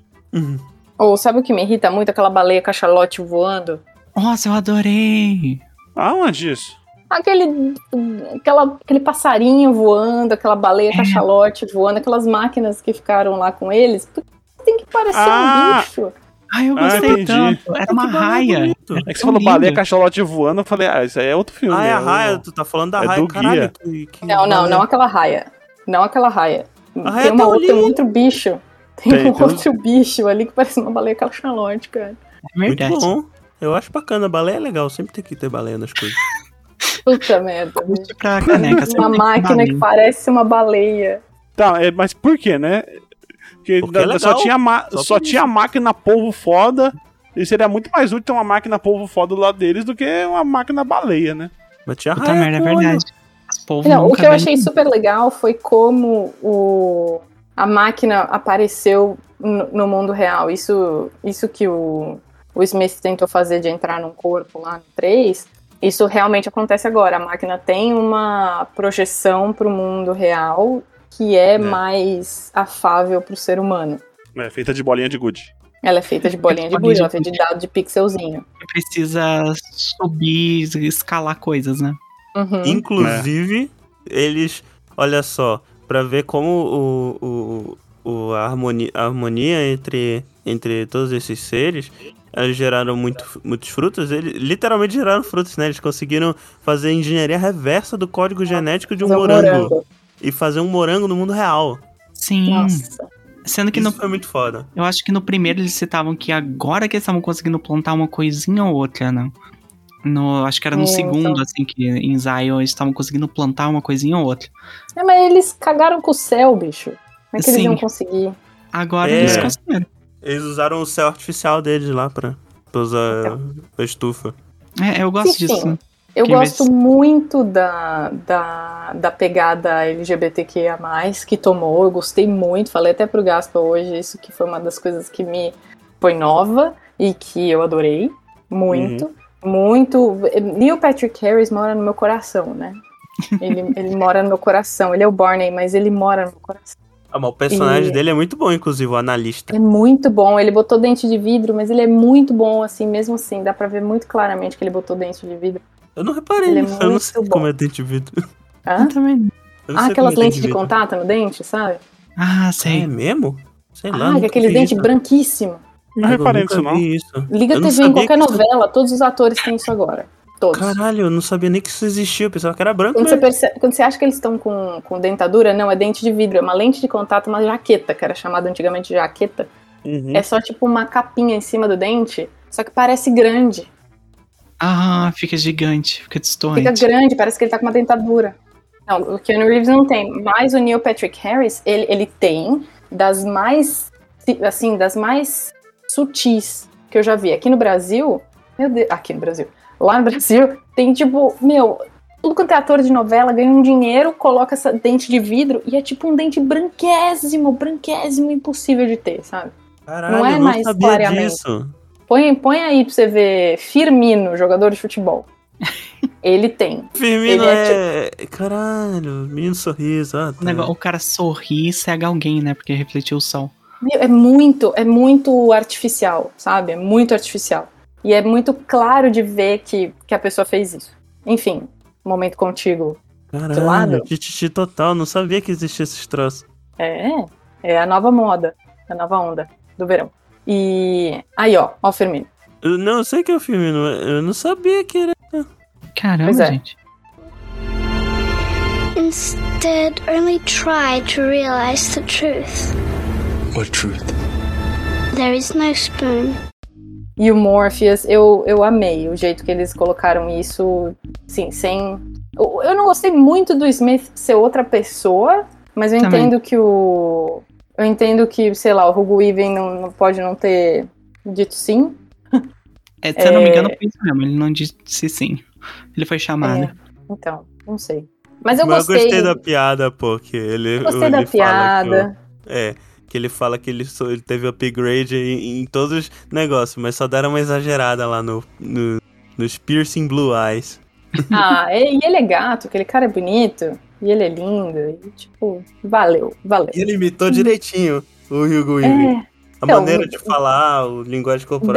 Ou sabe o que me irrita muito? Aquela baleia cachalote voando. Nossa, eu adorei! Aonde isso? Aquele passarinho voando, aquela baleia cachalote voando, aquelas máquinas que ficaram lá com eles. Tem que parecer um bicho. Eu gostei tanto. Era uma raia. É que você falou baleia cachalote voando, eu falei, isso aí é outro filme. É a raia, tu tá falando da raia, do caralho. Não aquela raia. Não aquela raia. Tem um outro bicho. Tem outro bicho ali que parece uma baleia cachalote, cara. É verdade. Muito bom. Eu acho bacana. Baleia é legal. Sempre tem que ter baleia nas coisas. Puta merda. Pra caneca, uma máquina que parece uma baleia. Tá, mas por quê, né? Porque só tinha máquina polvo foda. E seria muito mais útil ter uma máquina polvo foda do lado deles do que uma máquina baleia, né? Mas tinha Puta raia. merda, é verdade. O que eu achei super legal foi como a máquina apareceu no mundo real. Isso que o Smith tentou fazer de entrar num corpo lá no 3, isso realmente acontece agora. A máquina tem uma projeção pro mundo real que é mais afável pro ser humano. É feita de bolinha de gude. Ela é feita de bolinha de gude, ela é feita de dado de pixelzinho. Precisa subir, escalar coisas, né? Inclusive, eles, olha só, pra ver como a harmonia entre todos esses seres, eles geraram muitos frutos, eles literalmente geraram frutos, né? Eles conseguiram fazer engenharia reversa do código genético de um morango. E fazer um morango no mundo real. Sim. Nossa. Sendo que isso foi muito foda. Eu acho que no primeiro eles citavam que agora que eles estavam conseguindo plantar uma coisinha ou outra, né? Acho que era no segundo, assim, que em Zion eles estavam conseguindo plantar uma coisinha ou outra. Mas eles cagaram com o céu, bicho. Como é que eles iam conseguir? Agora eles conseguiram. Eles usaram o céu artificial deles lá pra usar a estufa. Eu gosto disso. Eu gosto muito da pegada LGBTQIA+, que tomou, eu gostei muito, falei até pro Gaspa hoje, isso que foi uma das coisas que me foi nova e que eu adorei, muito, muito. Neil Patrick Harris mora no meu coração, né? Ele mora no meu coração, ele é o Barney, mas ele mora no meu coração. Mas o personagem dele é muito bom, inclusive, o analista. É muito bom, ele botou dente de vidro, mas ele é muito bom, assim, mesmo assim, dá pra ver muito claramente que ele botou dente de vidro. Eu não reparei nisso, eu não sei como é dente de vidro. Hã? Eu também. Aquelas lentes de contato no dente, sabe? Ah, sei. É mesmo? Sei lá. Aqueles dentes branquíssimos. Não reparei nisso, não. Liga a TV em qualquer novela, todos os atores têm isso agora. Todos. Caralho, eu não sabia nem que isso existia, eu pensava que era branco. Quando você acha que eles estão com dentadura, não, é dente de vidro, é uma lente de contato, uma jaqueta, que era chamada antigamente de jaqueta. É só tipo uma capinha em cima do dente, só que parece grande. Ah, fica gigante, fica distante. Fica grande, parece que ele tá com uma dentadura. Não, o Keanu Reeves não tem, mas o Neil Patrick Harris, ele tem das mais, assim, das mais sutis que eu já vi. Aqui no Brasil, meu Deus, lá no Brasil, tem tipo, tudo quanto é ator de novela ganha um dinheiro, coloca essa dente de vidro e é tipo um dente branquésimo, impossível de ter, sabe? Caralho, não é mais clareamento. Põe aí pra você ver Firmino, jogador de futebol. Ele tem. Firmino Caralho, menino sorriso. O cara sorri e cega alguém, né? Porque refletiu o sol. É muito artificial, sabe? É muito artificial. E é muito claro de ver que a pessoa fez isso. Enfim, momento contigo. Caralho, de lado. tititi total, não sabia que existia esses troços. É a nova moda, a nova onda do verão. E aí, ó o Firmino. Eu sei que é o Firmino, eu não sabia que era. Caramba, gente. Instead, only try to realize the truth. What truth? There is no spoon. E o Morpheus, eu amei o jeito que eles colocaram isso, assim, sem... Eu não gostei muito do Smith ser outra pessoa, mas eu entendo que eu entendo que, sei lá, o Hugo Weaving não pode não ter dito sim. Se eu não me engano, foi isso mesmo. Ele não disse sim. Ele foi chamado. Então, não sei. Mas eu gostei da piada, pô, que ele... Gostei da piada. Que ele fala que ele teve upgrade em todos os negócios, mas só deram uma exagerada lá nos piercing blue eyes. E ele é gato, aquele cara é bonito, e ele é lindo, e tipo, valeu. E ele imitou direitinho o Hugo Weaving. A maneira de falar, o linguagem corporal.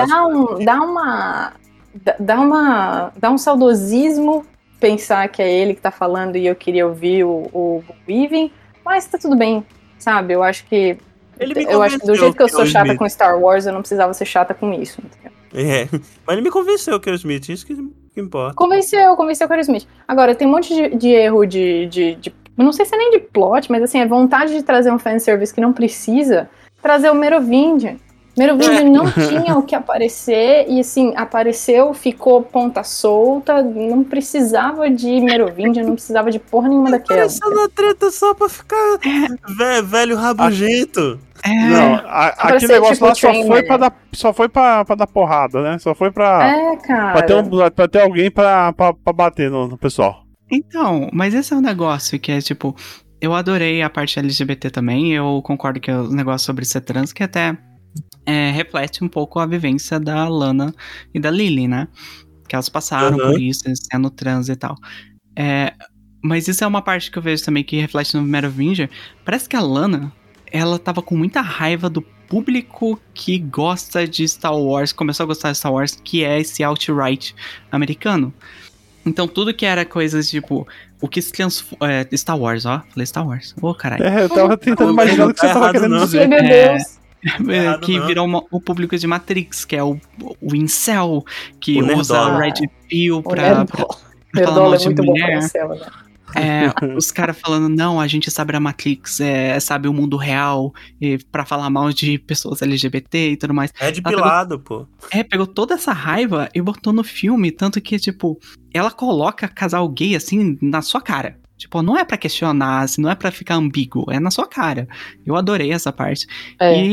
Dá um saudosismo pensar que é ele que tá falando e eu queria ouvir o Weaving, mas tá tudo bem, sabe? Eu acho que do jeito que eu sou chata com Star Wars, eu não precisava ser chata com isso, entendeu? Mas ele me convenceu que é o Smith, isso que importa. Convenceu com o Smith. Agora, tem um monte de erro de não sei se é nem de plot, mas assim, é vontade de trazer um fanservice que não precisa trazer o Merovingian. Merovingian não tinha o que aparecer, e assim, apareceu, ficou ponta solta, não precisava de Merovingian, não precisava de porra nenhuma daquela. Apareceu na treta só pra ficar velho rabugento. Não, aquele negócio tipo, lá só foi pra dar porrada, né? Só foi pra ter alguém pra bater no pessoal. Então, mas esse é um negócio que é tipo... Eu adorei a parte LGBT também, eu concordo que é o negócio sobre ser trans, que até reflete um pouco a vivência da Lana e da Lily, né? Que elas passaram por isso, sendo trans e tal. Mas isso é uma parte que eu vejo também que reflete no Merovingian. Parece que a Lana, ela tava com muita raiva do público que gosta de Star Wars, começou a gostar de Star Wars, que é esse alt-right americano. Então tudo que era coisas tipo... O que se transforma... Star Wars, ó. Falei Star Wars. Ô, caralho. Eu tava tentando imaginar o que você tava querendo dizer. Meu Deus. Que virou o público de Matrix, que é o incel, que usa o Red Pill pra falar mal de mulher. Os caras falando, não, a gente sabe a Matrix, sabe o mundo real, pra falar mal de pessoas LGBT e tudo mais. De pilado, pô. Pegou toda essa raiva e botou no filme, tanto que, tipo, ela coloca casal gay, assim, na sua cara. Tipo, não é pra questionar, assim, não é pra ficar ambíguo, é na sua cara. Eu adorei essa parte.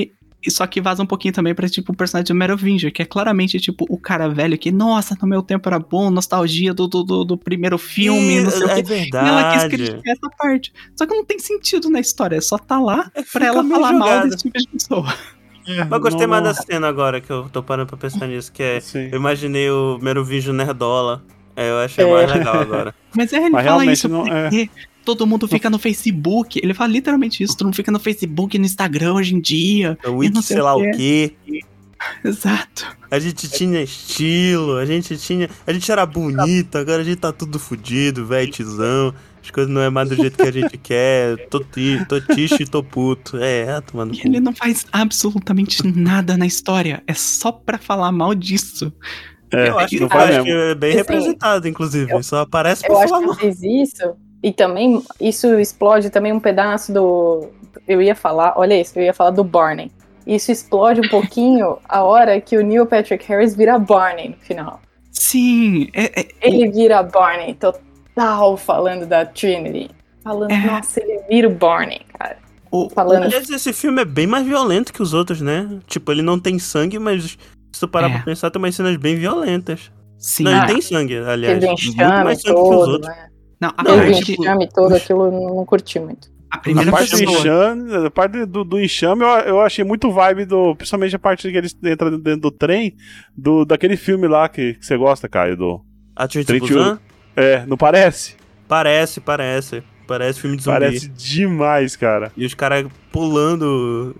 E só que vaza um pouquinho também pra, tipo, o personagem do Merovingian, que é claramente, tipo, o cara velho que, nossa, no meu tempo era bom, nostalgia do primeiro filme, não sei o quê. Verdade. E ela quis criticar essa parte. Só que não tem sentido na história, só tá lá pra ela meio falar mal jogado. desse tipo de pessoa. Mas gostei mais da cena agora, que eu tô parando pra pensar nisso, que é... Sim. Eu imaginei o Merovingian nerdola. Eu achei mais legal agora. Mas ele Mas fala realmente isso não porque todo mundo fica no Facebook. Ele fala literalmente isso, todo mundo fica no Facebook e no Instagram hoje em dia. O e Wiki, não sei sei lá o quê. quê. Exato. A gente tinha estilo, a gente era bonito, agora a gente tá tudo fudido, velho, tizão. As coisas não é mais do jeito que a gente quer. Tô triste e tô puto. Tomando E ele não faz absolutamente nada na história. É só pra falar mal disso. Eu acho não que faz mesmo. é bem Assim, representado, inclusive. Só aparece pra Eu acho falar que mal. fez isso, e também isso explode também um pedaço do... Eu ia falar do Barney. Isso explode um pouquinho a hora que o Neil Patrick Harris vira Barney no final. Sim. Ele vira Barney total falando da Trinity. Falando, nossa, ele vira o Barney, cara. Falando... Aliás, esse filme é bem mais violento que os outros, né? Tipo, ele não tem sangue, mas se tu parar pra pensar, tem umas cenas bem violentas. Sim. Não, ele tem sangue, aliás. Teve Muito enxame mais sangue que os todo, outros. né? Não, a Teve parte, enxame todo, aquilo eu não curti muito. a primeira A parte do pessoa... enxame, a parte do enxame eu achei muito vibe principalmente a parte que eles entram dentro do trem, daquele filme lá que você gosta, Caio, A Trinity Busan? Não parece? Parece filme de zumbi. Parece demais, cara. E os caras pulando,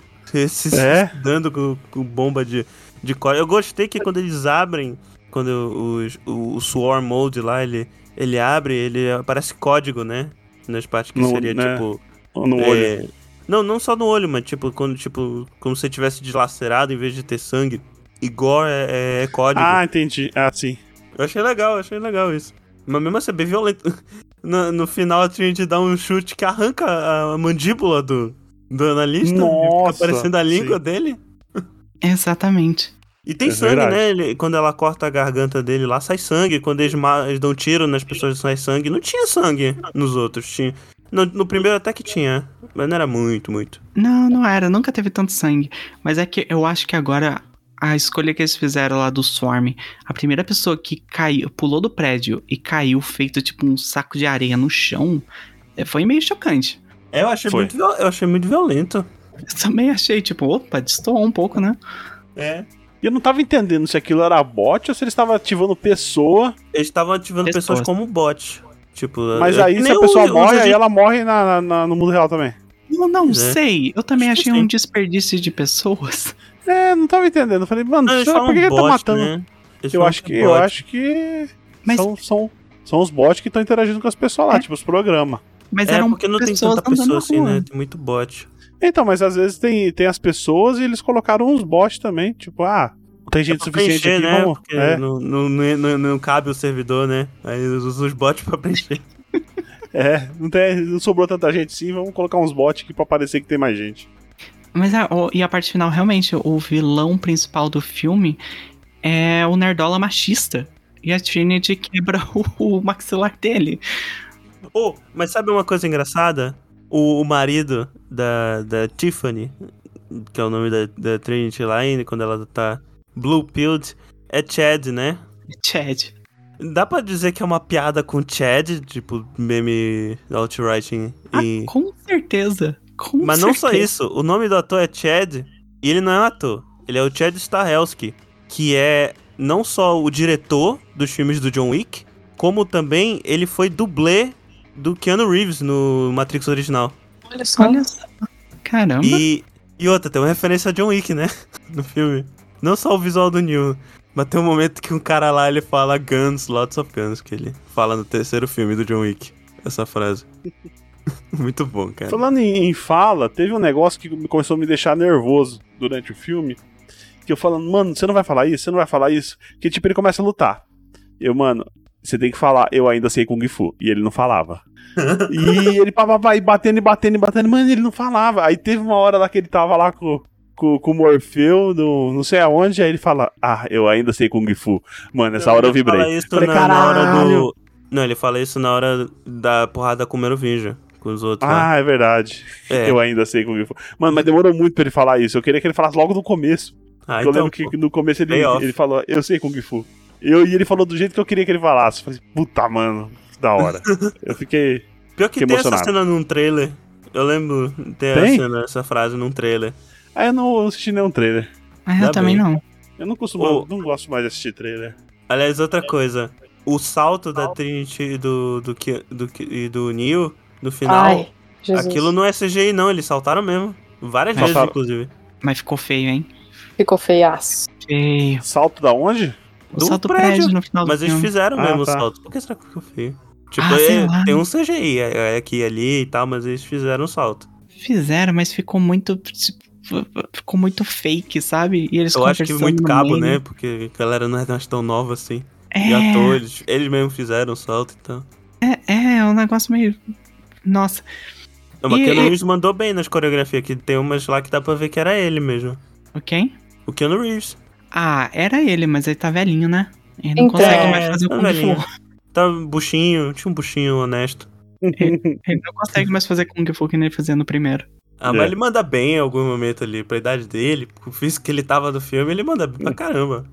dando com bomba de código. Eu gostei que quando eles abrem, quando o Swarm Mode lá, ele abre, ele aparece código, né? Nas partes que seria, né? tipo... No olho. Não só no olho, mas tipo, como se você tivesse dilacerado em vez de ter sangue. Igor é código. Ah, entendi. Ah, sim. Eu achei legal isso. Mas mesmo assim é bem violento. No final a Trinity dá um chute que arranca a mandíbula do analista. Nossa, fica aparecendo a língua dele. Exatamente. E tem sangue, verdade. né? Quando ela corta a garganta dele lá, sai sangue. Quando eles dão tiro nas pessoas, sai sangue. Não tinha sangue nos outros. Tinha. No primeiro até que tinha, mas não era muito. Não era, nunca teve tanto sangue. Mas é que eu acho que agora a escolha que eles fizeram lá do Swarm, a primeira pessoa que pulou do prédio e caiu feito tipo um saco de areia no chão, foi meio chocante. Eu achei muito violento. Eu também achei, tipo, opa, destoou um pouco, né? E eu não tava entendendo se aquilo era bot ou se eles estavam ativando pessoa. Eles estavam ativando pessoas como bot. Tipo, mas aí se a pessoa morre, aí ela morre no mundo real também. Não sei. Eu também achei um desperdício de pessoas. Não tava entendendo. Eu falei, mano, por que ele tá matando? Né? Eu acho que mas... são os bots que estão interagindo com as pessoas lá, tipo os programas. Mas eram porque não tem tanta pessoa assim, né? Tem muito bot. Então, mas às vezes tem as pessoas e eles colocaram uns bots também, tipo, tem gente suficiente preencher, aqui, né? vamos... Porque não cabe o servidor, né? Aí usa os bots pra preencher. Não sobrou tanta gente assim, vamos colocar uns bots aqui pra parecer que tem mais gente. Mas e a parte final, realmente, o vilão principal do filme é o nerdola machista. E a Trinity quebra o maxilar dele. Mas sabe uma coisa engraçada? O marido da Tiffany, que é o nome da Trinity lá ainda, quando ela tá blue-pilled, é Chad, né? Chad. Dá pra dizer que é uma piada com Chad, tipo meme alt-writing e... com certeza. Mas não só isso, o nome do ator é Chad e ele não é um ator. Ele é o Chad Stahelski, que é não só o diretor dos filmes do John Wick, como também ele foi dublê do Keanu Reeves no Matrix original. Olha só. Caramba. E outra, tem uma referência a John Wick, né? No filme. Não só o visual do Neo, mas tem um momento que um cara lá, ele fala guns, lots of guns, que ele fala no terceiro filme do John Wick. Essa frase. Muito bom, cara. Falando em fala, teve um negócio que começou a me deixar nervoso durante o filme, que eu falando, mano, você não vai falar isso? Você não vai falar isso? Que tipo, ele começa a lutar. Mano, você tem que falar, eu ainda sei Kung Fu. E ele não falava. E ele papapá, batendo, mano, ele não falava. Aí teve uma hora lá que ele tava lá com o Morfeu, não sei aonde, aí ele fala, eu ainda sei Kung Fu. Mano, nessa hora eu vibrei. Falei, na hora do... Não, ele fala isso na hora da porrada com o Merovingian. com os outros lá. Ah, é verdade. É. Eu ainda sei Kung Fu. Mano, mas demorou muito pra ele falar isso. Eu queria que ele falasse logo no começo. Eu lembro que no começo ele falou, eu sei Kung Fu. E ele falou do jeito que eu queria que ele falasse. Eu falei, puta, mano, que da hora. Eu fiquei Pior que tem emocionado. essa cena num trailer. Eu lembro de ter essa frase num trailer. Ah, eu não assisti nenhum trailer. Ah, eu também não. Eu não gosto mais de assistir trailer. Aliás, outra coisa. O salto da Trinity e do Neo, no final, Ai, Jesus. aquilo não é CGI não, eles saltaram mesmo. Várias vezes, inclusive. Mas ficou feio, hein? Ficou feiaço. Feio. Salto da onde? O salto do prédio no final do Mas eles filme. fizeram mesmo o tá. salto. Por que será que ficou feio? Tipo, sei lá. tem um CGI aqui e ali e tal, mas eles fizeram o salto. Fizeram, mas ficou muito fake, sabe? E eles Eu acho que conversando muito no cabo, meio. né? Porque a galera não é mais tão nova assim. É, E atores, eles mesmos fizeram o salto, então. é um negócio meio... Nossa. Não, mas o Keanu Reeves mandou bem nas coreografias, que tem umas lá que dá pra ver que era ele mesmo. Ok? O Keanu Reeves. Ah, era ele, mas ele tá velhinho, né? Ele não Então, consegue mais fazer o tá Kung velhinho. Fu. Tá buchinho, tinha um buchinho honesto. Ele não consegue mais fazer Kung Fu que nem ele fazia no primeiro. Ah, mas ele manda bem em algum momento ali, pra idade dele, o físico que ele tava do filme, ele manda bem pra caramba.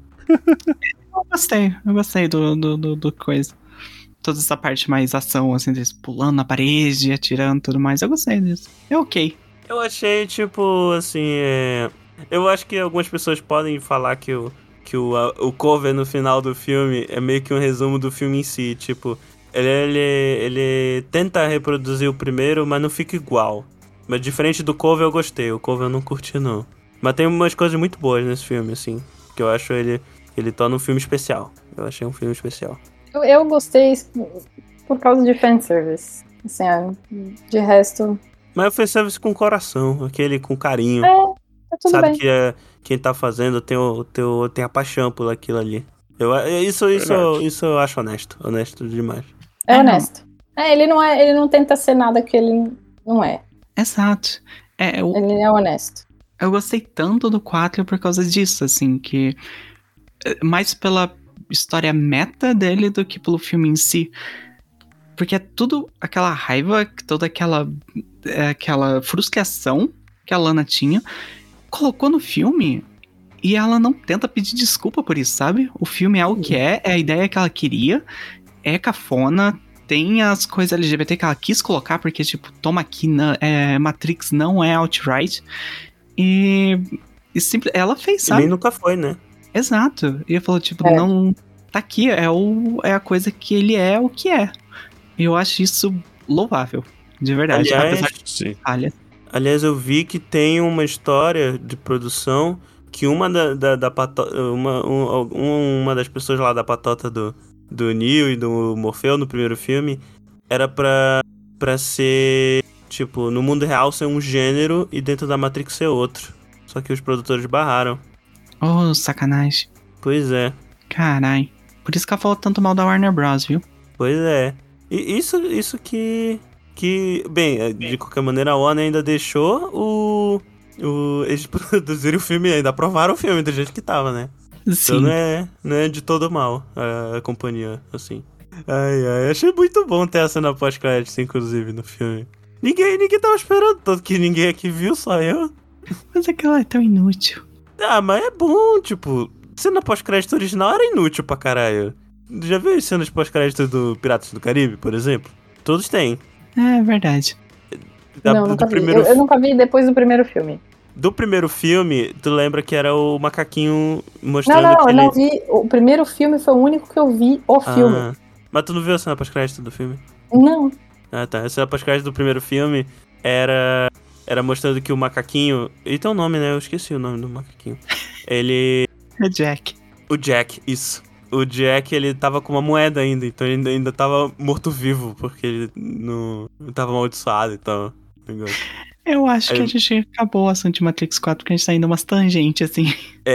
Eu gostei do coisa. Toda essa parte mais ação, assim, deles pulando na parede, atirando e tudo mais, eu gostei disso. É ok. Eu achei, tipo, assim, eu acho que algumas pessoas podem falar que o cover no final do filme é meio que um resumo do filme em si, tipo, ele tenta reproduzir o primeiro, mas não fica igual. Mas diferente do cover eu gostei, o cover eu não curti não. Mas tem umas coisas muito boas nesse filme, assim, que eu acho ele torna um filme especial. Eu achei um filme especial. Eu gostei por causa de fanservice. Assim, de resto. Mas o fanservice com coração, aquele com carinho. Tá tudo Sabe bem. que quem tá fazendo tem a paixão por aquilo ali. Isso eu acho honesto demais. É honesto. Ele não tenta ser nada que ele não é. Exato. Ele é honesto. Eu gostei tanto do 4 por causa disso, assim, que... Mais pela história meta dele do que pelo filme em si. Porque é tudo aquela raiva, toda aquela frustração que a Lana tinha, colocou no filme e ela não tenta pedir desculpa por isso, sabe? O filme é o que é a ideia que ela queria, é cafona, tem as coisas LGBT que ela quis colocar, porque, tipo, toma aqui, Matrix não é outright. E ela fez, sabe? Ele nunca foi, né? Exato. E ele falou, tipo, não... Tá aqui, é a coisa que ele é o que é. E eu acho isso louvável, de verdade. Apesar de falhas. Aliás, eu vi que tem uma história de produção que uma das pessoas lá da patota do Neo e do Morfeu no primeiro filme era pra ser, tipo, no mundo real ser um gênero e dentro da Matrix ser outro. Só que os produtores barraram. Oh, sacanagem. Pois é. Carai. Por isso que ela falou tanto mal da Warner Bros, viu? Pois é. E isso que... Bem, de qualquer maneira, a Warner ainda deixou eles produzirem o filme, ainda aprovaram o filme do jeito que tava, né? Sim. Então não é de todo mal a companhia, assim. Ai, achei muito bom ter a cena pós-créditos, inclusive, no filme. Ninguém tava esperando, tanto que ninguém aqui viu, só eu. Mas aquela é tão inútil. Ah, mas é bom, tipo... Cena pós-crédito original era inútil pra caralho. Já viu as cenas pós-crédito do Piratas do Caribe, por exemplo? Todos têm. É verdade. Não, nunca vi. Eu nunca vi depois do primeiro filme. Do primeiro filme, tu lembra que era o macaquinho mostrando Não, que eu não vi. O primeiro filme foi o único que eu vi filme. Mas tu não viu a cena pós-crédito do filme? Não. Ah, tá. A cena pós-crédito do primeiro filme era mostrando que o macaquinho... Ele tem um nome, né? Eu esqueci o nome do macaquinho. Ele... É Jack. O Jack, isso. O Jack, ele tava com uma moeda ainda, então ele ainda tava morto-vivo, porque ele não tava amaldiçoado e tal. Eu acho que a gente acabou o assunto de Matrix 4, porque a gente tá indo umas tangentes, assim.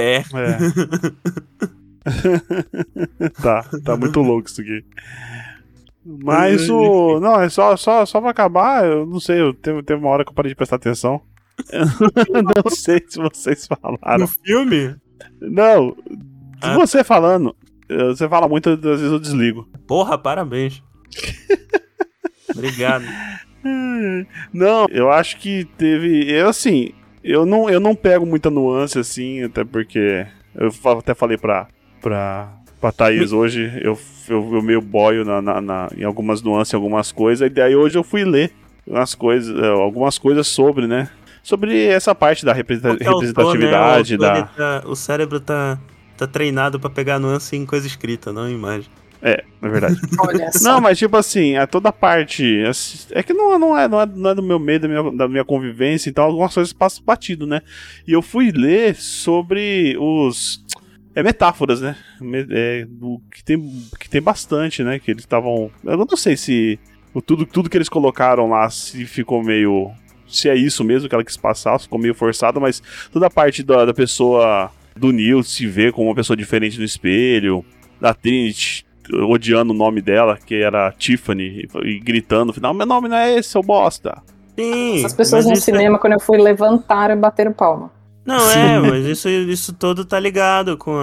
Tá muito louco isso aqui. Mas não, é só pra acabar, eu não sei, teve uma hora que eu parei de prestar atenção. Eu não sei se vocês falaram. No filme? Não, você falando, você fala muito, às vezes eu desligo. Porra, parabéns. Obrigado. Não, eu acho que teve. Eu não pego muita nuance assim, até porque. Eu até falei pra Thaís hoje, eu meio boio em algumas nuances, em algumas coisas, e daí hoje eu fui ler algumas coisas sobre, né? Sobre essa parte da representatividade. Autor, né? O cérebro tá treinado pra pegar nuance em coisa escrita, não em imagem. É verdade. Olha só. Não, mas tipo assim, toda parte. É que não é do meu meio, da minha convivência, então algumas coisas passam batido, né? E eu fui ler sobre os. Metáforas, né? Que tem bastante, né? Que eles estavam. Eu não sei se. Tudo que eles colocaram lá se ficou meio. Se é isso mesmo que ela quis passar, ficou meio forçado, mas toda a parte da pessoa. Do Neo se ver como uma pessoa diferente no espelho, da Trinity odiando o nome dela, que era Tiffany, e gritando no final: meu nome não é esse, seu bosta. Sim, essas pessoas no cinema, quando eu fui, levantaram e bateram palma. Não, mas isso todo tá ligado com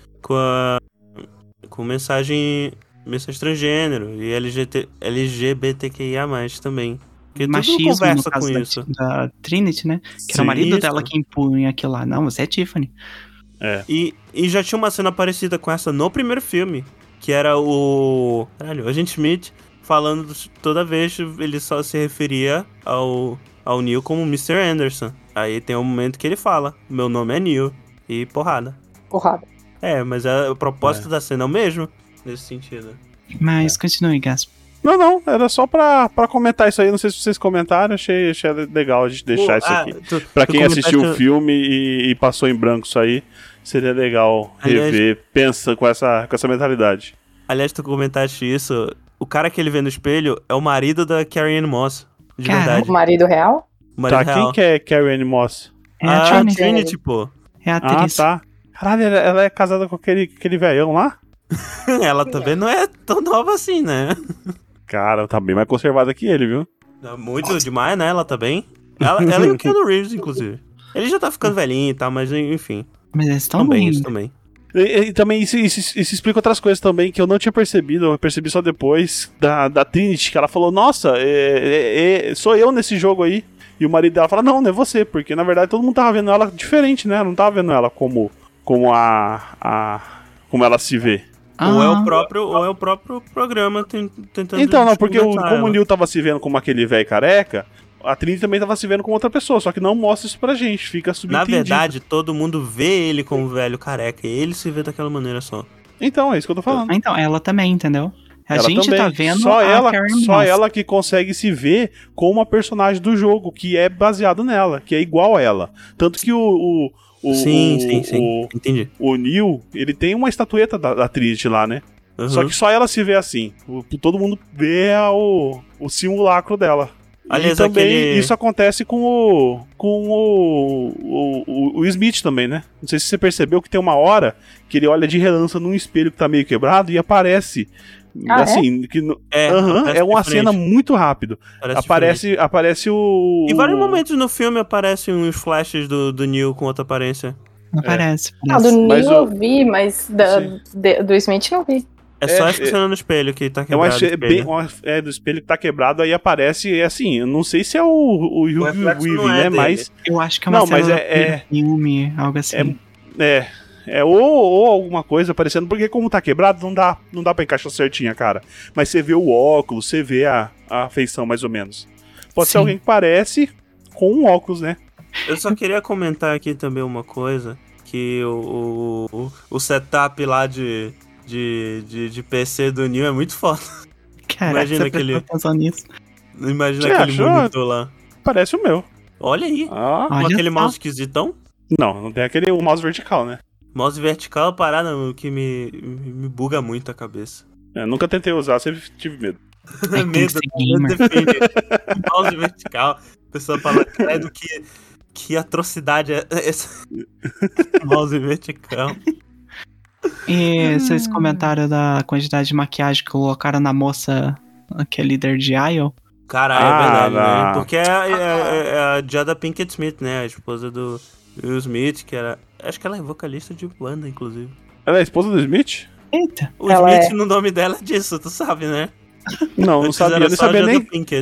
mensagem transgênero e LGBTQIA+, também. Porque machismo, tudo conversa no caso com isso. Da Trinity, né? Que era o marido dela que impunha aquilo lá. Não, você é Tiffany. E já tinha uma cena parecida com essa no primeiro filme, que era o Agente Smith falando toda vez, ele só se referia ao Neo como Mr. Anderson. Aí tem um momento que ele fala: meu nome é Neo. E porrada. Mas o propósito da cena é o mesmo, nesse sentido. Mas continue, Gaspo. Não, era só pra comentar isso aí. Não sei se vocês comentaram, achei legal a gente deixar isso aqui. Pra quem assistiu o filme e passou em branco isso aí, seria legal rever, pensa com essa mentalidade. Aliás, tu comentaste isso, o cara que ele vê no espelho é o marido da Carrie-Anne Moss, de verdade. O marido real? O marido real. Quem que é Carrie-Anne Moss? É a Trinity, pô. É a atriz. Tá. Caralho, ela é casada com aquele velhão lá? Ela também não é tão nova assim, né? Cara, tá bem mais conservada que ele, viu? Muito demais, né? Ela tá bem. Ela e o Keanu Reeves, inclusive. Ele já tá ficando velhinho e tal, mas enfim. Mas eles estão bem. Isso também. E também isso explica outras coisas também que eu não tinha percebido. Eu percebi só depois da Trinity, que ela falou: nossa, sou eu nesse jogo aí. E o marido dela fala: não é você, porque na verdade todo mundo tava vendo ela diferente, né? Não tava vendo ela como ela se vê. Ou é o próprio programa tentando... Então, não, porque como o Neo tava se vendo como aquele velho careca, a Trinity também tava se vendo como outra pessoa, só que não mostra isso pra gente, fica subentendido. Na verdade, todo mundo vê ele como velho careca, e ele se vê daquela maneira só. Então, é isso que eu tô falando. Então, ela também, entendeu? Ela gente também. Tá vendo só Moss. ela que consegue se ver como uma personagem do jogo, que é baseado nela, que é igual a ela. Tanto que Sim. Entendi. O Neo, ele tem uma estatueta da Trinity lá, né? Uhum. Só que só ela se vê assim. Todo mundo vê o simulacro dela. Aliás, e também isso acontece com o Smith também, né? Não sei se você percebeu que tem uma hora que ele olha de relance num espelho que tá meio quebrado e aparece. Assim, é uma cena muito rápido. Aparece o... Em vários momentos no filme aparecem uns flashes do Neo com outra aparência. Aparece. Do Neo eu vi, mas do Smith não vi. É só essa cena no espelho que tá quebrado. Do espelho que tá quebrado, aí aparece, assim, eu não sei se é o Hugh Weaving, né, mas... Eu acho que é uma cena do filme, algo assim. Ou alguma coisa aparecendo, porque como tá quebrado, não dá pra encaixar certinha, cara. Mas você vê o óculos, você vê a feição, mais ou menos. Pode ser alguém que parece com um óculos, né? Eu só queria comentar aqui também uma coisa, que o setup lá de PC do Neo é muito foda. Caraca, imagina aquele achou? monitor lá. Parece o meu. Olha aí. Com aquele mouse esquisitão. Não tem aquele mouse vertical, né? Mouse vertical é uma parada que me buga muito a cabeça. Nunca tentei usar, sempre tive medo. Medo define. Mouse vertical. A pessoa fala: credo, que atrocidade é essa? Mouse vertical. E vocês comentaram da quantidade de maquiagem que colocaram na moça que é líder de IO? Caralho, é verdade, né? Porque é a Jada Pinkett Smith, né? A esposa do Will Smith, que era... Acho que ela é vocalista de banda, inclusive. Ela é a esposa do Smith? Eita. O Smith, no nome dela é disso, tu sabe, né? Não sabia, nem sabia nem... Pinkett.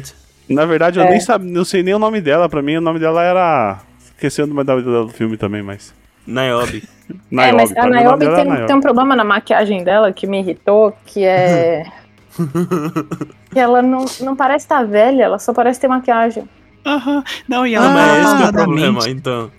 Na verdade, eu nem sabia, não sei nem o nome dela. Pra mim, o nome dela era... Esqueci o nome do filme também, mas... Niobe. Mas a Niobe tem um problema na maquiagem dela que me irritou, que é... que ela não parece estar velha, ela só parece ter maquiagem. Aham. Não, e ela Mas esse que é o pausadamente. problema, então.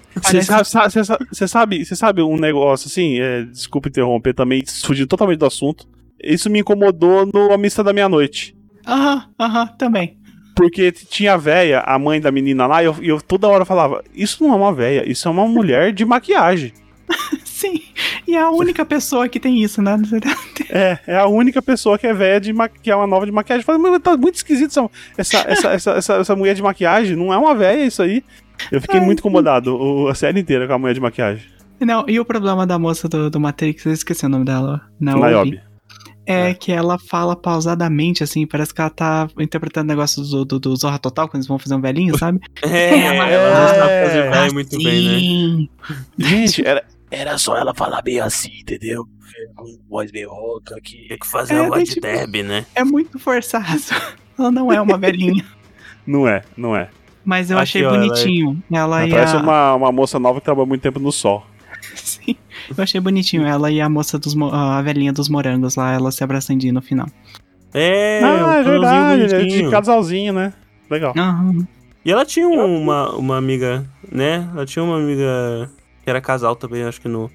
Você sabe um negócio assim, desculpa interromper também, fugindo totalmente do assunto. Isso me incomodou no A Missa da Meia-Noite. Aham, também. Porque tinha a véia, a mãe da menina lá, e eu toda hora falava, isso não é uma véia, isso é uma mulher de maquiagem. Sim, e é a única pessoa que tem isso, né? É a única pessoa que é véia que é uma nova de maquiagem. Eu falei, mas tá muito esquisito essa mulher de maquiagem, não é uma véia isso aí. Eu fiquei muito incomodado a série inteira com a mulher de maquiagem. Não, e o problema da moça do Matrix, eu esqueci o nome dela. Niobe. É que ela fala pausadamente, assim, parece que ela tá interpretando o negócio do Zorra Total, quando eles vão fazer um velhinho, sabe? Ela não sabe fazer velho muito bem, né? Gente, era só ela falar meio assim, entendeu? Com voz meio rouca aqui. Tem que fazer a voz de Deb, né? É muito forçado. Ela não é uma velhinha. Não é. Mas eu achei bonitinho. Ela parece uma moça nova que trabalha muito tempo no sol. Sim, eu achei bonitinho. Ela e a moça a velhinha dos morangos lá, ela se abraçandinha no final. É verdade, de casalzinho, né? Legal. Uhum. E ela tinha uma amiga, né? Ela tinha uma amiga que era casal também, acho que no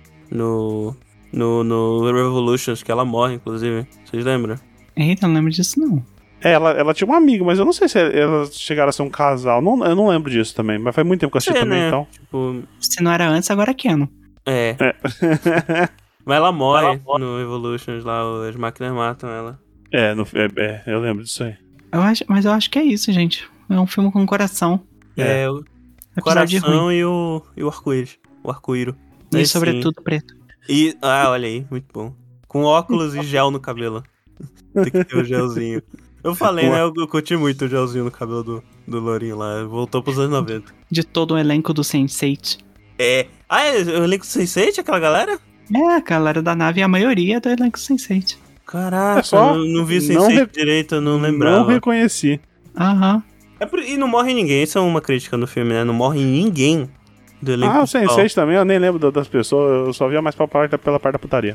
Revolutions, que ela morre, inclusive. Vocês lembram? Eita, eu não lembro disso, não. Ela tinha uma amiga, mas eu não sei se elas chegaram a ser um casal. Eu não lembro disso também, mas faz muito tempo que eu assisti também, né? então. Tipo... Se não era antes, agora é Keno. É. Mas ela morre no Revolutions lá, as máquinas matam ela. Eu lembro disso aí. Mas eu acho que é isso, gente. É um filme com coração. O coração e o arco-íris. O arco-íro. E sobretudo preto. Olha aí, muito bom. Com óculos e gel no cabelo. Tem que ter o gelzinho. Eu falei, né? Eu curti muito o gelzinho no cabelo do Lourinho lá. Voltou pros anos 90. De todo o elenco do Sense8. O elenco do Sense8, aquela galera? É, a galera da nave e a maioria do elenco do Sense8. Caraca, eu não vi Sense8 direito, eu não lembrava. Não reconheci. Aham. E não morre ninguém, isso é uma crítica no filme, né? Não morre ninguém do elenco o Sense8 também, eu nem lembro das pessoas, eu só via mais pela parte da putaria.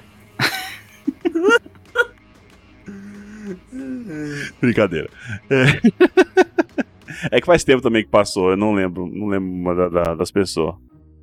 Brincadeira. É que faz tempo também que passou, eu não lembro das pessoas.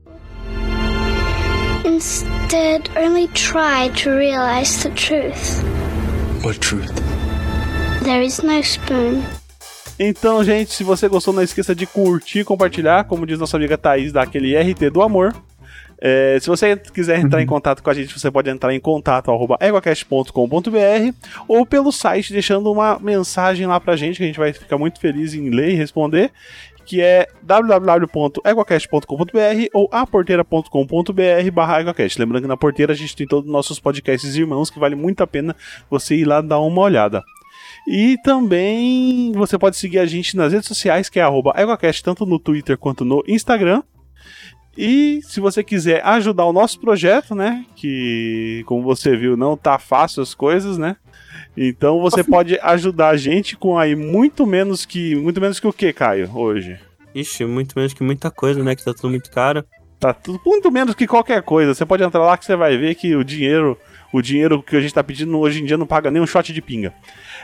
Instead, only try to realize the truth. What truth? There is no spoon. Então, gente, se você gostou, não esqueça de curtir e compartilhar. Como diz nossa amiga Thaís, dá aquele RT do amor. Se você quiser entrar em contato com a gente, você pode entrar em contato @eguacast.com.br ou pelo site, deixando uma mensagem lá pra gente, que a gente vai ficar muito feliz em ler e responder, que é www.eguacast.com.br ou aporteira.com.br/eguacast. Lembrando que na Porteira a gente tem todos os nossos podcasts irmãos, que vale muito a pena você ir lá dar uma olhada. E também você pode seguir a gente nas redes sociais, que é @eguacast, tanto no Twitter quanto no Instagram. E se você quiser ajudar o nosso projeto, né, que como você viu não tá fácil as coisas, né, então você pode ajudar a gente com aí muito menos que o que, Caio, hoje? Ixi, muito menos que muita coisa, né, que tá tudo muito caro. Tá tudo muito menos que qualquer coisa, você pode entrar lá que você vai ver que o dinheiro que a gente tá pedindo hoje em dia não paga nem um shot de pinga.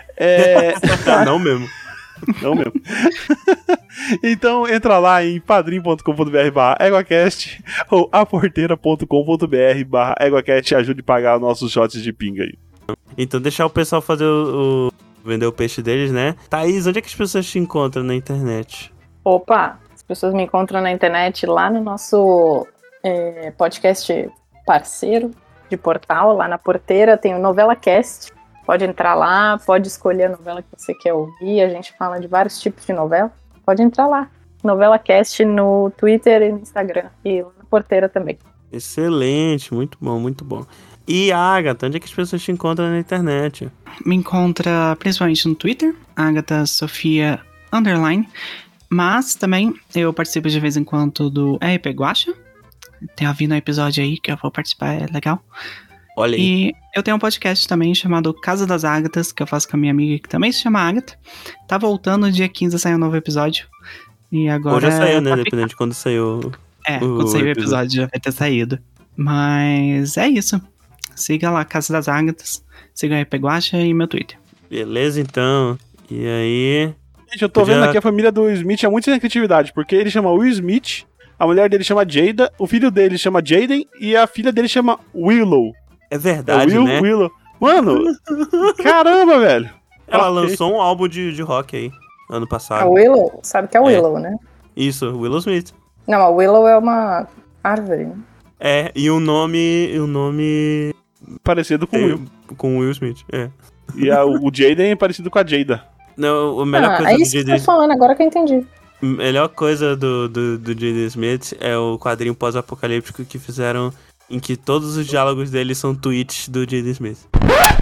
Não mesmo. Não mesmo. Então entra lá em padrim.com.br/eguacast ou aporteira.com.br/eguacast e ajude a pagar nossos shots de pinga aí. Então deixar o pessoal fazer vender o peixe deles, né? Thaís, onde é que as pessoas te encontram na internet? Opa, as pessoas me encontram na internet lá no nosso podcast parceiro de portal, lá na Porteira tem o Novela Cast. Pode entrar lá, pode escolher a novela que você quer ouvir. A gente fala de vários tipos de novela. Pode entrar lá. Novela Cast no Twitter e no Instagram. E na Porteira também. Excelente, muito bom, muito bom. E Agatha, onde é que as pessoas te encontram na internet? Me encontra principalmente no Twitter, Agatha Sofia _. Mas também eu participo de vez em quando do RP Guacha. Tem ouvido um episódio aí que eu vou participar, é legal. Olha aí. E eu tenho um podcast também chamado Casa das Ágatas, que eu faço com a minha amiga que também se chama Agatha. Tá voltando, dia 15 a sair um novo episódio. E agora... Ou já saiu, né? tá Dependendo de quando saiu. quando sair o episódio já vai ter saído. Mas é isso. Siga lá Casa das Ágatas. Siga a RP Guacha e meu Twitter. Beleza, então. E aí... Gente, eu tô vendo aqui a família do Will Smith é muito sem criatividade, porque ele chama Will Smith, a mulher dele chama Jada, o filho dele chama Jaden e a filha dele chama Willow. É verdade, né? Willow. Mano, caramba, velho. Ela lançou um álbum de rock aí, ano passado. A Willow? Sabe que é Willow, né? Isso, Willow Smith. Não, a Willow é uma árvore, né? É, e o nome... Parecido com o Will. Com o Will Smith, é. E o Jaden é parecido com a Jada. Não, a melhor coisa é do isso que Jaden... eu tô falando, agora que eu entendi. A melhor coisa do Jaden Smith é o quadrinho pós-apocalíptico que fizeram, em que todos os diálogos dele são tweets do Jaden Smith.